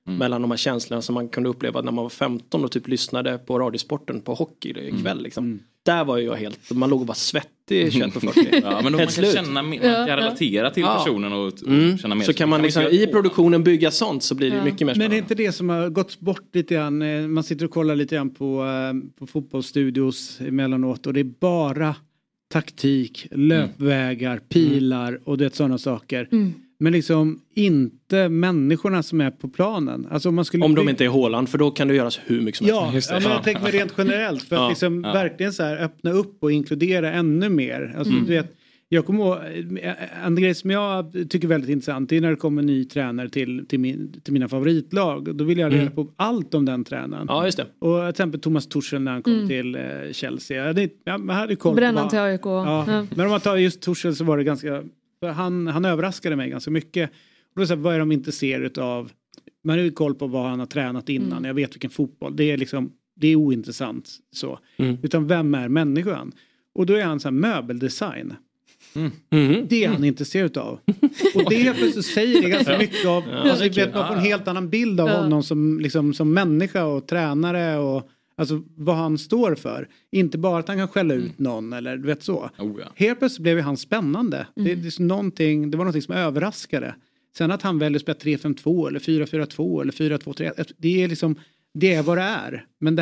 mellan de här känslorna som man kunde uppleva när man var 15 och typ lyssnade på radiosporten på hockey ikväll liksom. Där var jag helt, man låg och var svettig 21 på 40. Ja, men då man kan känna, man kan relatera till personen och känna mer. Så kan man liksom i produktionen bygga sånt så blir det mycket mer spännande. Men det är inte det som har gått bort lite grann. Man sitter och kollar lite grann på fotbollsstudios emellanåt och det är bara taktik, löpvägar, pilar och det sådana saker. Men liksom inte människorna som är på planen. Alltså om de inte är Haaland, för då kan det göras hur mycket som helst. Ja, men jag tänker mig rent generellt. För att liksom verkligen så här öppna upp och inkludera ännu mer. Alltså, du vet, jag kommer ihåg, en grej som jag tycker är väldigt intressant är när det kommer en ny tränare till mina favoritlag. Då vill jag reda på allt om den tränaren. Ja, just det. Och till exempel Thomas Tuchel när han kom till Chelsea. Jag hade koll på Brännan till AIK. Men om man tar just Tuchel så var det ganska... Han överraskade mig ganska mycket. Och då så här, vad är de intresserade av? Man har ju koll på vad han har tränat innan. Jag vet vilken fotboll. Det är liksom, det är ointressant så. Utan vem är människan? Och då är han så här möbeldesign. Det är han intresserad av. Och det så säger det ganska mycket av. Alltså, vet man får en helt annan bild av honom som, liksom, som människa och tränare och alltså vad han står för. Inte bara att han kan skälla ut någon eller du vet så. Helt plötsligt blev han spännande. Det var någonting som överraskade. Sen att han väljer att spela 3-5-2 eller 4-4-2 eller 4-2-3. Det är liksom, det är vad det är. Men det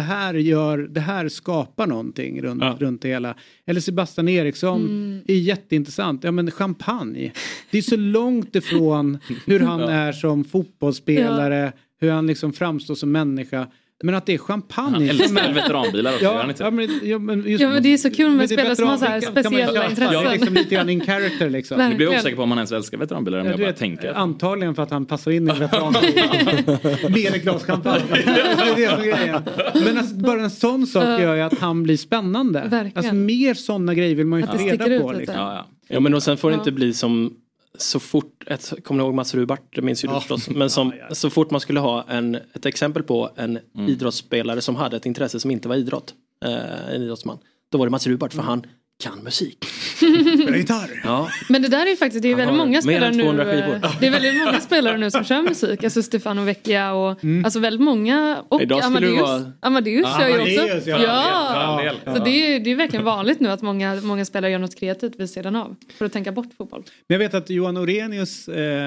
här skapar någonting runt det hela. Eller Sebastian Eriksson är jätteintressant. Ja men champagne. Det är så långt ifrån hur han är som fotbollsspelare. Hur han liksom framstår som människa. Men att det är champagne. Han älskar veteranbilar också. Men det är så kul med spelare som har så här speciella intressen. Ja, liksom lite grann in character liksom. Nu blir jag osäker på om man ens älskar veteranbilar om jag bara tänker. Antagligen för att han passar in i veteranbil. Med ett glas champagne. Det är det som är grejen. Men alltså, bara en sån sak gör ju att han blir spännande. Verkligen. Alltså mer sådana grejer vill man ju inte reda på. Liksom. Ja, men och sen får det inte bli som så fort, kommer ni ihåg Mats Rubart, det minns ju du förstås, men så fort man skulle ha ett exempel på en idrottsspelare som hade ett intresse som inte var idrott, en idrottsman, då var det Mats Rubart för han kan musik. Spelar gitarr. Ja. Men det där är ju faktiskt, det är väldigt många spelare nu. Det är väldigt många spelare nu som kör musik. Alltså Stefano Vecchia och alltså väldigt många. Och Amadeus kör ju också. Ja. Så det är verkligen vanligt nu att många spelare gör något kreativt vid sidan av. För att tänka bort fotboll. Men jag vet att Johan Orenius,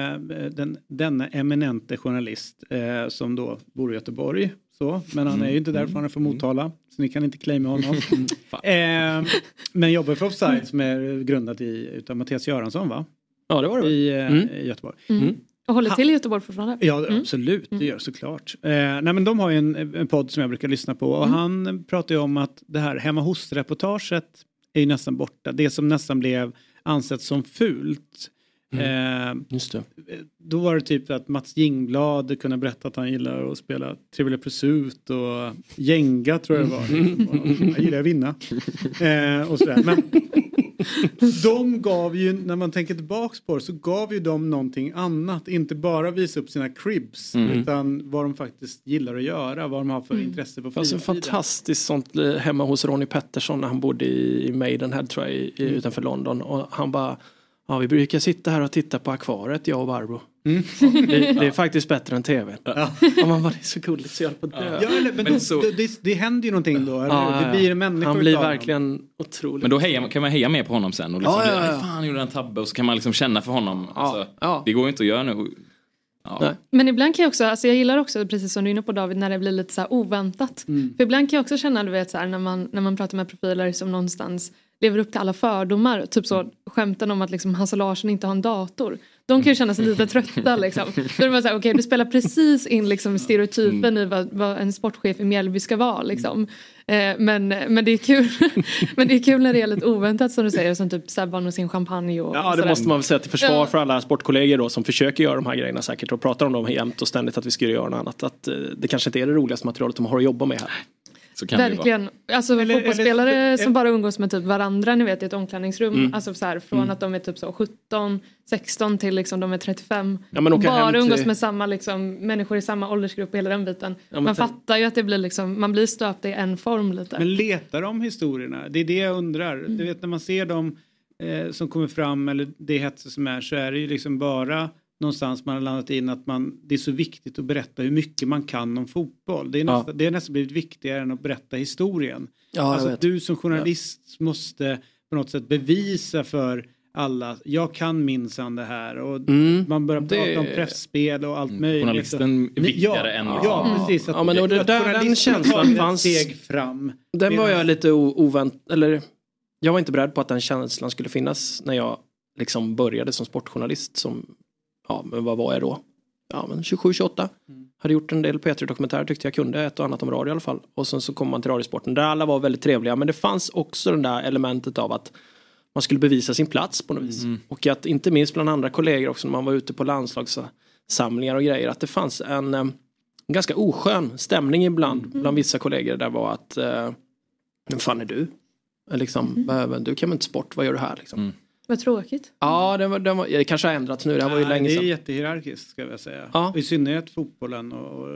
denna eminente journalist som då bor i Göteborg. Så, men han är ju inte därför han är från Motala. Så ni kan inte claima honom. Men jobbar för Offside som är grundat utav Mattias Göransson, va? Ja, det var det. I Göteborg. Och håller till i Göteborg fortfarande. Ja, absolut. Det gör såklart. Nej, men de har ju en podd som jag brukar lyssna på. Och han pratar ju om att det här hemma hos-reportaget är ju nästan borta. Det som nästan blev ansett som fult. Just det. Då var det typ att Mats Jingblad kunde berätta att han gillar att spela Trivial Pursuit och Jenga tror jag det var. Jag gillar att vinna. Och sådär. Men de gav ju, när man tänker tillbaks på det, så gav ju de någonting annat. Inte bara visa upp sina cribs utan vad de faktiskt gillar att göra. Vad de har för intresse på fritiden. Alltså fantastiskt sånt hemma hos Ronnie Pettersson när han bodde i Maidenhead tror jag utanför London. Och han bara, ja, vi brukar sitta här och titta på akvariet, jag och Barbro. Det är faktiskt bättre än tv. Ja. Man var det så gulligt så jag på dö. Ja, men så... det händer ju någonting då. Det blir en människa. Han blir verkligen otroligt. Men då kan man heja med på honom sen. Och liksom, fan gjorde en tabbe. Och så kan man liksom känna för honom. Alltså, det går ju inte att göra nu. Ja. Men ibland kan jag också, alltså jag gillar också precis som du är inne på David, när det blir lite så här oväntat. För ibland kan jag också känna, du vet så här, när man pratar med profiler som någonstans lever upp till alla fördomar, typ så skämten om att liksom Hasse Larsson inte har en dator. De kan ju känna sig lite trötta liksom. Då är det bara så här, okej, du spelar precis in liksom stereotypen i vad en sportchef i Mjällby ska vara liksom. Men det är kul. Men det är kul när det är lite oväntat som du säger, som typ Sebban och sin champagne och ja, det måste man väl säga till försvar för alla sportkollegor då som försöker göra de här grejerna säkert och pratar om dem jämt och ständigt att vi ska göra något annat, att det kanske inte är det roligaste materialet de har att jobba med här. Verkligen. Alltså fotbollsspelare som bara umgås med typ varandra, ni vet, i ett omklädningsrum. Alltså så här, från att de är typ så 17, 16 till liksom de är 35. Ja, men bara umgås med samma liksom, människor i samma åldersgrupp och hela den biten. Ja, man fattar ju att det blir liksom, man blir stöpt i en form lite. Men letar de historierna? Det är det jag undrar. Du vet när man ser dem som kommer fram eller det hetsar som är, så är det ju liksom bara någonstans man har landat in att det är så viktigt att berätta hur mycket man kan om fotboll. Det är nästan blivit viktigare än att berätta historien. Ja, alltså att du som journalist måste på något sätt bevisa för alla, jag kan minsann det här och man börjar prata om pressspel och allt möjligt. Journalisten är viktigare än... Ja, precis. Ja, men den känslan fanns... steg fram. Den var jag lite eller jag var inte beredd på att den känslan skulle finnas när jag liksom började som sportjournalist som, men vad var jag då? Ja, men 27-28. Hade gjort en del P3-dokumentärer, tyckte jag kunde ett och annat om radio i alla fall. Och sen så kom man till radiosporten där alla var väldigt trevliga. Men det fanns också det där elementet av att man skulle bevisa sin plats på något vis. Och att inte minst bland andra kollegor också när man var ute på landslagssamlingar och grejer. Att det fanns en ganska oskön stämning ibland bland vissa kollegor. Där var att, vem fan är du? Liksom, du kan väl inte sport, vad gör du här? Liksom. Vad tråkigt. Ja, det kanske har ändrats nu. Det här var ju länge sedan. Det är jättehierarkiskt ska jag säga. Ja. I synnerhet fotbollen.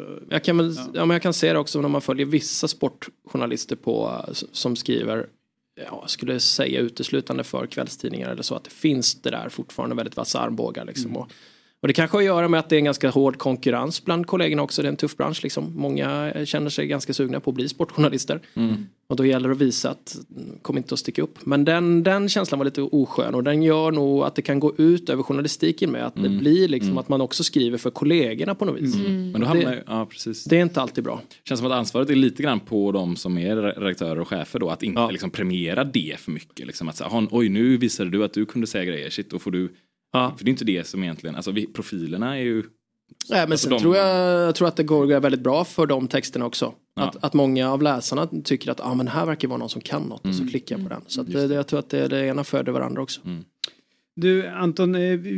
Jag kan se det också när man följer vissa sportjournalister som skriver, jag skulle säga uteslutande för kvällstidningar eller så, att det finns det där fortfarande väldigt vassa armbågar liksom. Och det kanske har att göra med att det är en ganska hård konkurrens bland kollegorna också. Det är en tuff bransch liksom. Många känner sig ganska sugna på att bli sportjournalister. Och då gäller det att visa att kom inte att sticka upp. Men den känslan var lite oskön. Och den gör nog att det kan gå ut över journalistiken med. Att det blir liksom att man också skriver för kollegorna på något vis. Men då hamnar precis. Det är inte alltid bra. Känns som att ansvaret är lite grann på de som är redaktörer och chefer då. Att inte liksom premiera det för mycket. Liksom att säga, oj nu visade du att du kunde säga grejer. Shit, då får du... Ja. För det är inte det som egentligen, alltså profilerna är ju... Nej, men sen tror jag att det går väldigt bra för de texterna också. Ja. Att många av läsarna tycker att men här verkar vara någon som kan något och så klickar jag på den. Så att jag tror att det ena föder varandra också. Du Anton,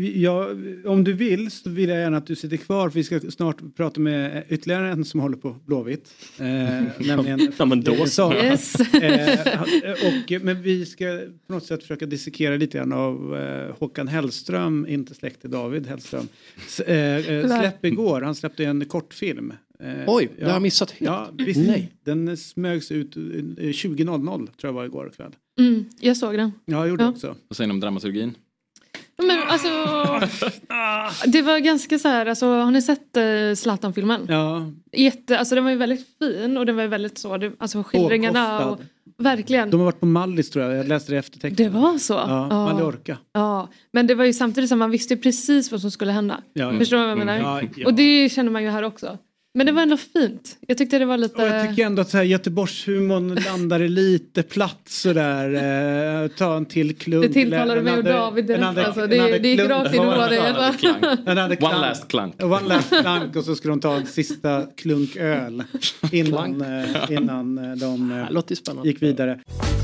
om du vill så vill jag gärna att du sitter kvar för vi ska snart prata med ytterligare en som håller på Blåvitt. Nämligen men då så. Yes. Men vi ska på något sätt försöka dissekera lite grann av Håkan Hellström, inte släkt till David Hellström. Släpp igår, han släppte en kortfilm. Oj, det har jag missat helt. Ja, visst. Nej. Den smögs ut 20.00 tror jag var igår kväll. Jag såg den. Ja, jag gjorde också. Vad säger ni om dramaturgin? Men alltså, det var ganska så här, alltså, har ni sett Zlatan-filmen? Ja. Alltså den var ju väldigt fin och den var ju väldigt så, alltså skildringarna och verkligen. De har varit på Mallis tror jag läste det eftertexten. Det var så? Ja, Mallorca. Ja, men det var ju samtidigt som man visste precis vad som skulle hända. Ja. Förstår du vad jag menar? Ja. Och det känner man ju här också. Men det var ändå fint. Jag tyckte det var lite... Och jag tycker ändå att så här, Göteborgshumorn landade lite platt sådär. Ta en till klunk. Det tilltalade mig och David direkt. Alltså, det gick rakt in och var det. One last clank. One last clank och så skulle de ta en sista klunk öl. Innan de gick vidare.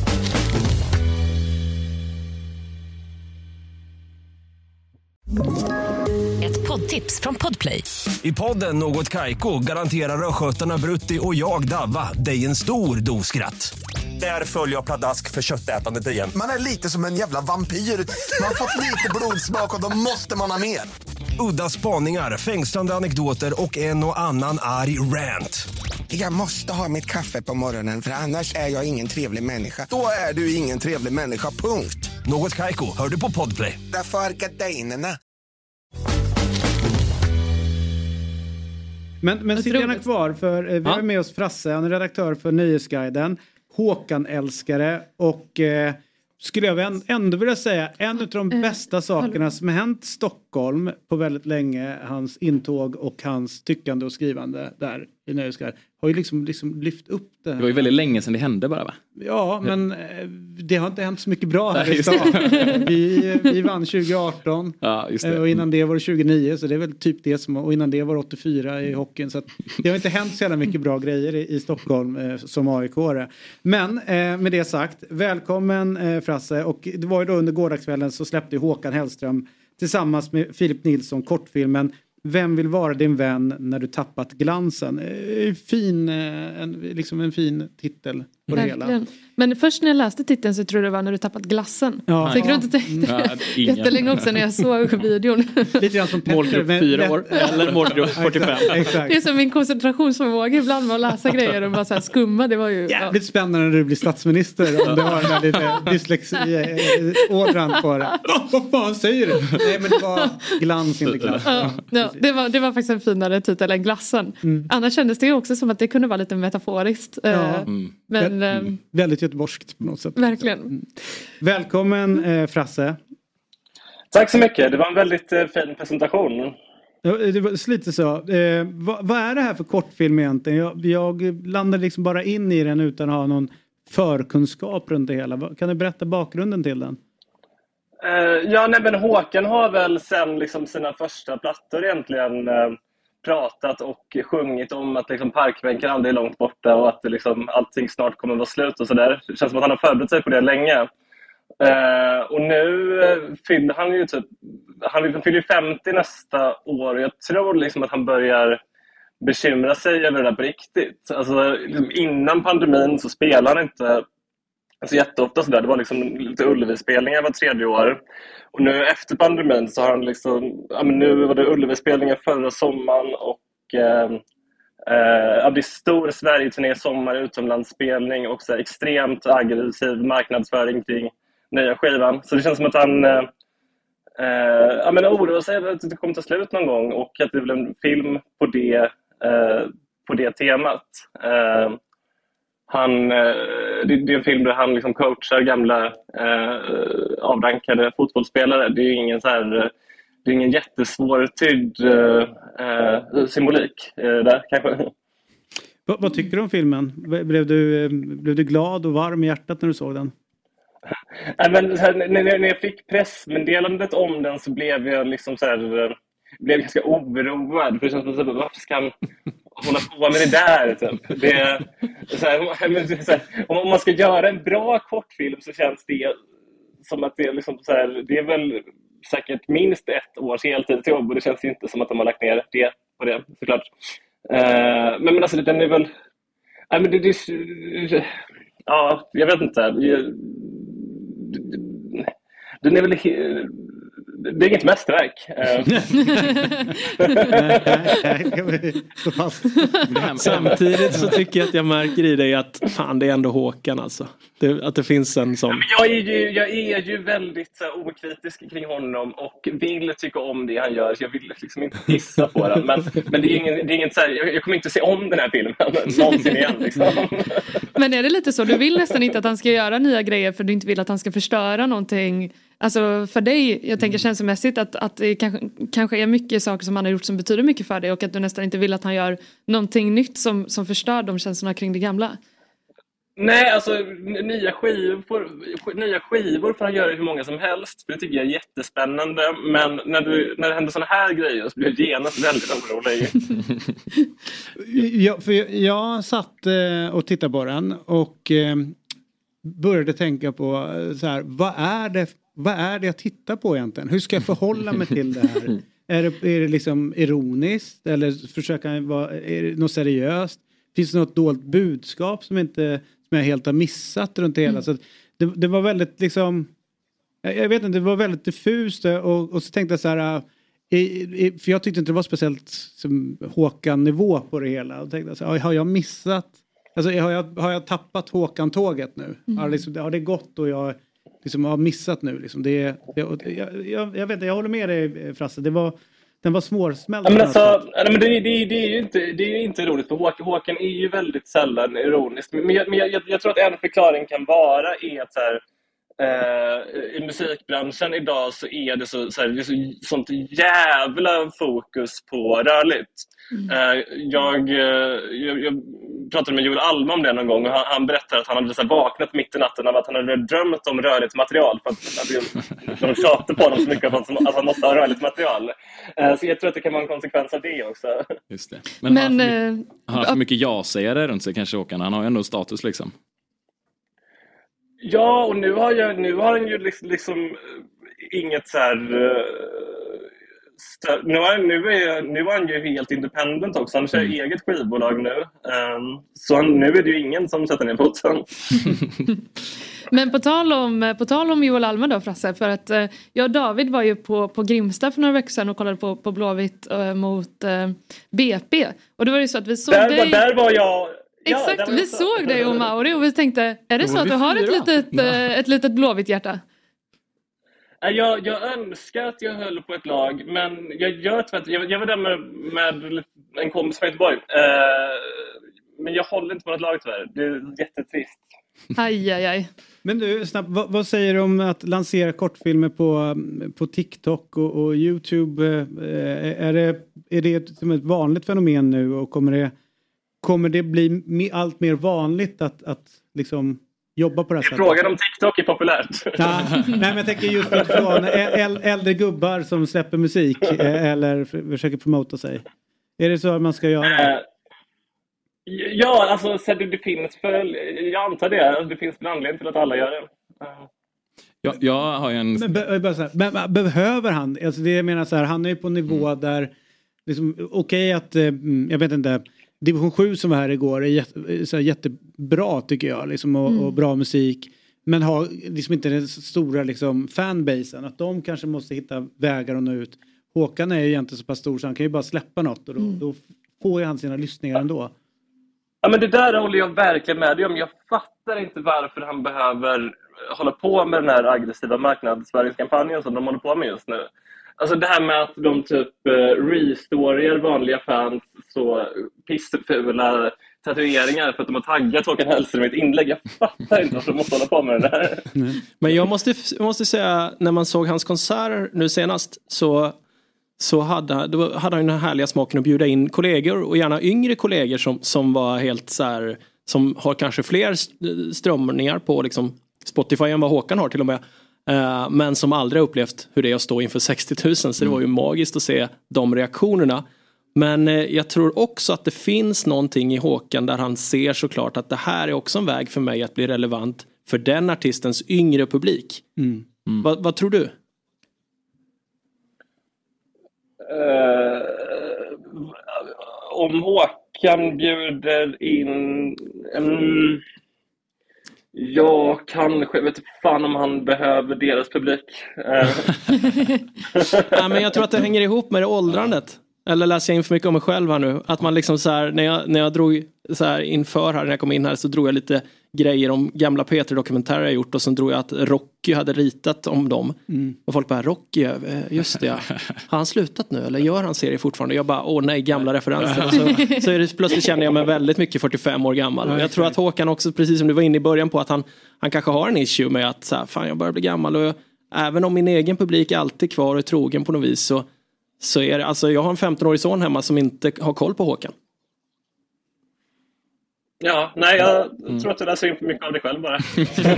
Poddtips från Podplay. I podden Något Kaiko garanterar röskötarna Brutti och jag Davva dig en stor doskratt. Där följer jag pladask för köttätandet igen. Man är lite som en jävla vampyr. Man har fått lite blodsmak och då måste man ha mer. Udda spaningar, fängslande anekdoter och en och annan arg rant. Jag måste ha mitt kaffe på morgonen för annars är jag ingen trevlig människa. Då är du ingen trevlig människa, punkt. Något Kaiko, hör du på Podplay. Därför är gardinerna. Men sitt gärna kvar för vi har med oss Frasse, han är redaktör för Nöjesguiden, Håkan-älskare och skulle jag ändå vilja säga en av de bästa sakerna som har hänt Stockholm på väldigt länge, hans intåg och hans tyckande och skrivande där i Nöjesguiden har ju liksom lyft upp det. Det var ju väldigt länge sedan det hände bara va? Ja, men det har inte hänt så mycket bra här i stan. Vi vann 2018 och innan det var det 2009 så det är väl typ det som, och innan det var det 84 i hockeyn så att det har inte hänt så jävla mycket bra grejer i Stockholm som AIK-are. Men med det sagt, välkommen Frasse, och det var ju då under gårdagskvällen så släppte Håkan Hellström tillsammans med Filip Nilsson kortfilmen Vem vill vara din vän när du tappat glansen? En fin titel. på det hela. Men först när jag läste titeln så tror jag det var när du tappat glassen. Ja. Så jag kunde inte tänka jättelänge också när jag såg videon. Lite grann som målgrupp 4 år eller målgrupp 45. Exakt. Det är som min koncentrationsförmåga ibland med att läsa grejer och bara så här skumma. Det var ju jävligt spännande när du blir statsminister om du har den här lite dyslexi-ådran på det. Vad fan säger du? Nej, men det var glans, inte glass. Ja, det var faktiskt en finare titel än glassen. Annars kändes det ju också som att det kunde vara lite metaforiskt. Men väldigt göteborgskt på något sätt. Verkligen. Välkommen Frasse. Tack så mycket. Det var en väldigt fin presentation. Det var lite så. Vad är det här för kortfilm egentligen? Jag landade liksom bara in i den utan att ha någon förkunskap runt det hela. Kan du berätta bakgrunden till den? Men Håkan har väl sen liksom sina första plattor egentligen pratat och sjungit om att liksom parkbänken aldrig är långt borta och att det liksom, allting snart kommer att vara slut och sådär. Det känns som att han har förberett sig på det länge. Och nu fyller han ju han fyller 50 nästa år och jag tror liksom att han börjar bekymra sig över det där på riktigt. Alltså liksom innan pandemin så spelade han inte jätteofta sådär. Det var liksom lite Ullevi-spelningar var 3:e år. Och nu efter pandemin så har han liksom, nu var det Ullevi-spelningar förra sommaren och det är stor Sverige-turné, sommar, utomlandsspelning och så extremt aggressiv marknadsföring kring nya skivan. Så det känns som att han oroar sig över att det kommer ta slut någon gång och att det blir en film på det temat. Det är en film där han liksom coachar gamla avdankade fotbollsspelare. Det är ingen det är ingen jättesvårtydd symbolik där kanske. Vad tycker du om filmen? Blev du glad och varm i hjärtat när du såg den? När jag fick pressmeddelandet om den så blev jag liksom blev ganska oroad. För det känns som att varför ska han hålla på med det där? Typ? Om man ska göra en bra kortfilm så känns det som att det är liksom det är väl säkert minst 1 års heltid till jobb och det känns inte som att de har lagt ner det på det såklart. Men alltså den är väl jag vet inte. Den är väl det är inget mästerverk. Samtidigt så tycker jag att jag märker i dig att fan, det är ändå Håkan alltså. Att det finns en sån. Jag är ju väldigt okritisk kring honom och vill tycka om det han gör. Så jag vill liksom inte pissa på det. Men det är inget jag kommer inte se om den här filmen någonsin igen liksom. Men är det lite så? Du vill nästan inte att han ska göra nya grejer för du inte vill att han ska förstöra någonting. Alltså för dig, jag tänker känslomässigt att det kanske är mycket saker som han har gjort som betyder mycket för dig och att du nästan inte vill att han gör någonting nytt som förstör de känslorna kring det gamla. Nej, alltså nya skivor får han göra hur många som helst. Det tycker jag är jättespännande. Men när det händer såna här grejer så blir jag genast väldigt orolig. Jag satt och tittade på den och började tänka på så här, vad är det jag tittar på egentligen? Hur ska jag förhålla mig till det här? Är det liksom ironiskt eller försöka är det något seriöst? Finns det något dolt budskap som jag helt har missat runt det hela? Så det var väldigt liksom, jag vet inte, det var väldigt diffust och så tänkte jag så här, för jag tyckte inte det var speciellt som Håkan-nivå på det hela. Och tänkte så här, har jag missat, alltså har jag tappat Håkan-tåget nu? Har det gått och jag liksom har missat nu liksom? Jag vet inte, jag håller med dig Frasse, den var svårsmält. Men alltså, men det är ju inte roligt för Håkan är ju väldigt sällan ironisk. Men jag tror att en förklaring kan vara är att så här, i musikbranschen idag så är det det är sånt jävla fokus på rörligt. Jag pratade med Joel Alma om det någon gång och han berättade att han hade så här vaknat mitt i natten av att han hade drömt om rörligt material för att de tjatade på honom så mycket att han måste ha rörligt material. Så jag tror att det kan vara en konsekvens av det också. Just det. Men han har för mycket ja-sägare runt sig kanske Håkan. Han har ju ändå status liksom. Ja, och nu har han ju liksom inget så här nu var han ju helt independent också. Han kör eget skivbolag nu. Så nu är det ju ingen som sätter ner foten. Men på tal om Joel Alme då, Frasse, för att jag och David var ju på Grimsta för några veckor sedan och kollade på Blåvitt mot BP. Och det var ju så att vi såg dig... Där var jag... Exakt, vi såg dig och Mauri och vi tänkte, är det så att du har ett litet Blåvitt hjärta? Jag önskar att jag höll på ett lag, men jag var där med en kompis från Göteborg. Men jag håller inte på ett lag tyvärr. Det är jättetrist. Aj. Men du, snabbt, vad säger du om att lansera kortfilmer på TikTok och YouTube? Är det som ett vanligt fenomen nu och kommer det bli allt mer vanligt att liksom jobba på det här sättet? Frågan om TikTok är populärt. Ja, nej, men jag tänker just från äldre gubbar som släpper musik eller försöker promota sig. Är det så man ska göra? Ja, alltså så det finns jag antar det. Det finns en anledning till att alla gör det. Jag har ju en... Men behöver han? Alltså det jag menar så här, han är ju på nivå där liksom, okej att jag vet inte, Division 7 som var här igår är jättebra tycker jag liksom, och bra musik, men har liksom inte den stora liksom fanbasen, att de kanske måste hitta vägar att nå ut. Håkan är ju egentligen så pass stor så han kan ju bara släppa något och då får ju han sina lyssningar ändå. Ja, men det där håller jag verkligen med dig om. Jag fattar inte varför han behöver hålla på med den här aggressiva marknadsföringskampanjen som de håller på med just nu. Alltså det här med att de typ restorier vanliga fans så pissfula tatueringar för att de har taggat Håkan Hellström i ett inlägg. Jag fattar inte varför de måste hålla på med det där. Men jag måste säga, när man såg hans konserter nu senast så hade han den här härliga smaken att bjuda in kollegor och gärna yngre kollegor som var helt så här, som har kanske fler strömningar på liksom Spotify än vad Håkan har till och med. Men som aldrig upplevt hur det är att stå inför 60 000, så det var ju magiskt att se de reaktionerna. Men jag tror också att det finns någonting i Håkan där han ser såklart att det här är också en väg för mig att bli relevant för den artistens yngre publik. Vad tror du? Om Håkan bjuder in ja, kanske, vet fan om han behöver deras publik. Ja, men jag tror att det hänger ihop med det åldrandet. Eller läser jag in för mycket om mig själv här nu? Att man liksom så här, när jag drog så här inför här, när jag kom in här, så drog jag lite grejer om gamla P3-dokumentärer jag gjort, och sen drog jag att Rocky hade ritat om dem. Och folk bara, Rocky, just det, har han slutat nu? Eller gör han serie fortfarande? Jag bara, nej, gamla referenser. Så är det, plötsligt känner jag mig väldigt mycket 45 år gammal. Och jag tror att Håkan också, precis som du var inne i början på, att han kanske har en issue med att så här, fan, jag börjar bli gammal. Och även om min egen publik är alltid kvar och är trogen på något vis, så är det, alltså jag har en 15-årig son hemma som inte har koll på Håkan. Ja, nej, jag tror att du läser in för mycket av dig själv bara.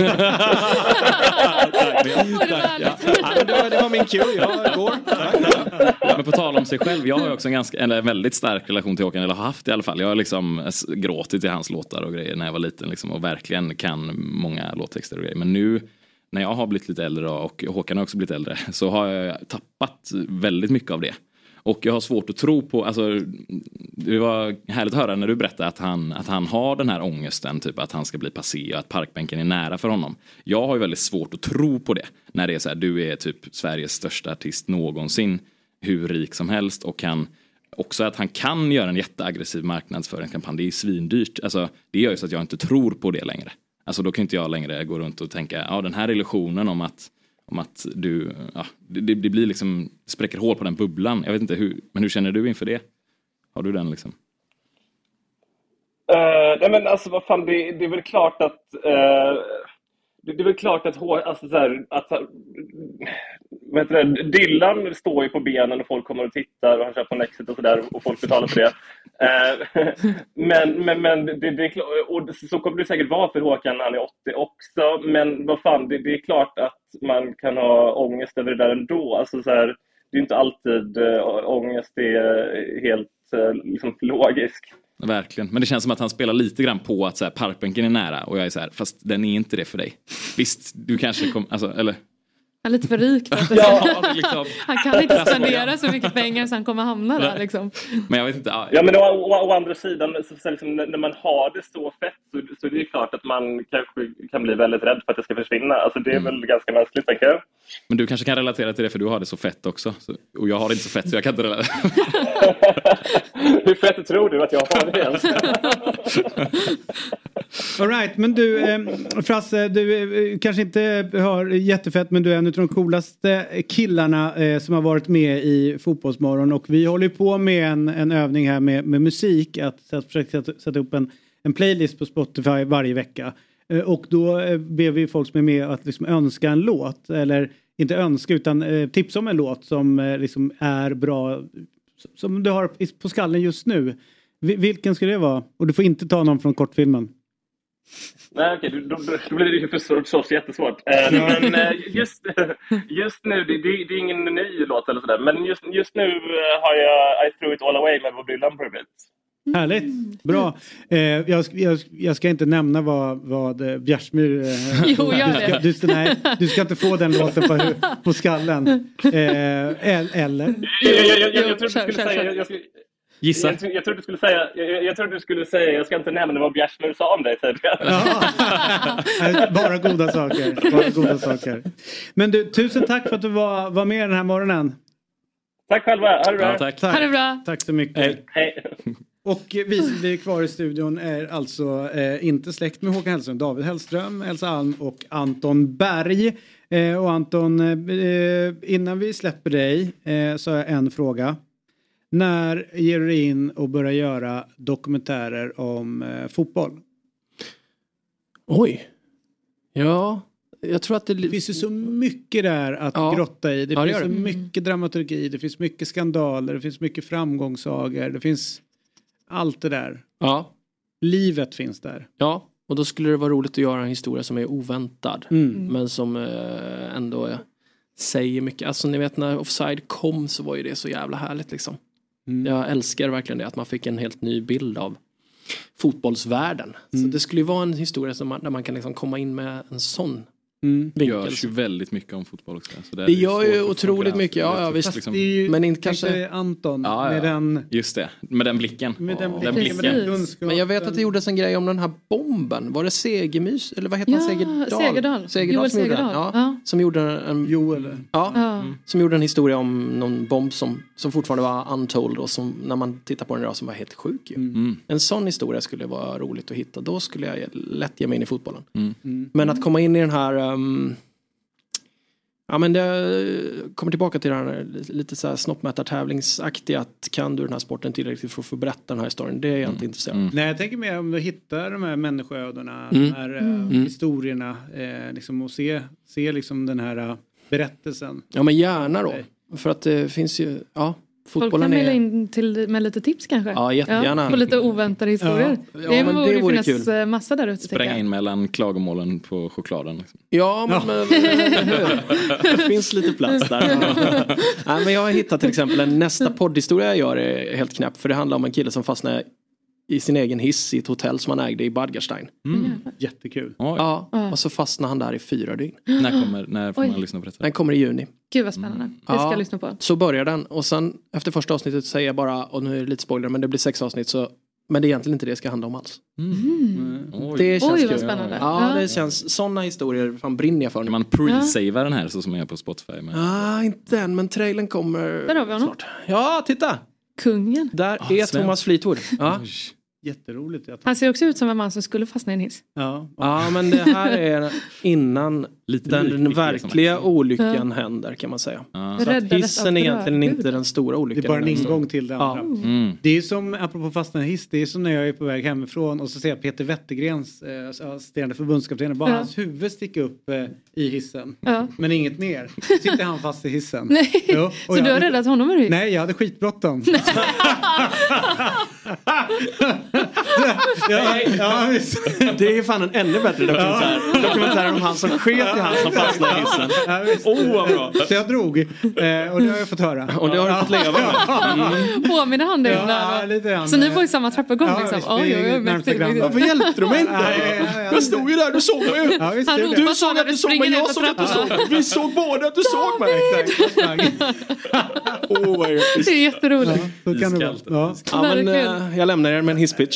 Det var min cue, jag går. Men på tal om sig själv, jag har också en väldigt stark relation till Håkan, eller har haft i alla fall. Jag har liksom gråtit i hans låtar och grejer när jag var liten liksom, och verkligen kan många låttexter och grejer. Men nu när jag har blivit lite äldre och Håkan har också blivit äldre, så har jag tappat väldigt mycket av det. Och jag har svårt att tro på, alltså det var härligt att höra när du berättade att han har den här ångesten, typ att han ska bli passé och att parkbänken är nära för honom. Jag har ju väldigt svårt att tro på det när det är så här, du är typ Sveriges största artist någonsin, hur rik som helst, och också att han kan göra en jätteaggressiv marknadsföringskampanj. Det är svindyrt, alltså det gör ju så att jag inte tror på det längre. Alltså då kan inte jag längre gå runt och tänka, den här illusionen om att du, det blir liksom, spräcker hål på den bubblan. Jag vet inte hur känner du inför det? Har du den liksom? Nej men alltså vad fan, det är väl klart att det är väl klart att alltså så här, att vad heter det, Dylan står ju på benen och folk kommer och tittar och han kör på Nexit och sådär och folk betalar för det. Men det är klart, och så kommer det säkert vara för Håkan när han är 80 också, men vad fan, det är klart att man kan ha ångest över det där ändå. Alltså så här, det är inte alltid ångest är helt liksom logisk. Verkligen, men det känns som att han spelar lite grann på att så här, parkbänken är nära, och jag är så här, fast den är inte det för dig. Visst, du kanske alltså, eller Han är lite för rik för att Ja, liksom. Han kan inte spendera så mycket pengar så han kommer hamna där liksom. Men jag vet inte. Ja, men å andra sidan så liksom, när man har det så fett så är det ju klart att man kanske kan bli väldigt rädd för att det ska försvinna. Alltså det är väl ganska mänskligt, tänker jag. Men du kanske kan relatera till det för du har det så fett också. Och jag har det inte så fett så jag kan inte relatera. Hur fett tror du att jag har det ens? All right, men du Frasse, du kanske inte har jättefett, men du är en av de coolaste killarna som har varit med i Fotbollsmorgon, och vi håller på med en övning här med musik, att försöka sätta upp en playlist på Spotify varje vecka, och då ber vi folk som är med att liksom önska en låt, eller inte önska utan tipsa om en låt som liksom är bra, som du har på skallen just nu. Vilken ska det vara? Och du får inte ta någon från kortfilmen. Nej, okej, då blir det ju förstås jättesvårt. Men just nu, det är ingen ny låt eller sådär. Men just nu har jag I Threw It All Away med Bobby Lumberville. Härligt, bra. Jag ska inte nämna vad Bjärsmyr... Jo, gör det. Du ska inte få den låten på skallen. Eller? Jag tror du skulle säga... Gissa. Jag tror du skulle säga jag ska inte nämna vad Bjärsmyr sa om dig tidigare. Ja. Bara goda saker. Men du, tusen tack för att du var med den här morgonen. Tack själva, ha det bra. Ja, tack. Ha det bra. Tack så mycket. Hej. Och vi som blir kvar i studion är alltså inte släkt med Håkan Hellström, David Hellström, Elsa Alm och Anton Berg. Och Anton, innan vi släpper dig så har jag en fråga. När ger du in och börjar göra dokumentärer om fotboll? Oj. Ja, jag tror att det finns ju så mycket där att grotta i. Det finns så mycket dramaturgi, det finns mycket skandaler, det finns mycket framgångssagor, det finns allt det där. Ja. Livet finns där. Ja, och då skulle det vara roligt att göra en historia som är oväntad. Men som ändå säger mycket. Alltså ni vet när Offside kom så var ju det så jävla härligt liksom. Jag älskar verkligen det, att man fick en helt ny bild av fotbollsvärlden. Så det skulle ju vara en historia där man kan liksom komma in med en sån Det görs ju väldigt mycket om fotboll också. Så det gör ju otroligt mycket, ja visst. Liksom. Men inte kanske Anton med den... Just det, med den blicken. Men jag vet att det gjordes en grej om den här bomben. Var det Segemys? Eller vad heter han? Segerdal som gjorde den. Ja. Som gjorde en... Joel. Ja. Som gjorde en historia om någon bomb som fortfarande var untold och som när man tittar på den idag som var helt sjuk. En sån historia skulle vara roligt att hitta. Då skulle jag lätt ge mig in i fotbollen. Men att komma in i den här ja men det kommer tillbaka till den här lite så här snoppmätartävlingsaktiga, att kan du den här sporten tillräckligt för att få berätta den här historien, det är jag inte intresserad. Nej, jag tänker mer om du hittar de här människoödena, de här historierna liksom, och se liksom den här berättelsen. Ja men gärna då, för att det finns ju folk kan mejla in med lite tips kanske. Ja, jättegärna. På lite oväntade historier. Det borde finnas massa där ute. Spränga in mellan klagomålen på chokladen. Liksom. Ja, men det finns lite plats där. Nej, men jag har hittat till exempel nästa poddhistoria jag gör är helt knäpp. För det handlar om en kille som fastnar i sin egen hiss i ett hotell som han ägde i Badgerstein. Jättekul. Ja, och så fastnar han där i 4 dygn. När får man lyssna på detta? Den kommer i juni. Gud vad spännande. Det ska jag lyssna på. Så börjar den. Och sen efter första avsnittet säger jag bara, och nu är det lite spoiler, men det blir 6 avsnitt så, men det är egentligen inte det ska handla om alls. Det känns vad spännande. Ja, det känns, sådana historier fan brinner jag för. Man pre-savar den här så som jag är på Spotify. Inte än, men trailern kommer där har vi honom. snart. Ja, titta! Kungen. Där är Thomas Fleetwood. Ja. Jätteroligt. Han ser också ut som en man som skulle fastna i en hiss. Ja, men det här är innan den verkliga olyckan händer, kan man säga. Så att hissen är egentligen inte den stora olyckan. Det är bara en ingång till det andra. Det är som, apropå fastna i hiss, det är som när jag är på väg hemifrån och så ser jag Peter Wettergrens assisterande förbundskapten, bara hans huvud sticker upp i hissen. Men inget ner. Så sitter han fast i hissen. Nej. Så du har räddat honom ur hiss? Nej, jag hade skitbråttom. Det är fan en ännu bättre dokumentär. Dokumentären om han som sket i han som fastnade i hissen. Vad bra. Så jag drog. Och det har jag fått höra. Och det har du fått leva med. Påminner han dig? Så ni var i samma trappuppgång liksom? Varför hjälpte du mig inte? Jag stod ju där, du såg mig. Du såg att du såg mig, jag såg att du såg mig. Vi såg båda att du såg mig. Det är jätteroligt. Jag lämnar er med en hisspitch.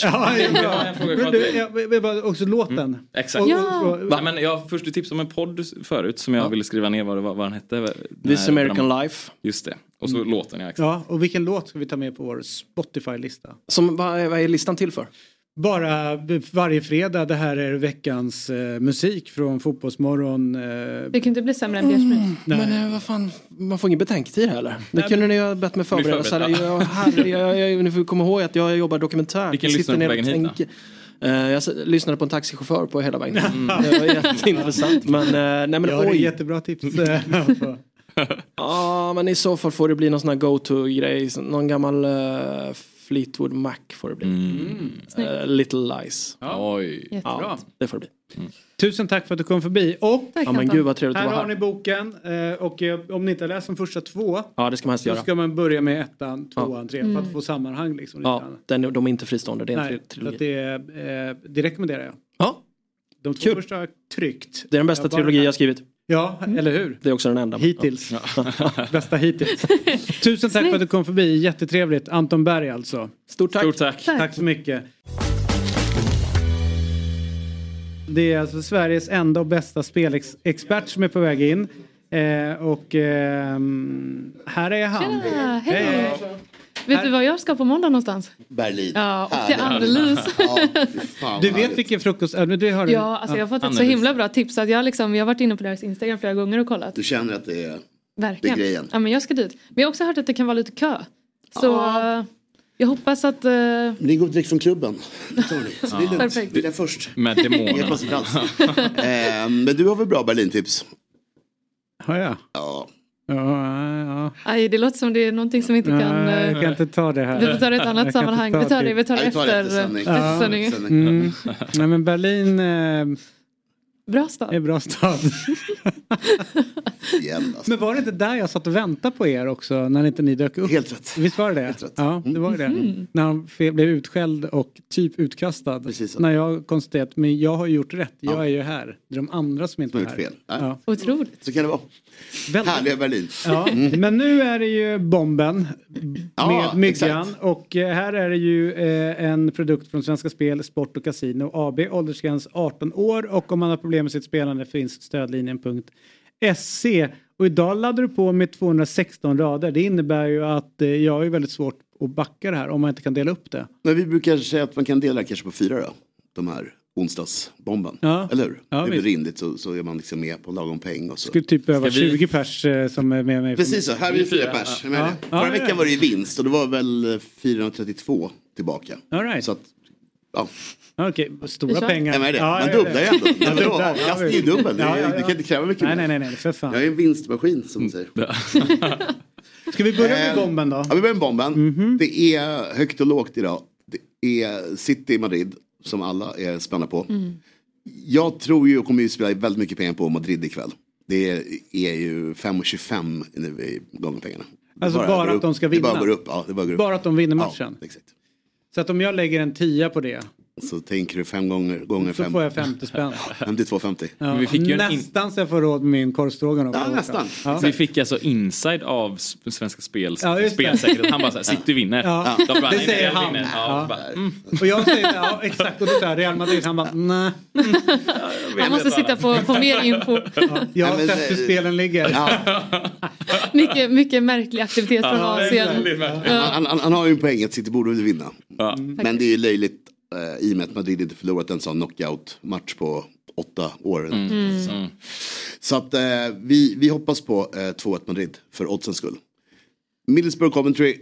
Också låten. Exakt. Men jag först tips om en podd förut som jag ville skriva ner vad den hette. This American Life. Just det. Och så låten. Ja, och vilken låt ska vi ta med på vår Spotify-lista? Vad är listan till för? Bara varje fredag, det här är veckans musik från Fotbollsmorgon. Det kan inte bli sämre än Bjärsmyr. Men vad fan, man får ingen betänketid här eller? Det kunde ni ha bett mig förbereda. Ni får komma ihåg att jag jobbar dokumentär. Vilken lyssnar på vägen hit då? Jag lyssnade på en taxichaufför på hela vägen. Det var jätteintressant. Men jag har jättebra tips. Ja, men i så fall får det bli någon sån här go-to-grej. Någon gammal Fleetwood Mac får det bli. Little Lies. Oj. Ja, det får det bli. Tusen tack för att du kom förbi. Och men gud vad trevligt här att vara har ni boken. Och om ni inte har läst de första 2. Ja, det ska man helst göra. Så ska man börja med 1:an, 2:an, 3:an för att få sammanhang liksom. Ja, de är inte fristående. Det är en trilogi. Det rekommenderar jag. Ja. De 2 första har tryckt. Det är den bästa trilogi jag har skrivit. Ja, eller hur? Det är också den enda. Hittills. Bästa hittills. Tusen tack för att du kom förbi. Jättetrevligt. Anton Berg alltså. Stort tack. Tack så mycket. Det är alltså Sveriges enda och bästa spelexpert som är på väg in. Här är han. Tjena, hej. Vet du vad jag ska på måndag någonstans? Berlin. Ja, och till Annelys. Du vet vilken frukost? Det har du. Ja, alltså jag har fått ett så himla bra tips att jag har varit inne på deras Instagram flera gånger och kollat. Du känner att det är verkligen. Det är grejen. Ja, men jag ska dit. Men jag har också hört att det kan vara lite kö. Så jag hoppas att... Ni går direkt från klubben. Perfekt. Det är först. Med demoner. Men du har väl bra Berlin-tips? Har jag? Ja. Ja. Aj, det låter som det är någonting som inte kan... Jag kan inte ta det här. Vi får ta det i ett annat sammanhang. Vi tar det efter sändning. Nej, men Berlin... Bra stad. Är bra stad. Men var det inte där jag satt och väntade på er också när inte ni dök upp? Helt rätt. Visst var det det? Helt rätt. Ja, det var det. När han blev utskälld och typ utkastad. Precis. När jag konstaterat, men jag har gjort rätt. Jag är ju här. Det är de andra som inte är här. Fel. Ja. Otroligt. Så kan det vara. Härliga Berlin. Ja. Men nu är det ju Bomben med Myggan. Exakt. Och här är det ju en produkt från Svenska Spel, Sport och Casino AB. Åldersgräns 18 år. Och om man har problem med sitt spelande finns stödlinjen.se. Och idag laddar du på med 216 rader. Det innebär ju att jag är väldigt svårt att backa det här om man inte kan dela upp det. Men vi brukar säga att man kan dela kanske på 4 då. De här onsdagsbomben. Ja. Eller hur? Ja, det blir rimligt så är man liksom med på lagom peng. Och så. Skulle typ behöva 20 pers som är med mig. Precis så, här är vi 4 pers. Förra veckan var det ju vinst och det var väl 432 tillbaka. All right. Så att, ja. Okej, stora pengar. Man dubblar ju ändå. Avkastning är ju dubbel. Du kan inte kräva mycket. Nej, för fan. Jag är en vinstmaskin som man säger. Ska vi börja med Bomben då? Ja, vi börjar med Bomben. Det är högt och lågt idag. Det är City i Madrid som alla är spända på. Jag tror ju och kommer ju spela väldigt mycket pengar på Madrid ikväll. Det är ju 5,25 nu i gångpengarna. Alltså bara att de ska vinna? Det bara går upp. Ja, det bara går upp. Bara att de vinner matchen? Ja, exakt. Så att om jag lägger en 10 på det. Så tänker du 5 gånger 5. Så får jag 50 spänn. 52,50. Ja, vi fick ju nästan så jag får råd med min korvstroganoff. Ja, nästan. Ja. Vi fick alltså inside av Svenska Spels spelsäkerhet. Han bara såhär, City vinner. Ja. Det säger han. Vinner. Ja. Och jag säger, exakt. Och då säger Real Madrid, han bara, nej. Han måste sitta på mer info. Jag har sett hur spelen ligger. Mycket märklig aktivitet från Asien. Han har ju en poäng att City borde vinna. Men det är ju löjligt i och med att Madrid inte förlorat en sån knockout-match på 8 år. Så att vi hoppas på 2-1 Madrid för oddsens skull. Middlesbrough Coventry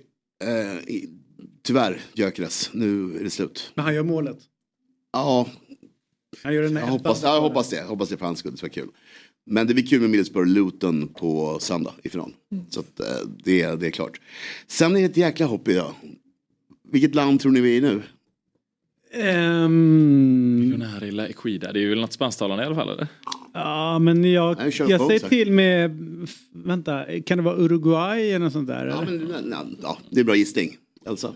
tyvärr Gyökeres. Nu är det slut. Men han gör målet. Ja. Han gör jag hoppas det. Hoppas det för hans skull. Det ska vara kul. Men det blir kul med Middlesbrough Luton på söndag i final. Så att det är klart. Sen är det ett jäkla hopp idag. Vilket land tror ni vi är i nu? Miljonär i La Equida. Det är väl något spansktalande i alla fall, eller? Ja, men jag säger till med... Vänta, kan det vara Uruguay eller något sånt där? Ja, det är bra gissning. Elsa?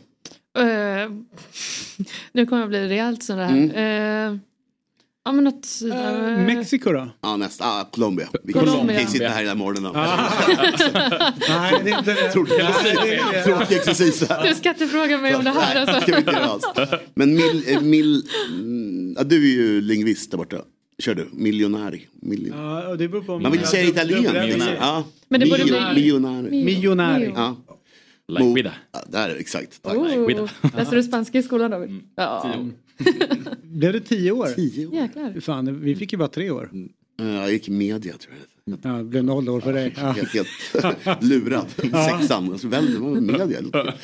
Nu kommer jag bli rejält sån där. Ja, men något... Mexiko då? Ja, nästa. Colombia. Vi Colombia. kan sitta här i den morgonen. Nej, det är inte det. Tråkig exercis. Du ska inte fråga mig om det här. Nej, ska vi inte göra alls. Men du är ju lingvist där borta. Kör du? Miljonäri. Ja, det beror på. Man vill säga italien. Ja. Men det borde bli... Miljonäri. Ja. Laquida. Ja, där är det exakt. Läser du spanska i skolan, David? Ja. 10 år. Blev det 10 år? 10 år. Jäklar. Fan, vi fick ju bara 3 år. Jag gick i media, tror jag. Ja, det blev 0 år för dig. Ja. Helt lurad. Sexan. Alltså, väldigt media.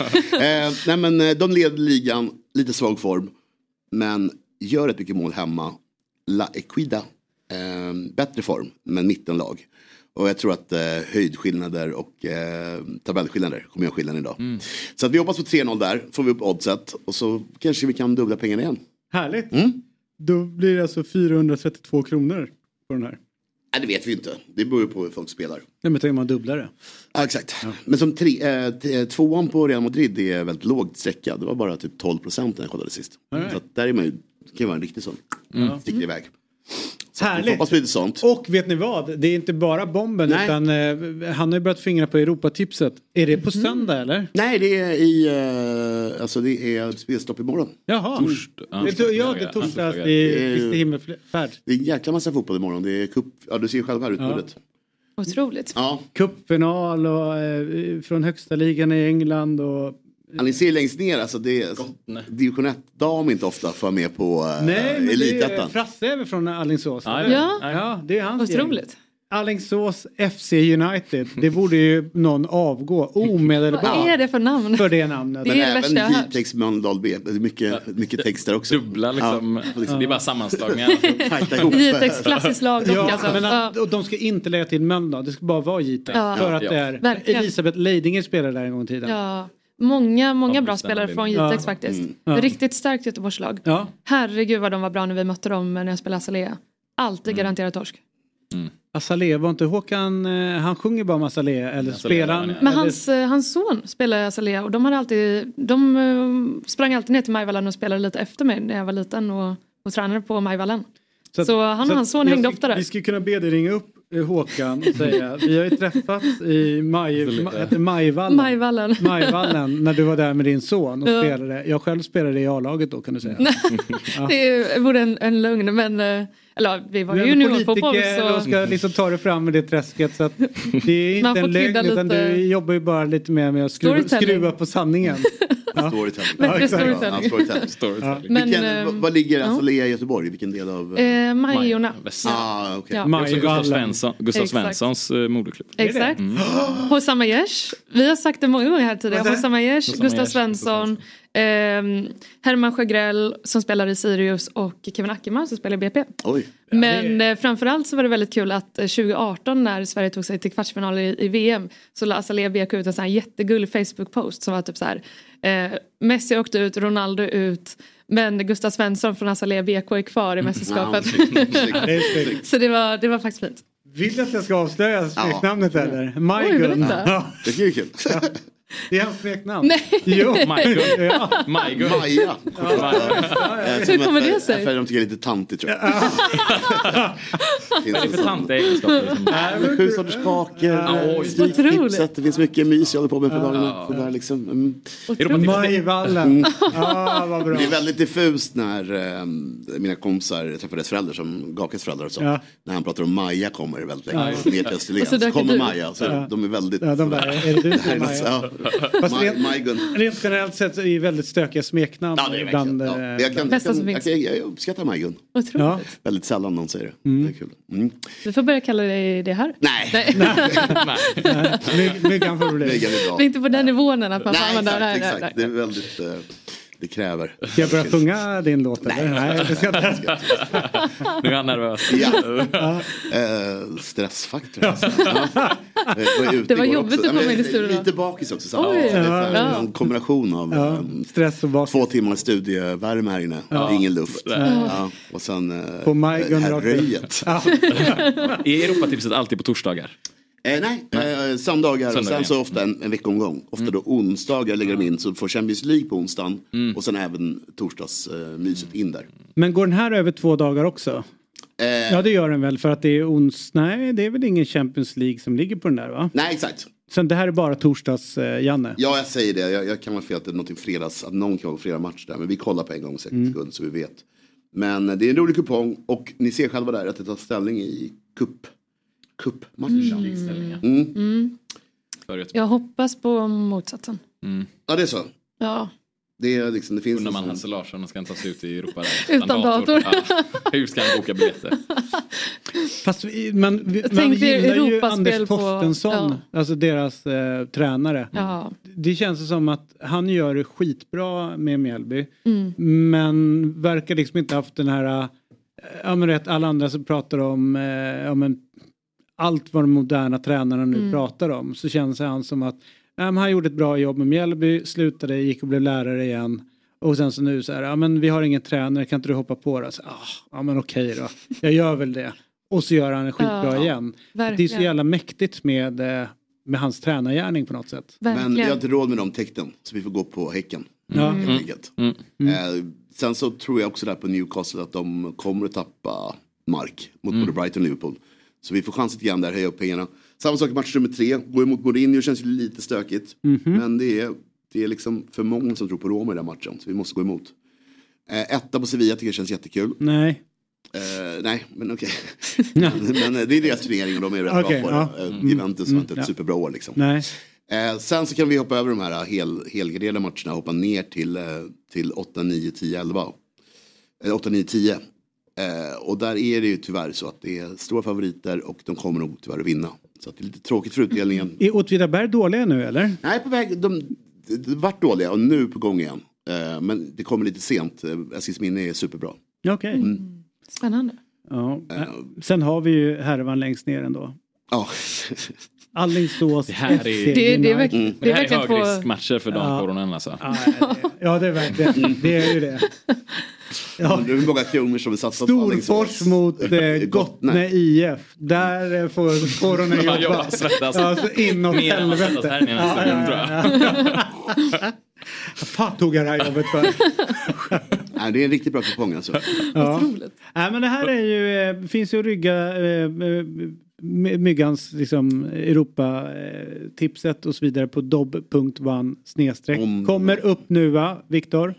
Nej, men de leder ligan. Lite svag form. Men gör ett mycket mål hemma. La Equida. Bättre form. Men mittenlag. Och jag tror att höjdskillnader och tabellskillnader kommer göra skillnaden idag. Så att vi hoppas på 3-0 där. Får vi upp oddset. Och så kanske vi kan dubbla pengarna igen. Härligt. Då blir det alltså 432 kronor på den här. Nej, det vet vi inte. Det beror på hur folk spelar. Nej, men tänker man dubblar det. Ja, exakt. Ja. Men som 2:an på Real Madrid är väldigt lågt sträckad. Det var bara typ 12% när jag kollade sist. Så att där är man ju, det kan vara en riktig sån. Sticker iväg. Så härligt. Hoppas på lite sånt. Och vet ni vad? Det är inte bara bomben. Nej. Utan han har ju börjat fingra på Europatipset. Är det på söndag eller? Nej, det är i alltså det är spelstopp imorgon. Jaha. Torsdag. Ja, det är torsdag i Kristi himmelfärd. Det är en jäkla massa fotboll imorgon. Det är cup. Ja, du ser ju själv här utbudet. Otroligt. Ja. Cupfinal och från högsta ligan i England och... Ja, ni ser längst ner, alltså det är division 1-dam inte ofta får med på elitettan. Det är Frasse över från Alingsås. Ja, det är hans otroligt. gäng. Alingsås FC United. Det borde ju någon avgå omedelbart. Vad är det för namn? För det namnet. Det är men det värsta jag har hört. Jitex Mölndal B. Det är mycket text där också. Dubbla liksom. Det är bara sammanslagningar. Jitex klassiskt lag. Och de ska inte lägga till Mölndal. Det ska bara vara Jitex. För att det är Elisabeth Leidinger spelade där en gång i tiden. Ja. Många bra spelare från Jitex faktiskt. Riktigt starkt Göteborgslag. Herregud vad de var bra när vi mötte dem när jag spelade Azalea. Alltid garanterat torsk. Azalea, var inte Håkan, han sjunger bara om Azalea eller spelar han? Men hans son spelar i Azalea och de sprang alltid ner till Majvallen och spelade lite efter mig när jag var liten och tränade på Majvallen. Så han och hans son hängde ofta där. Vi skulle kunna be dig ringa upp Håkan och säga vi har ju träffats i Majvallen när du var där med din son och spelade. Jag själv spelade i A-laget då, kan du säga. Det vore en lögn, men eller vi var ju juniorfotboll så... och ska liksom ta det fram med det träsket, så att det är inte en lögn utan du jobbar ju bara lite mer med att skruva på sanningen. Storytelling. Vad ligger Azalea i Göteborg? Vilken del av... Majorna. Gustav Svenssons moderklubb. Exakt. Hossam Aiesh. Vi har sagt det många gånger här tidigare. Hossam Aiesh, Gustav Svensson, Herman Sjögrell som spelar i Sirius och Kevin Ackerman som spelar i BP. Oj. Men framförallt så var det väldigt kul att 2018 när Sverige tog sig till kvartsfinal i VM så la Azalea BK ut en sån här jättegullig Facebook-post som var typ så här Messi åkte ut, Ronaldo ut, men Gustav Svensson från Azalea BK är kvar i mästerskapet. Så det var faktiskt fint. Vill att jag ska avslöja smeknamnet eller? Majgun. Det är kul. Det är hans smeknamn. Nej. Jo. Maja. Hur kommer det sig? För de tycker det är lite tantigt, tror jag. Vad är det för tantiga egenskaper? 7 sorters kakor. Strykpipset. Det finns mycket mys jag håller på med på dagarna. Så där liksom. Majvallen. Vad bra. Det är väldigt diffust när mina kompisar träffades föräldrar som Gakes föräldrar och så. När han pratar om Maja kommer väldigt länge. Ner till Österlen. Så kommer Maja. Så de är väldigt... Ja, de där, är det du som är Maja? Fast rent generellt sett är det väldigt stökiga smeknamn. Ja, det är bland, jag uppskattar Majgun. Otroligt. Väldigt sällan någon säger det. Det är kul. Du får börja kalla dig det här. Nej. Myggan får du det. Det är inte på den nivån att man får använda det. Exakt. Det är väldigt... Det kräver. Ska jag börja sjunga din låt? Nej, det ska inte. Nu är han nervös. Ja. Stressfaktor. Alltså. Det var jobbigt att komma in i studion. Lite bakis också. En kombination av stress och bakis. 2 timmar studievärme här inne. Ingen luft. Och sen på röjet. Är Europatipset alltid på torsdagar? Nej, söndagar och sen så ofta en veckomgång. Ofta då onsdagar lägger de in, så får Champions League på onsdagen och sen även torsdagsmyset in där. Men går den här över 2 dagar också? Ja, det gör den väl, för att det är Nej, det är väl ingen Champions League som ligger på den där, va? Nej, exakt. Så det här är bara torsdags, Janne? Ja, jag säger det. Jag kan vara fel att det är någonting fredags, att någon kan vara fredag match där, men vi kollar på en gång säkert skull, så vi vet. Men det är en rolig kupong och ni ser själva där att det tar ställning i cupmatchen. Jag hoppas på motsatsen. Ja, det är så. Ja. Det är liksom, det finns undrar man Hasse Larsson och ska inte ta sig ut i Europa utan dator. Hur ska han boka biljetter? Fast man gillar ju Anders Torstensson, alltså deras tränare. Det känns som att han gör det skitbra med Mjällby, men verkar liksom inte haft den här alla andra som pratar om allt vad de moderna tränarna nu pratar om, så känns han som att han gjorde ett bra jobb med Mjällby, slutade, gick och blev lärare igen. Och sen så nu så här, men vi har ingen tränare, kan inte du hoppa på det? Så, men okej då, jag gör väl det. Och så gör han det skitbra igen. Verkligen. Det är så jävla mäktigt med hans tränargärning på något sätt. Verkligen. Men vi har inte råd med de tecknen, så vi får gå på Häcken. Helt enkelt. Sen så tror jag också där på Newcastle att de kommer att tappa mark mot både Brighton och Liverpool. Så vi får chansen igen där, höja upp pengarna. Samma sak i match nummer 3. Går emot Mourinho, känns ju lite stökigt. Men det är liksom för många som tror på Roma i den matchen. Så vi måste gå emot. 1 på Sevilla tycker jag känns jättekul. Nej, men okej. Men det är deras turnering och de är rätt bra på det. Juventus har inte ett superbra år liksom. Nej. Sen så kan vi hoppa över de här helgardera matcherna och hoppa ner till 8, 9, 10, 11. 8, 9, 10. Och där är det ju tyvärr så att det är stora favoriter och de kommer nog tyvärr att vinna. Så att det är lite tråkigt för utdelningen. Är Åtvidaberg dåliga nu eller? Nej, på väg. De vart dåliga och nu på gång igen. Men det kommer lite sent. Assis minne är superbra. Okej. Spännande. Ja. Sen har vi ju härvan längst ner ändå. Ja. Alingsås. Det här är verkligen högriskmatcher för damkåren alltså. Ja, det är verkligen. Det är ju det. Ja. Hur många kronor som vi satsat på Storfors mot Gottne IF. Där får kårorna jobba. Så inåt helvete. Fan tog jag det här jobbet för. Nej, det är en riktigt bra kupong alltså. Otroligt. Nej, men det här är ju, finns ju att rygga Myggans liksom, Europa-tipset och så vidare på dob.one/. Kommer upp nu, va, Viktor?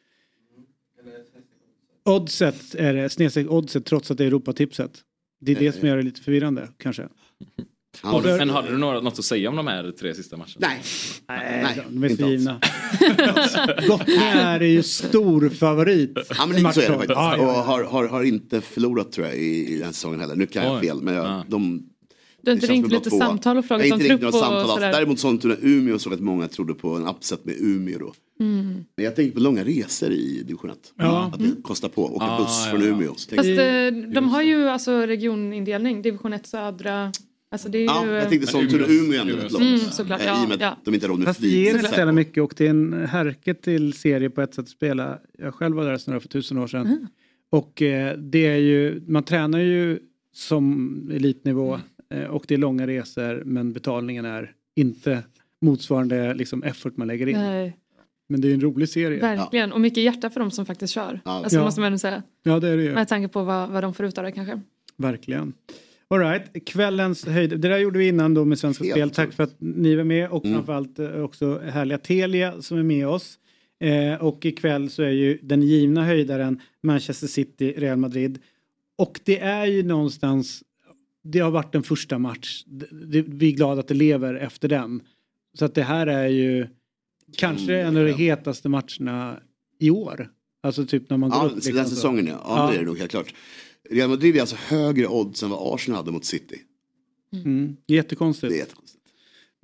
Oddset är det, / oddset, trots att det är Europatipset. Det är det som gör det lite förvirrande, kanske. Men hade du något att säga om de här 3 sista matcherna? Nej, de är så givna. Gottne är ju stor favorit. Ja, men lite så är det faktiskt. Och har inte förlorat, tror jag, i den säsongen heller. Nu kan jag fel, men du har inte ringt lite samtal och frågat om trupp och sådär? Däremot sånt när Umeå såg att många trodde på en upset med Umeå då. Men jag tänkte på långa resor i division 1. Att det kostar på. Åka buss från Umeå. Fast de har ju alltså regionindelning. Division 1 södra. Alltså det är ju... jag tänkte sånt till Umeå ändå rätt långt. Såklart, I och med att de inte har råd med fast det ger inte ställa mycket. Och det är en härke till serie på ett sätt att spela. Jag själv var där snarare för 1000 år sedan. Och det är ju... Man tränar ju som elitnivå. Och det är långa resor. Men betalningen är inte motsvarande liksom effort man lägger in. Nej. Men det är en rolig serie. Verkligen. Och mycket hjärta för dem som faktiskt kör. Alltså måste man ändå säga. Ja, det är det ju. Med tanke på vad de får ut av det kanske. Verkligen. All right, kvällens höjd. Det där gjorde vi innan då med Svenska Spel. Tack för att ni var med och framförallt också härliga Telia som är med oss. Och ikväll så är ju den givna höjdaren Manchester City, Real Madrid. Och det är ju någonstans, det har varit en första match. Vi är glada att det lever efter den. Så att det här är ju kanske en av de hetaste matcherna i år. Alltså typ när man går upp. Den säsongen, ja. Det är det nog helt klart. Real Madrid är alltså högre odds än vad Arsenal hade mot City. Jättekonstigt. Det är jättekonstigt.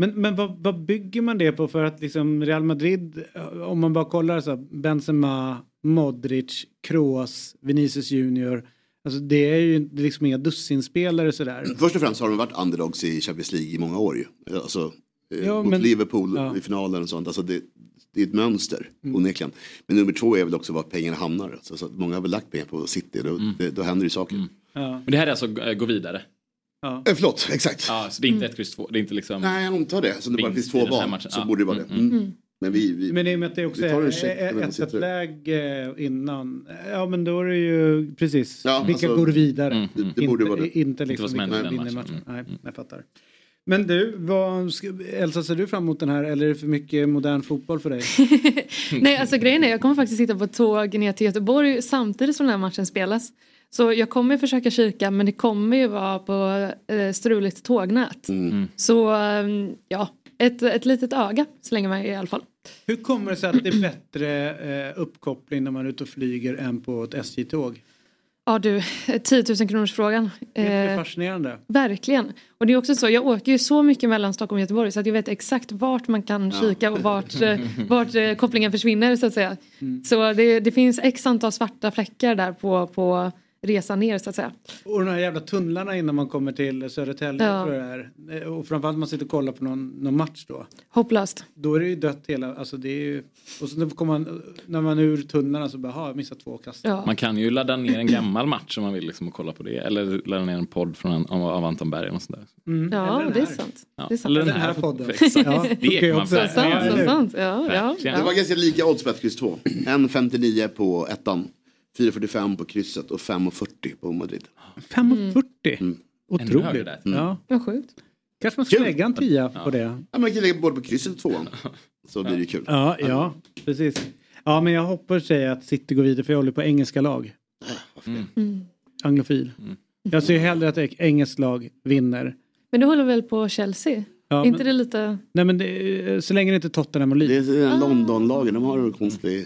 Men vad bygger man det på för att liksom Real Madrid, om man bara kollar så Benzema, Modric, Kroos, Vinicius Junior, alltså det är ju liksom inga dussinspelare sådär. Först och främst har de varit underdogs i Champions League i många år ju. Alltså mot Liverpool i finalen och sånt. Alltså det är ett mönster, onekligen. Men nummer 2 är väl också var pengarna hamnar. Alltså, så att många har väl lagt pengar på City, då händer det saker. Men det här är alltså gå vidare. Ja. Förlåt, exakt. Ja, så det är inte 1-2. Det är inte liksom... Nej, jag antar det. Så det bara finns 2 val så borde det vara det. Men men i och med att det också är ett läge innan. Ja, men då är det ju precis. Ja, vilka går vidare? Det borde vara det. Inte liksom vilka vinner matchen. Nej, jag fattar. Men du, Elsa, ser du fram emot den här eller är det för mycket modern fotboll för dig? Nej, alltså grejen är jag kommer faktiskt sitta på tåg ner till Göteborg samtidigt som den här matchen spelas. Så jag kommer försöka kika, men det kommer ju vara på struligt tågnät. Så ja, ett litet öga slänger man i alla fall. Hur kommer det sig att det är bättre uppkoppling när man är ute och flyger än på ett SJ-tåg? Ja du, 10 000 kronors frågan. Det är fascinerande. Verkligen. Och det är också så, jag åker ju så mycket mellan Stockholm och Göteborg så att jag vet exakt vart man kan kika och vart kopplingen försvinner så att säga. Så det finns x antal svarta fläckar där på resan ner så att säga. Och de här jävla tunnlarna innan man kommer till Södertälje tror jag det är. Och framförallt man sitter och kollar på någon match då. Hopplöst. Då är det ju dött hela, alltså det är ju, och så kommer man, när man är ur tunnlarna så bara, jag missat 2 kast. Ja. Man kan ju ladda ner en gammal match om man vill liksom och kolla på det. Eller ladda ner en podd av Anton Berg och sånt där. Ja, det är sant. Ja. Det är sant. Eller den här podden. Det är sant. Ja. Det var ganska lika odds på 1-2. 1,59 på ettan. 4,45 på krysset och 5,40 på Madrid. 5,40? Otroligt. Ja. Vad sjukt. Kanske man ska lägga en 10 på det. Ja, man kan lägga både på krysset och 2. Så blir det kul. Ja, precis. Ja, men jag hoppas säga att City går vidare för jag håller på engelska lag. Anglofil. Jag ser hellre att ett engelskt lag vinner. Men du håller väl på Chelsea? Ja, inte det lite... Nej, men så länge det inte Tottenham och Leeds. Det är London-lagen, de har en konstig...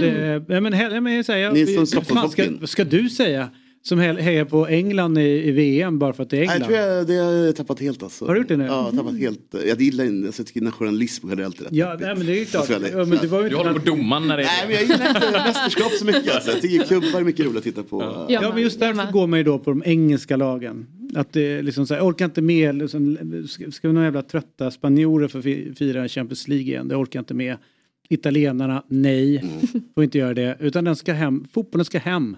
Ska du säga som hejar på England i VM bara för att det är England? Jag tror det har jag tappat helt alltså. Har du gjort det nu? Ja, tappat helt. Jag gillar inte nationalism generellt. Ja, nej, men det är ju klart. Men det var ju du håller på domaren när det är... Nej, men jag gillar inte mästerskap så mycket. Alltså. Jag tycker klubbar är mycket roligt att titta på. Ja, men just därför går man ju då på de engelska lagen. Att det liksom så här, orkar inte med liksom, ska vi några jävla trötta spanjorer för att fira Champions League igen? Det orkar inte med. Italienarna, nej. Får inte göra det. Utan den ska hem. Fotbollen ska hem.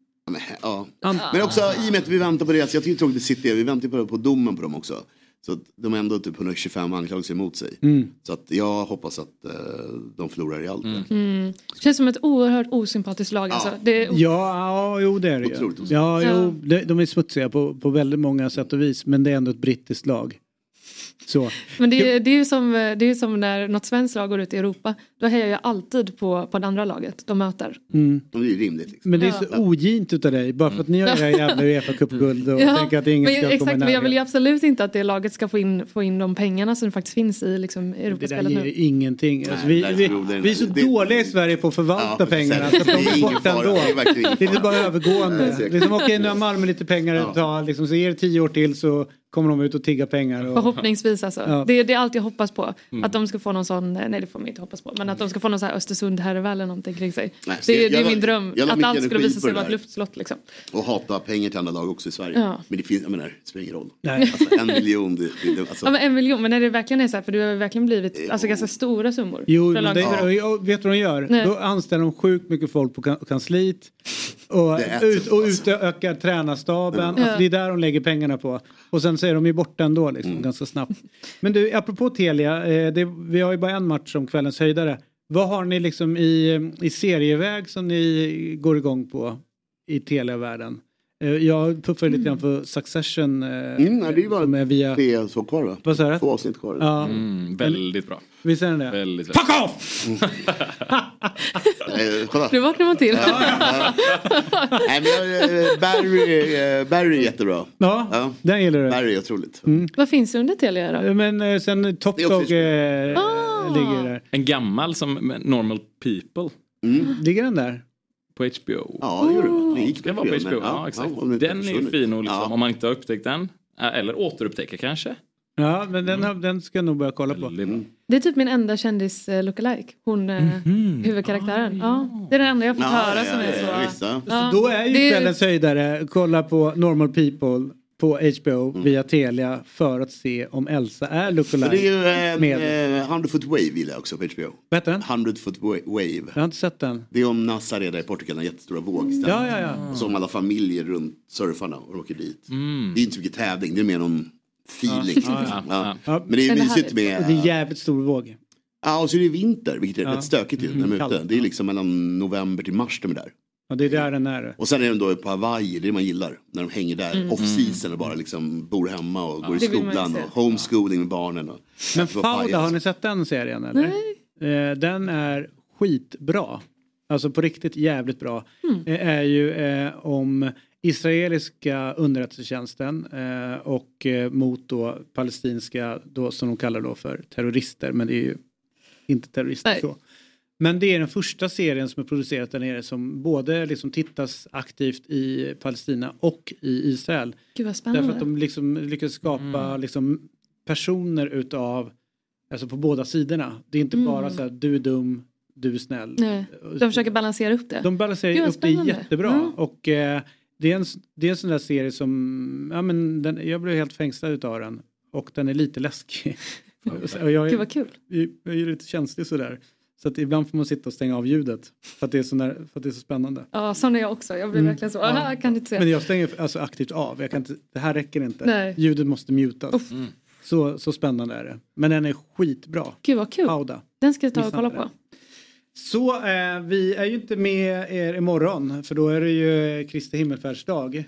Men också i och med att vi väntar på det. Alltså, jag tycker att det City, vi väntar på domen på dem också. Så att de har ändå typ 125 anklagelser emot sig. Så att jag hoppas att de förlorar i allt. Det känns som ett oerhört osympatiskt lag. Alltså. Det är... Jo, det är det. De är smutsiga på väldigt många sätt och vis. Men det är ändå ett brittiskt lag. Så. Men det är ju som när något svenskt lag går ut i Europa. Då hejar jag alltid på det andra laget de möter. Det är ju rimligt. Liksom. Men det är så ogint utav dig. Bara för att ni har era jävla UEFA-cupguld och tänker att ingen ska komma nära. Men jag vill ju absolut inte att det laget ska få in de pengarna som faktiskt finns i liksom, Europaspelet nu. Det där ger ingenting. Alltså, vi är så dåliga i Sverige på att förvalta pengarna. Så att de är bort ändå. Det är bara övergående. Liksom, okej, nu har Malmö lite pengar att ta. Liksom, så ger det 10 år till så kommer de ut och tigga pengar. Förhoppningsvis alltså. Ja. Det är allt jag hoppas på. Att de ska få någon sån, nej det får man inte hoppas på. Men att de ska få någon sån här Östersund-härva eller någonting kring sig. Nej, det är min dröm. Att allt skulle visa sig vara ett luftslott liksom. Och hata pengar till andra lag också i Sverige. Ja. Men det finns, jag menar, det spelar ingen roll. Alltså, 1 miljon. Alltså. Ja, men 1 miljon. Men när det verkligen är så här, för du har verkligen blivit alltså, ganska stora summor. Jo, men vet du vad de gör? Nej. Då anställer de sjukt mycket folk på kansliet. Och utökar tränarstaben. Alltså, det är där de lägger pengarna på. Och sen så är de ju borta ändå liksom, ganska snabbt. Men du, apropå Telia, vi har ju bara en match som kvällens höjdare. Vad har ni liksom i serieväg som ni går igång på i Telia-världen? Jag puffar lite grann för Succession. Det är ju bara via... 3 så kvar va? Vad sa du? 2 avsnitt kvar. Ja. Väldigt bra. Visst är det? Väldigt. Fuck off! Nu vaknar man till. Nej, men Barry är jättebra. Ja, den gillar du. Barry är otroligt. Vad finns det under Telia då? Men sen Top Dog ligger där. En gammal som Normal People. Ligger den där? På HBO. Ja, det gjorde det. Den var på HBO, ja exakt. Den är ju fin och liksom, om man inte har upptäckt den. Eller återupptäcka kanske. Ja, men den ska jag nog börja kolla på. Det är typ min enda kändis lookalike. Hon huvudkaraktären. Ja, det är den enda jag fått höra som är så. Så då är ju kvällens höjdare kolla på Normal People på HBO via Telia för att se om Elsa är lookalike. Det är ju 100 Foot Wave vill jag också på HBO. Vad heter den? 100 Foot Wave. Jag har inte sett den. Det är om NASA redan i Portugal, en jättestora vågställ. Ja. Och så om alla familjer runt surfarna och åker dit. Det är inte så mycket tävling, det är mer någon feeling. Men det är mysigt med... Det är jävligt stor våg. Ja, och så är det vinter, vilket är rätt stökigt ju när de är ute. Det är liksom mellan november till mars de är där. Ja, det är där den är. Och sen är de då på Hawaii, det är det man gillar. När de hänger där off-season och bara liksom bor hemma och går i skolan och homeschooling med barnen. Men Fauda, har ni sett den serien eller? Nej. Den är skitbra. Alltså på riktigt jävligt bra. Är ju om israeliska underrättelsetjänsten och mot då palestinska, då, som de kallar då för terrorister. Men det är ju inte terrorister så. Men det är den första serien som är producerad där nere som både liksom tittas aktivt i Palestina och i Israel. Gud vad spännande. Därför att de liksom lyckas skapa liksom personer utav, alltså på båda sidorna. Det är inte bara så här, du är dum, du är snäll. Nej. De försöker balansera upp det. De balanserar upp det jättebra. Och det är en sån där serie som, ja men jag blev helt fängslad utav den. Och den är lite läskig. Gud vad kul. Jag är lite känslig sådär. Så att ibland får man sitta och stänga av ljudet. För att det är så spännande. Ja, sån är jag också. Jag blir verkligen så. Kan inte se. Men jag stänger alltså aktivt av. Jag kan inte, det här räcker inte. Nej. Ljudet måste mutas. Så spännande är det. Men den är skitbra. Gud vad kul. Fauda. Den ska jag ta och kolla på. Så vi är ju inte med er imorgon. För då är det ju Kristi himmelfärdsdag.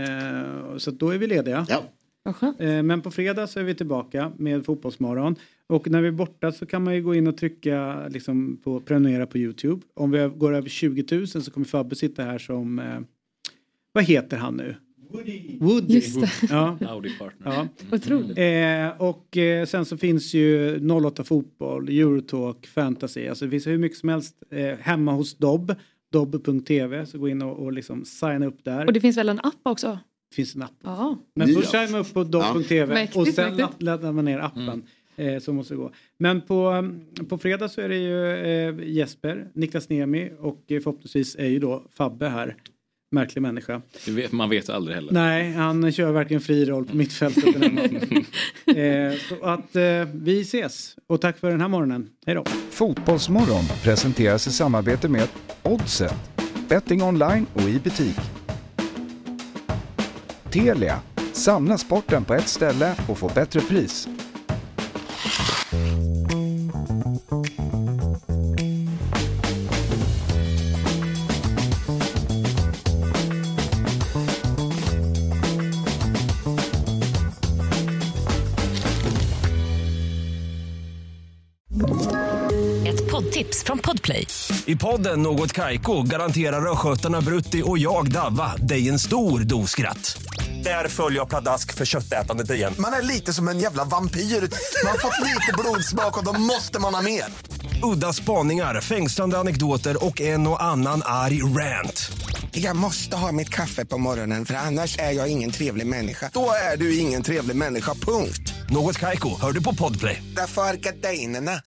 Så då är vi lediga. Ja. Men på fredag så är vi tillbaka med Fotbollsmorgon. Och när vi är borta så kan man ju gå in och trycka liksom på prenumerera på YouTube. Om vi går över 20 000 så kommer Fabbe sitta här som vad heter han nu? Woody. Just det. Ja. Audi partner. Ja. Otroligt. Och sen så finns ju 08 fotboll, Eurotalk, fantasy. Alltså det finns hur mycket som helst hemma hos dobb.tv. Så gå in och liksom signa upp där. Och det finns väl en app också? Det finns en app. Ja. Men först signa upp på dobb.tv och sen laddar man ner appen. Så måste det gå. Men på fredag så är det ju Jesper, Niklas Niemi och förhoppningsvis är ju då Fabbe här. Märklig människa. Man vet aldrig heller. Nej, han kör verkligen fri roll på mittfältet. Så att vi ses. Och tack för den här morgonen. Hej då. Fotbollsmorgon presenteras i samarbete med Oddset. Betting online och i butik. Telia. Samla sporten på ett ställe och få bättre pris. Ett poddtips från Podplay. I podden Något Kaiko garanterar röskötarna Brutti och jag Davva dig en stor doskratt. Där följer jag pladask för köttätandet igen. Man är lite som en jävla vampyr. Man har fått lite blodsmak och då måste man ha mer. Udda spaningar, fängslande anekdoter och en och annan arg rant. Jag måste ha mitt kaffe på morgonen för annars är jag ingen trevlig människa. Då är du ingen trevlig människa, punkt. Något Kaiko, hör du på Podplay. Därför är gardinerna.